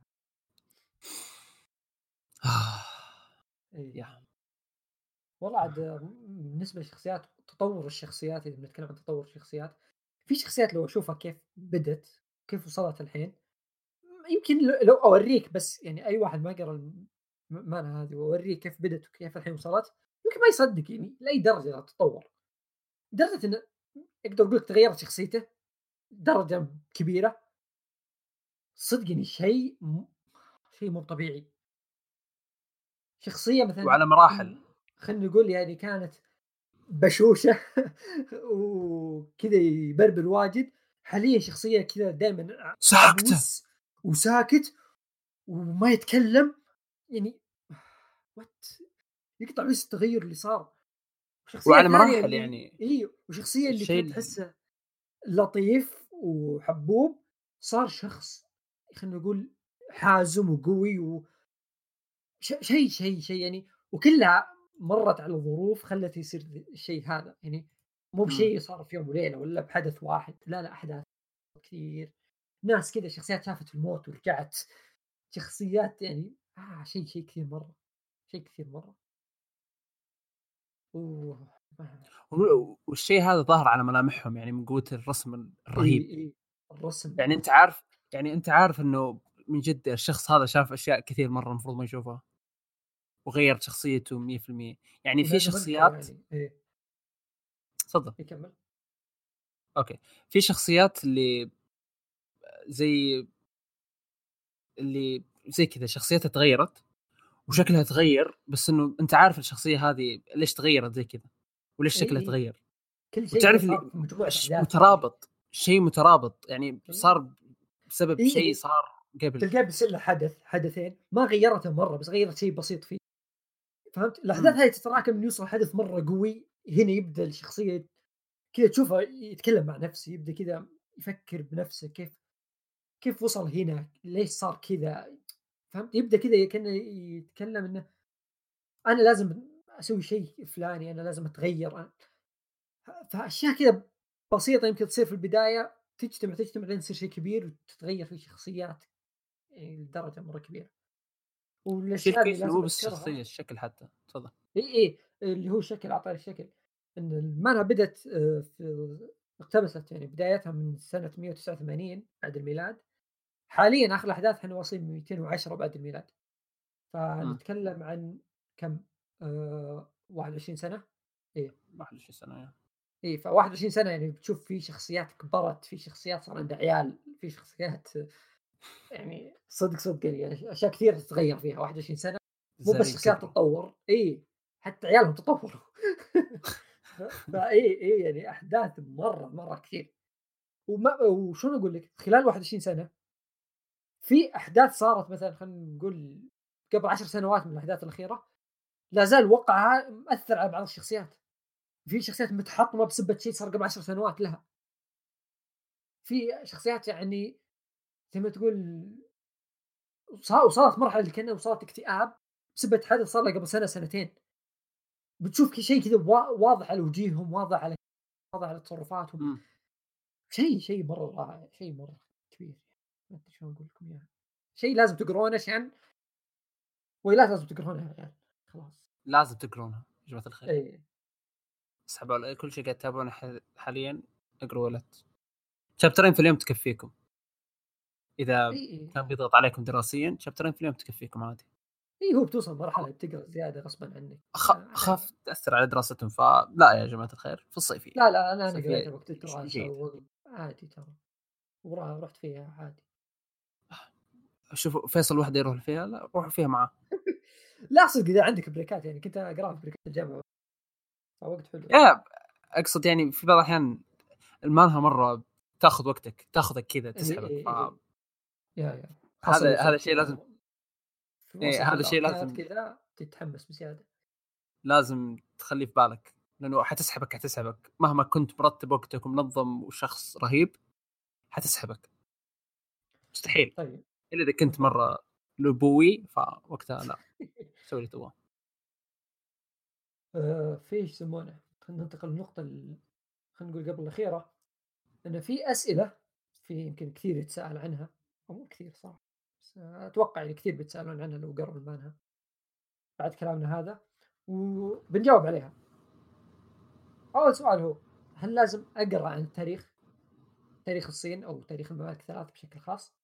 آه. إيه. يا والله عاد م بالنسبة للشخصيات تطوّر الشخصيات إذا بنتكلم عن تطوّر الشخصيات، في شخصيات لو أشوفها كيف بدت، كيف وصلت الحين، يمكن ل لو أورّيك بس يعني أي واحد ما قرا الم الmanhwa هذه وأورّيه كيف بدت وكيف الحين وصلت، يمكن ما يصدق يعني لأي درجة تطوّر، لدرجة إنه أقدر أقول لك تغيّرت شخصيته درجة كبيرة، صدق يعني شيء م شيء مو طبيعي. شخصية مثلًا وعلى مراحل. خلّ خلّينا نقول يعني كانت بشوشة وكذا يبربر واجد، حاليًا شخصية كذا دايمًا ع ساكتة. عبوس وساكت وما يتكلم، يعني what يقطع بس التغيُّر اللي صار. وشخصية وعلى ثانية مراحل اللي يعني. إيوه، وشخصية اللي الشيء كنت ال تحسه لطيف وحبوب، صار شخص خلّينا نقول حازم وقوي و ش شيء شيء شيء يعني وكلها مرّت على ظروف خلّته يصير ذ الشيء هذا، يعني مو إمم. بشيء صار في يوم وليلة ولا بحدث واحد، لا، لا أحداث كثير، ناس كذا شخصيات شافت الموت ورجعت، شخصيات يعني آه شيء شيء كثير مرّة، شيء كثير مرّة. أوه! ما و والشيء هذا ظاهر على ملامحهم يعني من قوة الرسم الرهيب. إي، إي، الرسم يعني أنت عارف يعني أنت عارف إنه من جد الشخص هذا شاف أشياء كثير مرة المفروض ما يشوفها، وغيّر شخصيته مية في المية. يعني في ولازم أذكر شخصيات. يعني إيه، تفضل. يكمّل. أوكي. في شخصيات اللي زي اللي زي كذا شخصيتها تغيّرت إمم. وشكلها تغيّر، بس إنه أنت عارف الشخصية هذه ليش تغيّرت زي كذا، وليش إي، شكلها إي، تغيّر. كل شيء كذا وتعرف صار اللي في مجموعة ش أحداث يعني. مترابط، شيء مترابط، يعني إي، صار بسبب إي، شيء إي. صار قبل. تلقاه بيصير له حدث، حدثين، ما غيّرته مرّة، بس غيّرت شيء بسيط فيه، فهمت؟ الأحداث إمم. هذه تتراكم إنه يوصل حدث مرّة قوي، هنا يبدأ الشخصية كذا تشوفه يتكلم مع نفسه، يبدأ كذا يفكر بنفسه كيف كيف وصل هنا، ليش صار كذا، فهمت؟ يبدأ كذا كأنه يتكلم إنه أنا لازم أسوي شيء فلاني، أنا لازم أتغيّر، أنا فأشياء كذا بسيطة يمكن تصير في البداية تجتمع، تجتمع لين تصير شيء كبير وتتغيّر فيه شخصيات يعني لدرجة مرّة كبيرة. الشيء والأشياء اللي الكويس إنه مو لازم بس أذكرها الشخصية، الشكل حتى. تفضل. إي، إي، اللي هو الشكل أعطاني الشكل، إن المانهوا بدأت آآ في اقتبست يعني بدايتها من سنة مية وتسعة وثمانين بعد الميلاد، حاليًا آخر الأحداث إحنا واصلين مئتين وعشرة بعد الميلاد، إمم. فنتكلم عن كم آآ واحد وعشرين سنة؟ إيه، واحد وعشرين سنة يعني. إيه فواحد وعشرين سنة يعني بتشوف في شخصيات كبرت، في شخصيات صار عندها عيال، في شخصيات يعني صدق، صدق يعني أشياء كثيرة تتغيّر فيها واحد وعشرين سنة، مو بس زارين شخصيات كبروا. تتطور، إي حتى عيالهم تطوروا ف فإي، إي يعني أحداث مرّة، مرّة كثير، وما وشلون أقول لك خلال واحد وعشرين سنة في أحداث صارت مثلًا خلينا نقول قبل عشر سنوات من الأحداث الأخيرة، لا زال وقعها مأثّر على بعض الشخصيات، في شخصيات متحطمة بسبة شيء صار قبل عشر سنوات لها، في شخصيات يعني زي ما تقول وصا وصلت مرحلة اللي كأنها وصلت اكتئاب بسبة حدث صار له قبل سنة سنتين، بتشوف ك شيء كذا وا واضح على وجيههم، واضح على واضح على تصرفاتهم، إمم. شيء شيء مرة رائع، شيء مرة كبير، ما أدري شلون أقول لكم إياها، شيء لازم تقرونه عشان ويلات لازم تقرونها يا عيال، خلاص. لازم تقرونها يا جماعة الخير. إي، اسحبوا على كل شيء قاعد تتابعونه ح حاليًا. اقروا ولا شابترين في اليوم تكفيكم. إي، إذا إي، كان بيضغط عليكم دراسيًا شابترين في اليوم تكفيكم عادي. إي هو بتوصل مرحلة بتقرا زيادة غصبًا عنك، أخ فعادي. أخاف تأثر على دراستهم، فلا يا جماعة الخير في الصيفية. لا، لا أنا أنا الصيفية قريتها وقت ج الدراسة جيدة. و عادي ترى، ورا رُحت فيها عادي. شوفوا فيصل وحده يروح فيها، لا روحوا فيها معاه. لا صدق إذا عندك بريكات يعني كنت أقراها في بريكات الجامعة، فوقت حلو يعني. يا أقصد يعني في بعض الأحيان المانهوا مرة تاخذ وقتك، تاخذك كذا إي، تسحبك، إي، إي، يا، يا، خاصة لو فهذا هذا صرت شيء لازم. كذا في إيه وسط هذا شيء الأركات لازم كذا تتحمس بزيادة. لازم تخليه في بالك، لأنه حتسحبك حتسحبك مهما كنت مرتب وقتك ومنظم وشخص رهيب، حتسحبك مستحيل. طيب إلا إذا كنت بالضبط. مرة لبوي فوقتها لا، سوي اللي تبغاه. آآ في إيش يسمونه، خلينا ننتقل للنقطة ال خلينا نقول قبل الأخيرة، أن في أسئلة في يمكن كثير يتساءل عنها، أو مو كثير صراحة، بس أتوقع يعني كثير بيتساءلون عنها لو قروا المانهوا بعد كلامنا هذا، وبنجاوب عليها. أول سؤال هو: هل لازم أقرأ عن التاريخ، تاريخ الصين أو تاريخ الممالك الثلاث بشكل خاص؟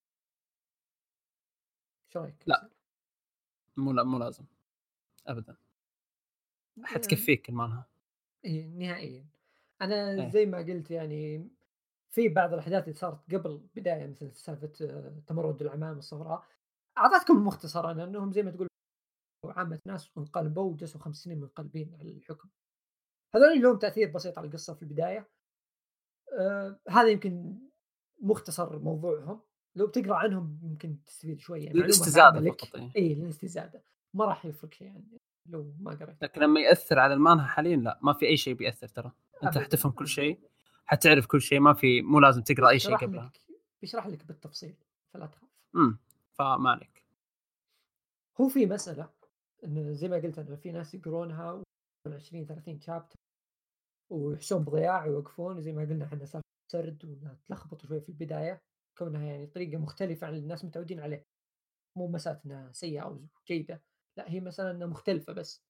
إيش رأيك؟ لا، مو لا مو لازم ابدا، آه، حتكفيك المانها. إيه نهائيًا. أنا ايه زي ما قلت يعني في بعض الأحداث اللي صارت قبل بداية مثل سالفة آه، تمرد العمام الصفراء، أعطيتكم مختصرًا أنهم زي ما تقول عامة ناس انقلبوا وجلسوا خمس سنين منقلبين على الحكم. هذول لهم تأثير بسيط على القصة في البداية. آآ هذا يمكن مختصر موضوعهم، لو بتقرا عنهم يمكن تستفيد شوية، معلومات عامة الاستزاده فقط. لك. ايه إي للاستزادة، ما راح يفرق شيء يعني لو ما قريت. لكن لما ياثر على المانها حاليا لا، ما في اي شيء بياثر ترى. انت أبدًا، حتفهم كل أبدًا. شيء، حتعرف كل شيء، ما في مو لازم تقرا اي شيء بيشرح قبلها. لك بيشرح لك بالتفصيل، فلا تخاف. امم فما عليك. هو في مسألة إنه زي ما قلت أنا في ناس يقرونها عشرين ثلاثين شابتر ويحسون بضياع ويوقفون، وزي ما قلنا احنا سالفة سرد وإنها تلخبط شوي في البداية، كونها يعني طريقة مختلفة عن اللي الناس متعودين عليه. مو مسألة إنها سيئة أو جيدة، لا هي مسألة إنها مختلفة بس.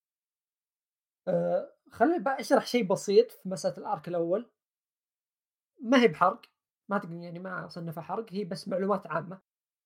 آآ خلّيني بقى أشرح شيء بسيط في مسألة الآرك الأول، ما هي بحرق، ما تق يعني ما أصنّفها حرق، هي بس معلومات عامة.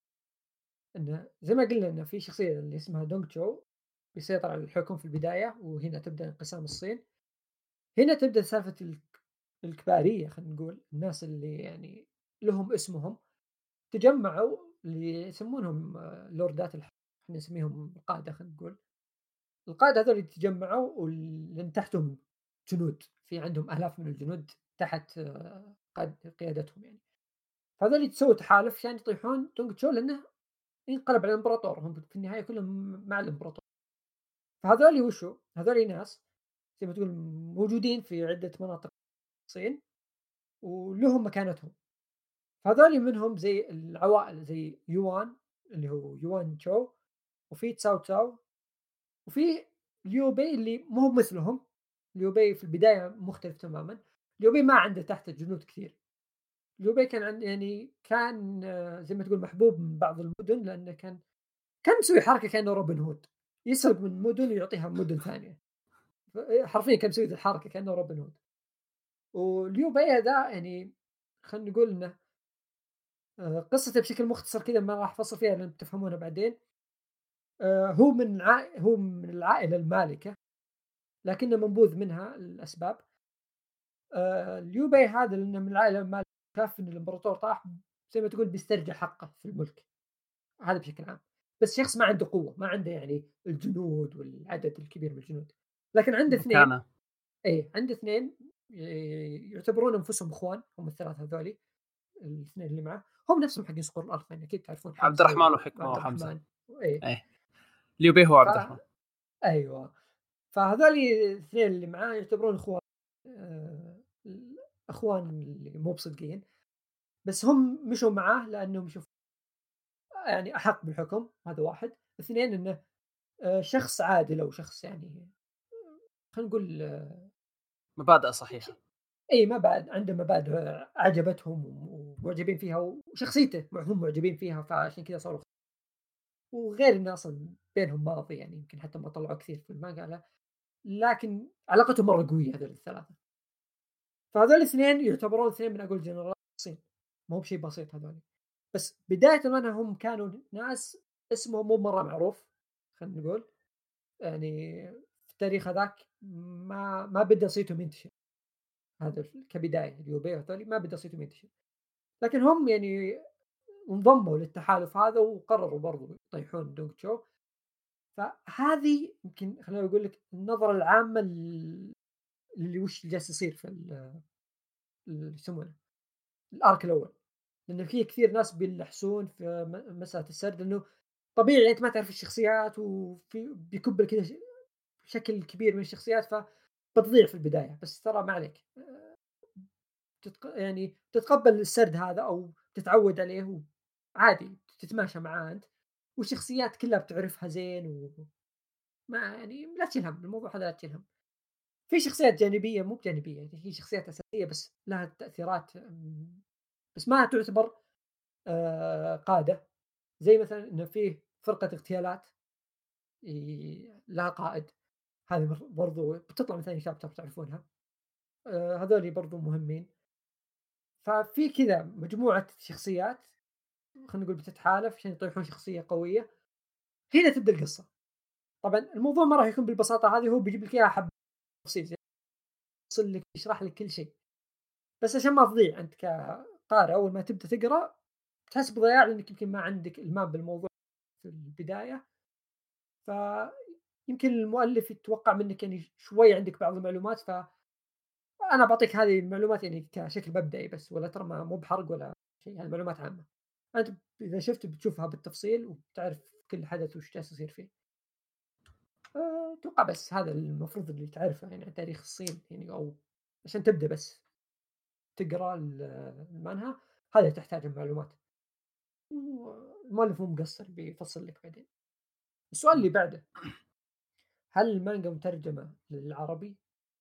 إنه زي ما قلنا إن في شخصية اللي اسمها دونغ تشو بيسيطر على الحكم في البداية، وهنا تبدأ انقسام الصين. هنا تبدأ سالفة الك الكبارية خلينا نقول، الناس اللي يعني لهم اسمهم، تجمّعوا اللي يسمونهم آه، لوردات الحرب، إحنا نسميهم القادة خلينا نقول. القادة هذول تجمّعوا واللي من تحتهم جنود، في عندهم آلاف من الجنود تحت آه، قاد قيادتهم يعني. فهذول يتسووا تحالف عشان يطيحون دونغ تشو، لأنه ينقلب على الإمبراطور، هم في النهاية كلهم مع الإمبراطور. فهذول وشو؟ هذول ناس زي ما تقول موجودين في عدة مناطق في الصين ولهم مكانتهم. فهذول منهم زي العوائل زي يوان اللي هو يوان تشو، وفي تساو تساو، وفي ليو بي اللي مو هو مثلهم. ليو بي في البداية مختلف تمامًا. ليو بي ما عنده تحته جنود كثير. ليو بي كان عند يعني كان آه، زي ما تقول محبوب من بعض المدن، لأنه كان كان مسوي حركة كأنه روبن هود، يسرق من مدن ويعطيها مدن ثانية. ف حرفيًا كان مسوي ذي الحركة كأنه روبن هود. وليو بي ذا يعني خلينا نقول إنه آآ قصته بشكل مختصر كذا ما راح أفصل فيها لأن بتفهمونها بعدين. آآ هو من عا هو من العائلة المالكة، لكنه منبوذ منها لأسباب. آآ ليو بي هذا لأنه من العائلة المالكة، شاف إن الإمبراطور طاح، زي ما تقول بيسترجع حقه في الملك، هذا بشكل عام. بس شخص ما عنده قوة، ما عنده يعني الجنود والعدد الكبير من الجنود، لكن عنده اثنين. مكانه. إيه عنده اثنين ي يعتبرون أنفسهم إخوان، هم الثلاثة هذولي، الاثنين اللي معه، هم نفسهم حقين صقور الأرض، يعني أكيد تعرفون عبد حمزة الرحمن وحكمه وعبد وحمزه. الرحمن. إيه. ايه، ليو بي هو ف عبد الرحمن. أيوه. فهذولي الاثنين اللي معاه يعتبرون إخوان، آآ الأخوان اللي مو بصدقين، بس هم مشوا معاه لأنهم يشوفون يعني أحق بالحكم، هذا واحد. اثنين إنه آآ شخص عادل أو شخص يعني خلينا نقول آه، مبادئ ش صحيحه. أي مبادئ، عنده مبادئ عجبتهم ومعجبين فيها، وشخصيته هم معجبين فيها، فعشان كذا صاروا. وغير إنه أصلًا بينهم ماضي يعني يمكن حتى ما طلعوا كثير في المقالة، لكن علاقتهم مرة قوية هذول الثلاثة. فهذول الاثنين يعتبرون اثنين من أقوى الجنرالات في الصين، ما هو بشيء بسيط هذول. بس بداية ما هم كانوا ناس اسمهم مو مرة معروف خلينا نقول، يعني في التاريخ هذاك ما ما بدأ صيتهم ينتشر. هذا كبداية اليوبي هذول ما بدأ صيتهم ينتشر، لكن هم يعني انضموا للتحالف هذا وقرروا برضو يطيحون دونغ تشو. فهذه يمكن خليني أقول لك النظرة العامة ل- اللي وش جالس يصير في ال- ال- يسمونه الارك الاول. لأن في كثير ناس بيلحسون في م مسألة السرد، إنه طبيعي أنت ما تعرف الشخصيات وفي بيكُب لك كذا ش شكل كبير من الشخصيات، فبتضيع في البداية، بس ترى ما عليك. آآ تتق يعني تتقبل السرد هذا أو تتعود عليه وعادي تتماشى معاه أنت، والشخصيات كلها بتعرفها زين، وما يعني لا تشيل هَم، الموضوع هذا لا تشيل هَم. في شخصيات جانبية مو بجانبية، يعني هي شخصيات أساسية بس لها تأثيرات م بس ما تعتبر آآ قادة، زي مثلًا إنه فيه فرقة اغتيالات ي لها قائد، هذه بر برضه بتطلع من ثاني chapter تعرفونها، آآ هذولي برضه مهمين. ففي كذا مجموعة شخصيات خلينا نقول بتتحالف عشان يطيحون شخصية قوية، هنا تبدأ القصة. طبعًا الموضوع ما راح يكون بالبساطة هذه، هو بيجيب لك إياها حبة تفصيل زي يفصل لك يشرح لك كل شيء، بس عشان ما تضيع أنت كقارئ أول ما تبدأ تقرا تحس بضياع لأنك يمكن ما عندك إلمام بالموضوع في البداية، فيمكن المؤلف يتوقع منك يعني شوي عندك بعض المعلومات، فأنا باعطيك هذه المعلومات يعني كشكل مبدئي بس، ولا ترى ما مو بحرق ولا شيء، هذه معلومات عامة. أنت إذا شفت بتشوفها بالتفصيل وبتعرف كل حدث وش جالس يصير فيه. آآ أتوقع بس هذا المفروض اللي تعرفه يعني عن تاريخ الصين يعني، أو عشان تبدأ بس تقرا ال المانهوا هذا اللي تحتاجه من معلومات، والمؤلف مو مقصر بيفصل لك بعدين. السؤال اللي إمم. بعده، هل المانجا مترجمة للعربي؟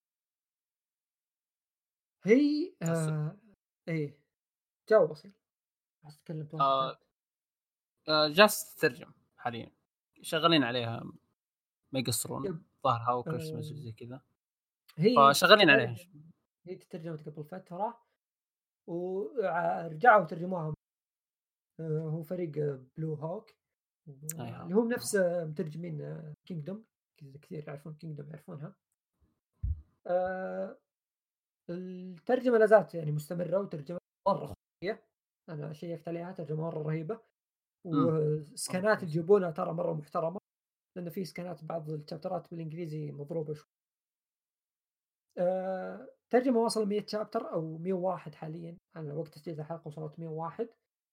هي أس آآ إيه، جواب بسيط، بس تتكلم بوقت آآ أنت. آآ جالسة تترجم حاليًا، شغالين عليها ما يقصرون، يب الظاهر هاو كريسمس آآ وزي كذا، هي فشغالين عليها ش تترجم هي تترجمت قبل فترة وع رجعوا ترجموها. آآ هو فريق بلو هوك أي اللي ها هم نفس آه، مترجمين كينجدوم، كثير يعرفون كينجدوم يعرفونها. آآ الترجمة لا زالت يعني مستمرة وترجمة مرة خرافية، أنا شيكت عليها ترجمة مرة رهيبة، إمم، والله وسكانات كويس. يجيبونها ترى مرة محترمة، لأن في سكانات بعض الشابترات بالإنجليزي مضروبة شوي. آآ الترجمة واصلة مية شابتر أو مية وواحد حاليًا، على وقت تسجيل الحلقة وصلت مية وواحد.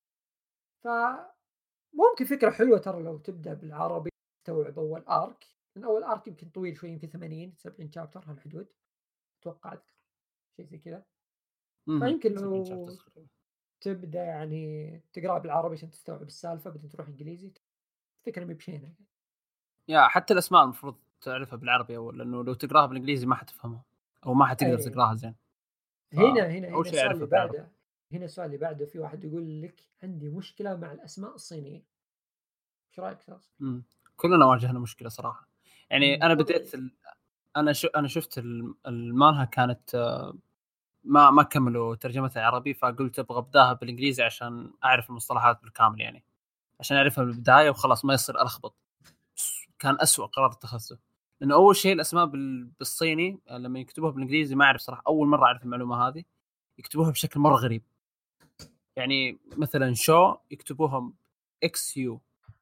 فممكن فكرة حلوة ترى لو تبدأ بالعربي تستوعب أول arc، لأن أول arc يمكن طويل شوي يمكن ثمانين سبعين شابتر هالحدود، أتوقع أذكر شيء زي كذا. اهم، فيمكن سبعين شابتر لو تقريبًا. تبدأ يعني تقراه بالعربي عشان تستوعب السالفة بعدين تروح إنجليزي، فكرة مي بشينة يعني. يا حتى الأسماء المفروض تعرفها بالعربي أول، لأنه لو تقراها بالإنجليزي ما حتفهمها، أو ما حتقدر أي تقراها زين، هنا هنا فأول هنا شيء السؤال اعرفها اللي بالعربي. بعده، هنا السؤال اللي بعده في واحد يقول لك عندي مشكلة مع الأسماء الصينية، إيش رأيك أساسًا؟ إمم، كلنا واجهنا مشكلة صراحة، يعني إمم، أنا تفضل. بديت ال أنا ش أنا شُفت ال المانهوا كانت آه، ما ما كمّلوا ترجمتها عربي، فقُلت أبغى أبداها بالإنجليزي عشان أعرف المصطلحات بالكامل يعني، عشان أعرفها من البداية وخلاص ما يصير ألخبط. س كان أسوأ قرار اتخذته، لأنه أول شيء الأسماء بال بالصيني لمّا يكتبوها بالإنجليزي ما أعرف صراحة، أول مرّة أعرف المعلومة هذه، يكتبوها بشكل مرّة غريب، يعني مثلًا show يكتبوها إكس يو،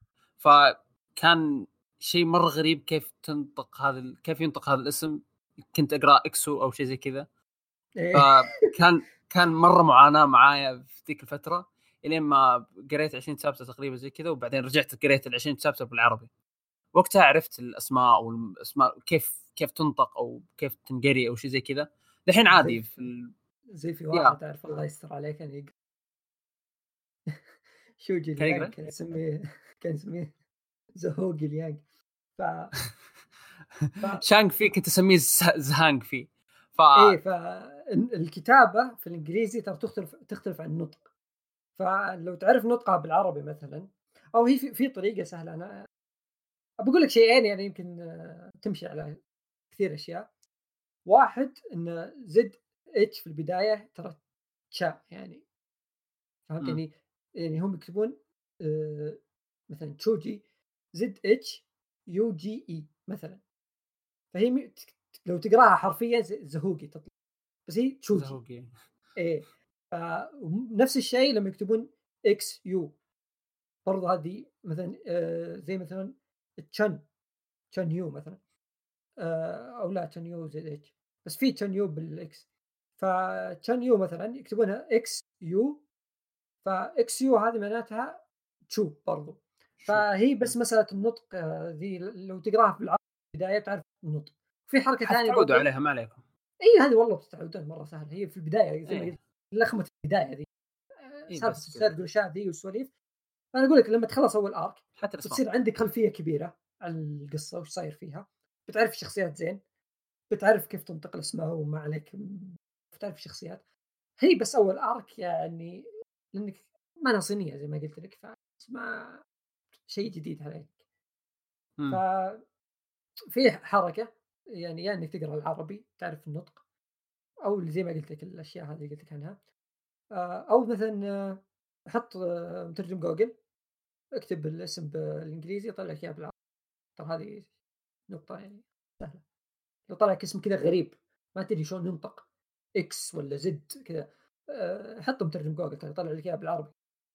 فكان شيء مرّة غريب كيف تنطق هذا ال كيف ينطق هذا الاسم، كنت أقرأ إكسو أو شيء زي كذا. إيه فكان كان مرّة معاناة معايا في ذيك الفترة، إلين ما قريت عشرين chapter تقريبًا زي كذا، وبعدين رجعت قريت العشرين chapter بالعربي. وقتها عرفت الأسماء والأسماء كيف كيف تنطق أو كيف تنقري أو شيء زي كذا. الحين زي عادي ف في ال زي في يا واحد أعرف الله يستر عليه كان يق شوجي كان ليانج يقرأ كان يسميه كان يسميه زهوجي ليانج. ف ف شانغ في كنت أسميه ز زهانغ في. ف إيه فال الكتابة في الإنجليزي ترى تختلف تختلف عن النطق، فلو تعرف نطقها بالعربي مثلًا، أو هي في في طريقة سهلة، أنا باقول لك شيئين يعني يمكن آه، تمشي على كثير أشياء. واحد إن زد إتش في البداية ترى تشا يعني، فهمت إمم، يعني؟ يعني هم يكتبون آآ مثلًا تشوجي زد إتش يو جي إي مثلًا، فهي م ت لو تقراها حرفيًا ز زهوقي تطلع، بس هي تشوجي. زهوقي. إيه، ف وم نفس الشيء لمّا يكتبون إكس يو برضه هذه مثلًا آآ زي مثلًا تشن تشن يو مثلًا، آآ أو لا تشن يو زد إتش، بس في تشن يو بالإكس، فتشن يو مثلًا يكتبونها إكس يو، فإكس يو هذه معناتها تشو برضه، شو فهي إمم، بس مسألة النطق آه، ذي ل لو تقراها بالعربي في البداية تعرف النطق. في حركة ثانية حتتعودوا برضه، عليها ما عليكم. أي هذه والله بتتعودون مرة سهلة، هي في البداية زي ما إيه، قلت لخمة البداية ذي، آآ إيه سالفة بس كذا. السرد والأشياء ذي والسواليف. فأنا أقول لك لمّا تخلص أول arc حتى الأسماء. بتصير عندك خلفية كبيرة عن القصة وش صاير فيها، بتعرف الشخصيات زين، بتعرف كيف تنطق الأسماء وما عليك م بتعرف الشخصيات. هي بس أول arc يعني لأنك ما أنا صينية زي ما قُلت لك، فما شيء جديد عليك. إمم، ففيه حركة يعني يا إنك تقرا العربي تعرف النطق، أو اللي زي ما قُلت لك الأشياء هذه اللي قُلت لك عنها. آآ أو مثلًا آه، حُط آه، مترجم جوجل، اكتب الاسم بالإنجليزي يطلع لك إياه بالعربي. ترى هذه نقطة يعني سهلة. لو طلع لك اسم كذا غريب ما تدري شلون ينطق إكس والّا زد كذا، آآ حُط مترجم جوجل ترى يطلع لك إياه بالعربي.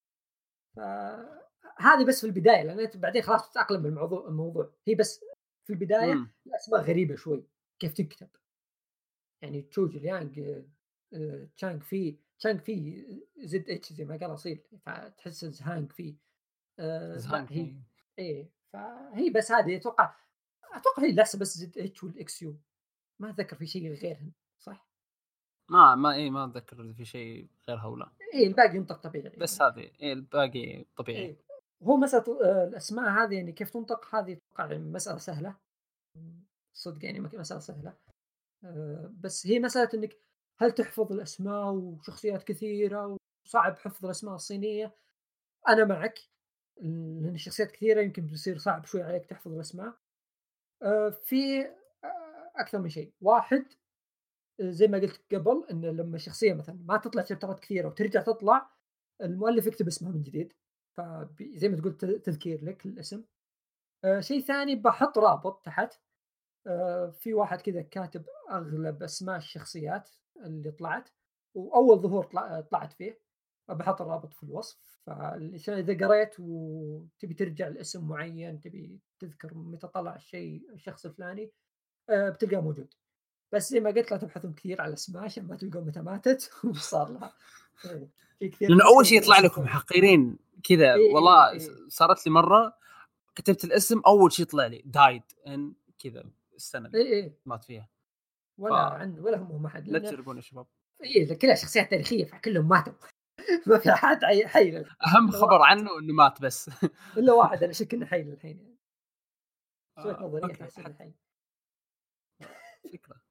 فهذه بس في البداية، لأن أنت بعدين خلاص تتأقلم بالموضوع الموضوع. هي بس في البداية إمم، الأسماء غريبة شوي كيف تكتب. يعني تشوج ليانج آآ تشانغ في تشانغ في زد اتش زي ما قال أصيل، فتحس زهانج في آآ لأ زهايمر هي إيه. إيه، فهي بس هذه أتوقع أتوقع هي الأحسن بس زد اتش والإكس يو، ما أتذكر في شيء غيرهن صح؟ ما ما إيه ما أتذكر إذا في شيء غيرها والّا، إيه الباقي ينطق طبيعي بس يعني. هذه إيه الباقي طبيعي. إيه، هو مسألة آآ الأسماء هذه يعني كيف تنطق هذه أتوقع يعني مسألة سهلة. إمم، صدق يعني مك مسألة سهلة. آآ بس هي مسألة إنِّك هل تحفظ الأسماء وشخصيات كثيرة وصعب حفظ الأسماء الصينية؟ أنا معك، لأن الشخصيات كثيرة يمكن بيصير صعب شوي عليك تحفظ الأسماء. آآ في أ أكثر من شيء، واحد آآ زي ما قُلت قبل إن لمّا الشخصية مثلًا ما تطلع شابترات كثيرة وترجع تطلع، المؤلف يكتب اسمها من جديد، فب زي ما تقول ت تذكير لك للاسم. آآ شيء ثاني باحط رابط تحت. آآ في واحد كذا كاتب أغلب أسماء الشخصيات اللي طلعت، وأول ظهور طلع طلعت فيه، فباحط الرابط في الوصف، فعشان إذا قريت وتبي ترجع لاسم معين، تبي تذكر متى طلع الشيء الشخص الفلاني، آآ بتلقاه موجود. بس زي ما قلت لا تبحثون كثير على الأسماء عشان ما تلقون متى ماتت وش صار لها. إيه، في كثير لأنه ناس أول كذا شيء يطلع يدرسون لكم فيها. حقيرين كذا إيه، إيه، والله. س إيه. صارت لي مرة كتبت الاسم أول شيء طلع لي died in كذا السنة اللي إيه، إيه. مات فيها. ولا فلا عن ولا همهم أحد لأن تجربون يا شباب. إيه كلها شخصيات تاريخية فكلهم ماتوا. ما في أحد حي حي للحين أهم إلا خبر واحد. عنه إنه مات بس. إلا واحد أنا أشك إنه حي للحين يعني. سويت آه، نظرية أوكي تحس إنه حتى حي. آه، فكرة.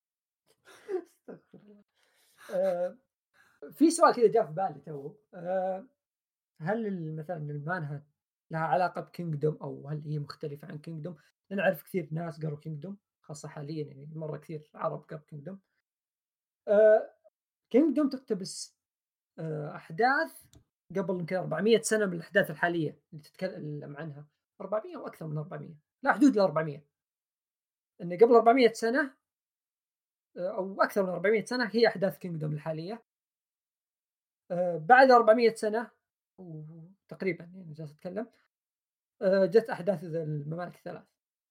استغفر الله. آآ في سؤال كذا جاء في بالي تو. آآ هل ال مثلًا المانهوا لها علاقة بKingdom أو هل هي مختلفة عن Kingdom؟ لأن أعرف كثير ناس قروا Kingdom خاصة حاليًا يعني مرة كثير عرب قروا Kingdom. آآ Kingdom تقتبس آآ أحداث قبل يمكن أربعمية سنة من الأحداث الحالية اللي تتكلم عنها. أربعمية أو أكثر من أربعمية، لا حدود الأربعمية. إن قبل أربعمية سنة آآ أو أكثر من أربعمية سنة هي أحداث Kingdom الحالية. آآ بعد أربعمية سنة وتقريبًا يعني جالس أتكلم، آآ جت أحداث ذ الممالك الثلاث.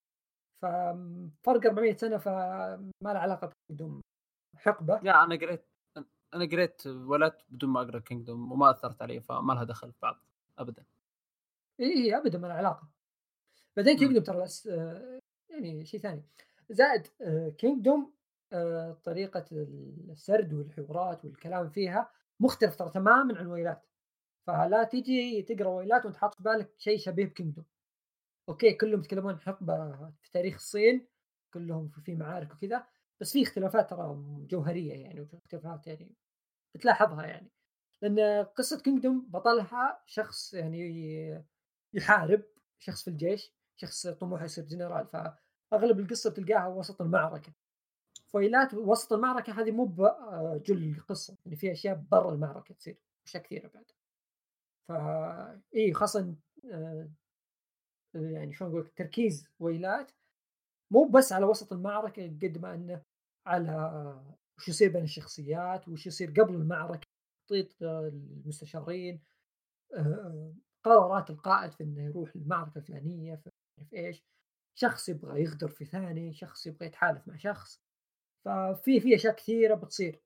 فآمم فرق أربعمية سنة فما له علاقة بKingdom حقبة. يا أنا قريت أ أنا قريت ولات بدون ما أقرا Kingdom وما أثّرت علي فما لها دخل في بعض أبدًا. إي، إي أبدًا ما له علاقة. بعدين إمم، Kingdom ترى س آآ يعني شيء ثاني. زائد آآ Kingdom آآ طريقة السرد والحوارات والكلام فيها مختلف ترى تمامًا عن ويلات. فلا تيجي تقرا ويلات وأنت حاطط في بالك شيء شبيه بKingdom. أوكي كلهم يتكلمون حقبة في تاريخ الصين، كلهم ف في معارك وكذا، بس في اختلافات ترى جوهرية يعني واختلافات يعني بتلاحظها يعني. لأن قصة Kingdom بطلها شخص يعني يحارب، شخص في الجيش، شخص طموحه يصير جنرال، فأغلب القصة بتلقاها وسط المعركة. فويلات وسط المعركة هذه مو ب آآ جل القصة، يعني في أشياء برا المعركة تصير، أشياء كثيرة بعد. ف إي خاصةً آآ يعني شلون أقول لك تركيز ويلات مو بس على وسط المعركة قد ما إنه على وش يصير بين الشخصيات، وش يصير قبل المعركة، تخطيط المستشارين، آآ قرارات القائد في إنه يروح المعركة الفلانية في في إيش، شخص يبغى يغدر في ثاني، شخص يبغى يتحالف مع شخص، ففي في أشياء كثيرة بتصير.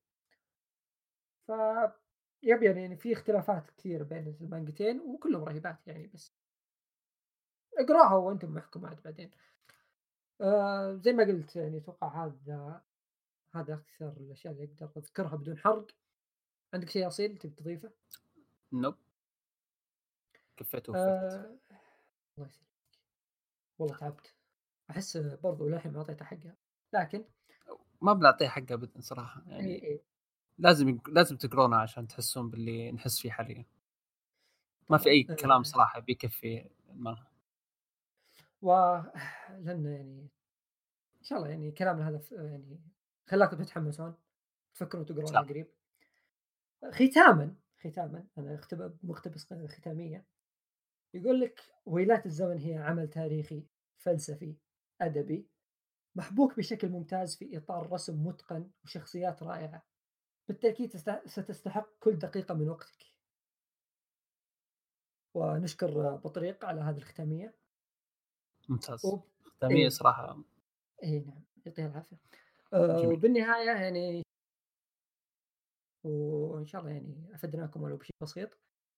ف يب يعني في اختلافات كثيرة بين المانجتين وكلهم رهيبات يعني بس اقراها وأنتم احكموا عاد بعدين. آآ زي ما قُلت يعني أتوقع هذا هذا أكثر الأشياء اللي أقدر أذكرها بدون حرق. عندك شيء أصيل تبي تضيفه؟ nope كفيت ووفيت. آآ الله يسلمك، والله تعبت. أحس برضه للحين ما أعطيته حقها. لكن ما بنعطيه حقه ابدا صراحه اي يعني. اي لازم لازم تقرونه عشان تحسون باللي نحس فيه حاليا. ما في طبعا. اي كلام آه، صراحه بيكفي الملهى. و لان يعني ان شاء الله يعني كلامنا هذا ف- يعني خلاكم تتحمسون تفكرون ان تقرونها شاء الله. قريب. ختاما ختاما انا اختبأ مقتبس ختاميه يقول لك: ويلات الزمن هي عمل تاريخي فلسفي ادبي محبوك بشكل ممتاز في اطار رسم متقن وشخصيات رائعه، بالتاكيد تست- ستستحق كل دقيقه من وقتك. ونشكر بطريق على هذه الختاميه. ممتاز. وب... ختاميه اي صراحه اي نعم يعطيها العافيه. أه جميل. وبالنهايه يعني وإن شاء الله يعني أفدناكم ولو بشيء بسيط،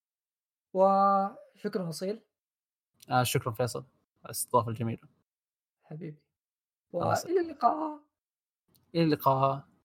وشكرًا أصيل آه شكرا فيصل على الاستضافه الجميله. حبيبي، الله يسلمك. وإلى اللقاء. الى اللقاء.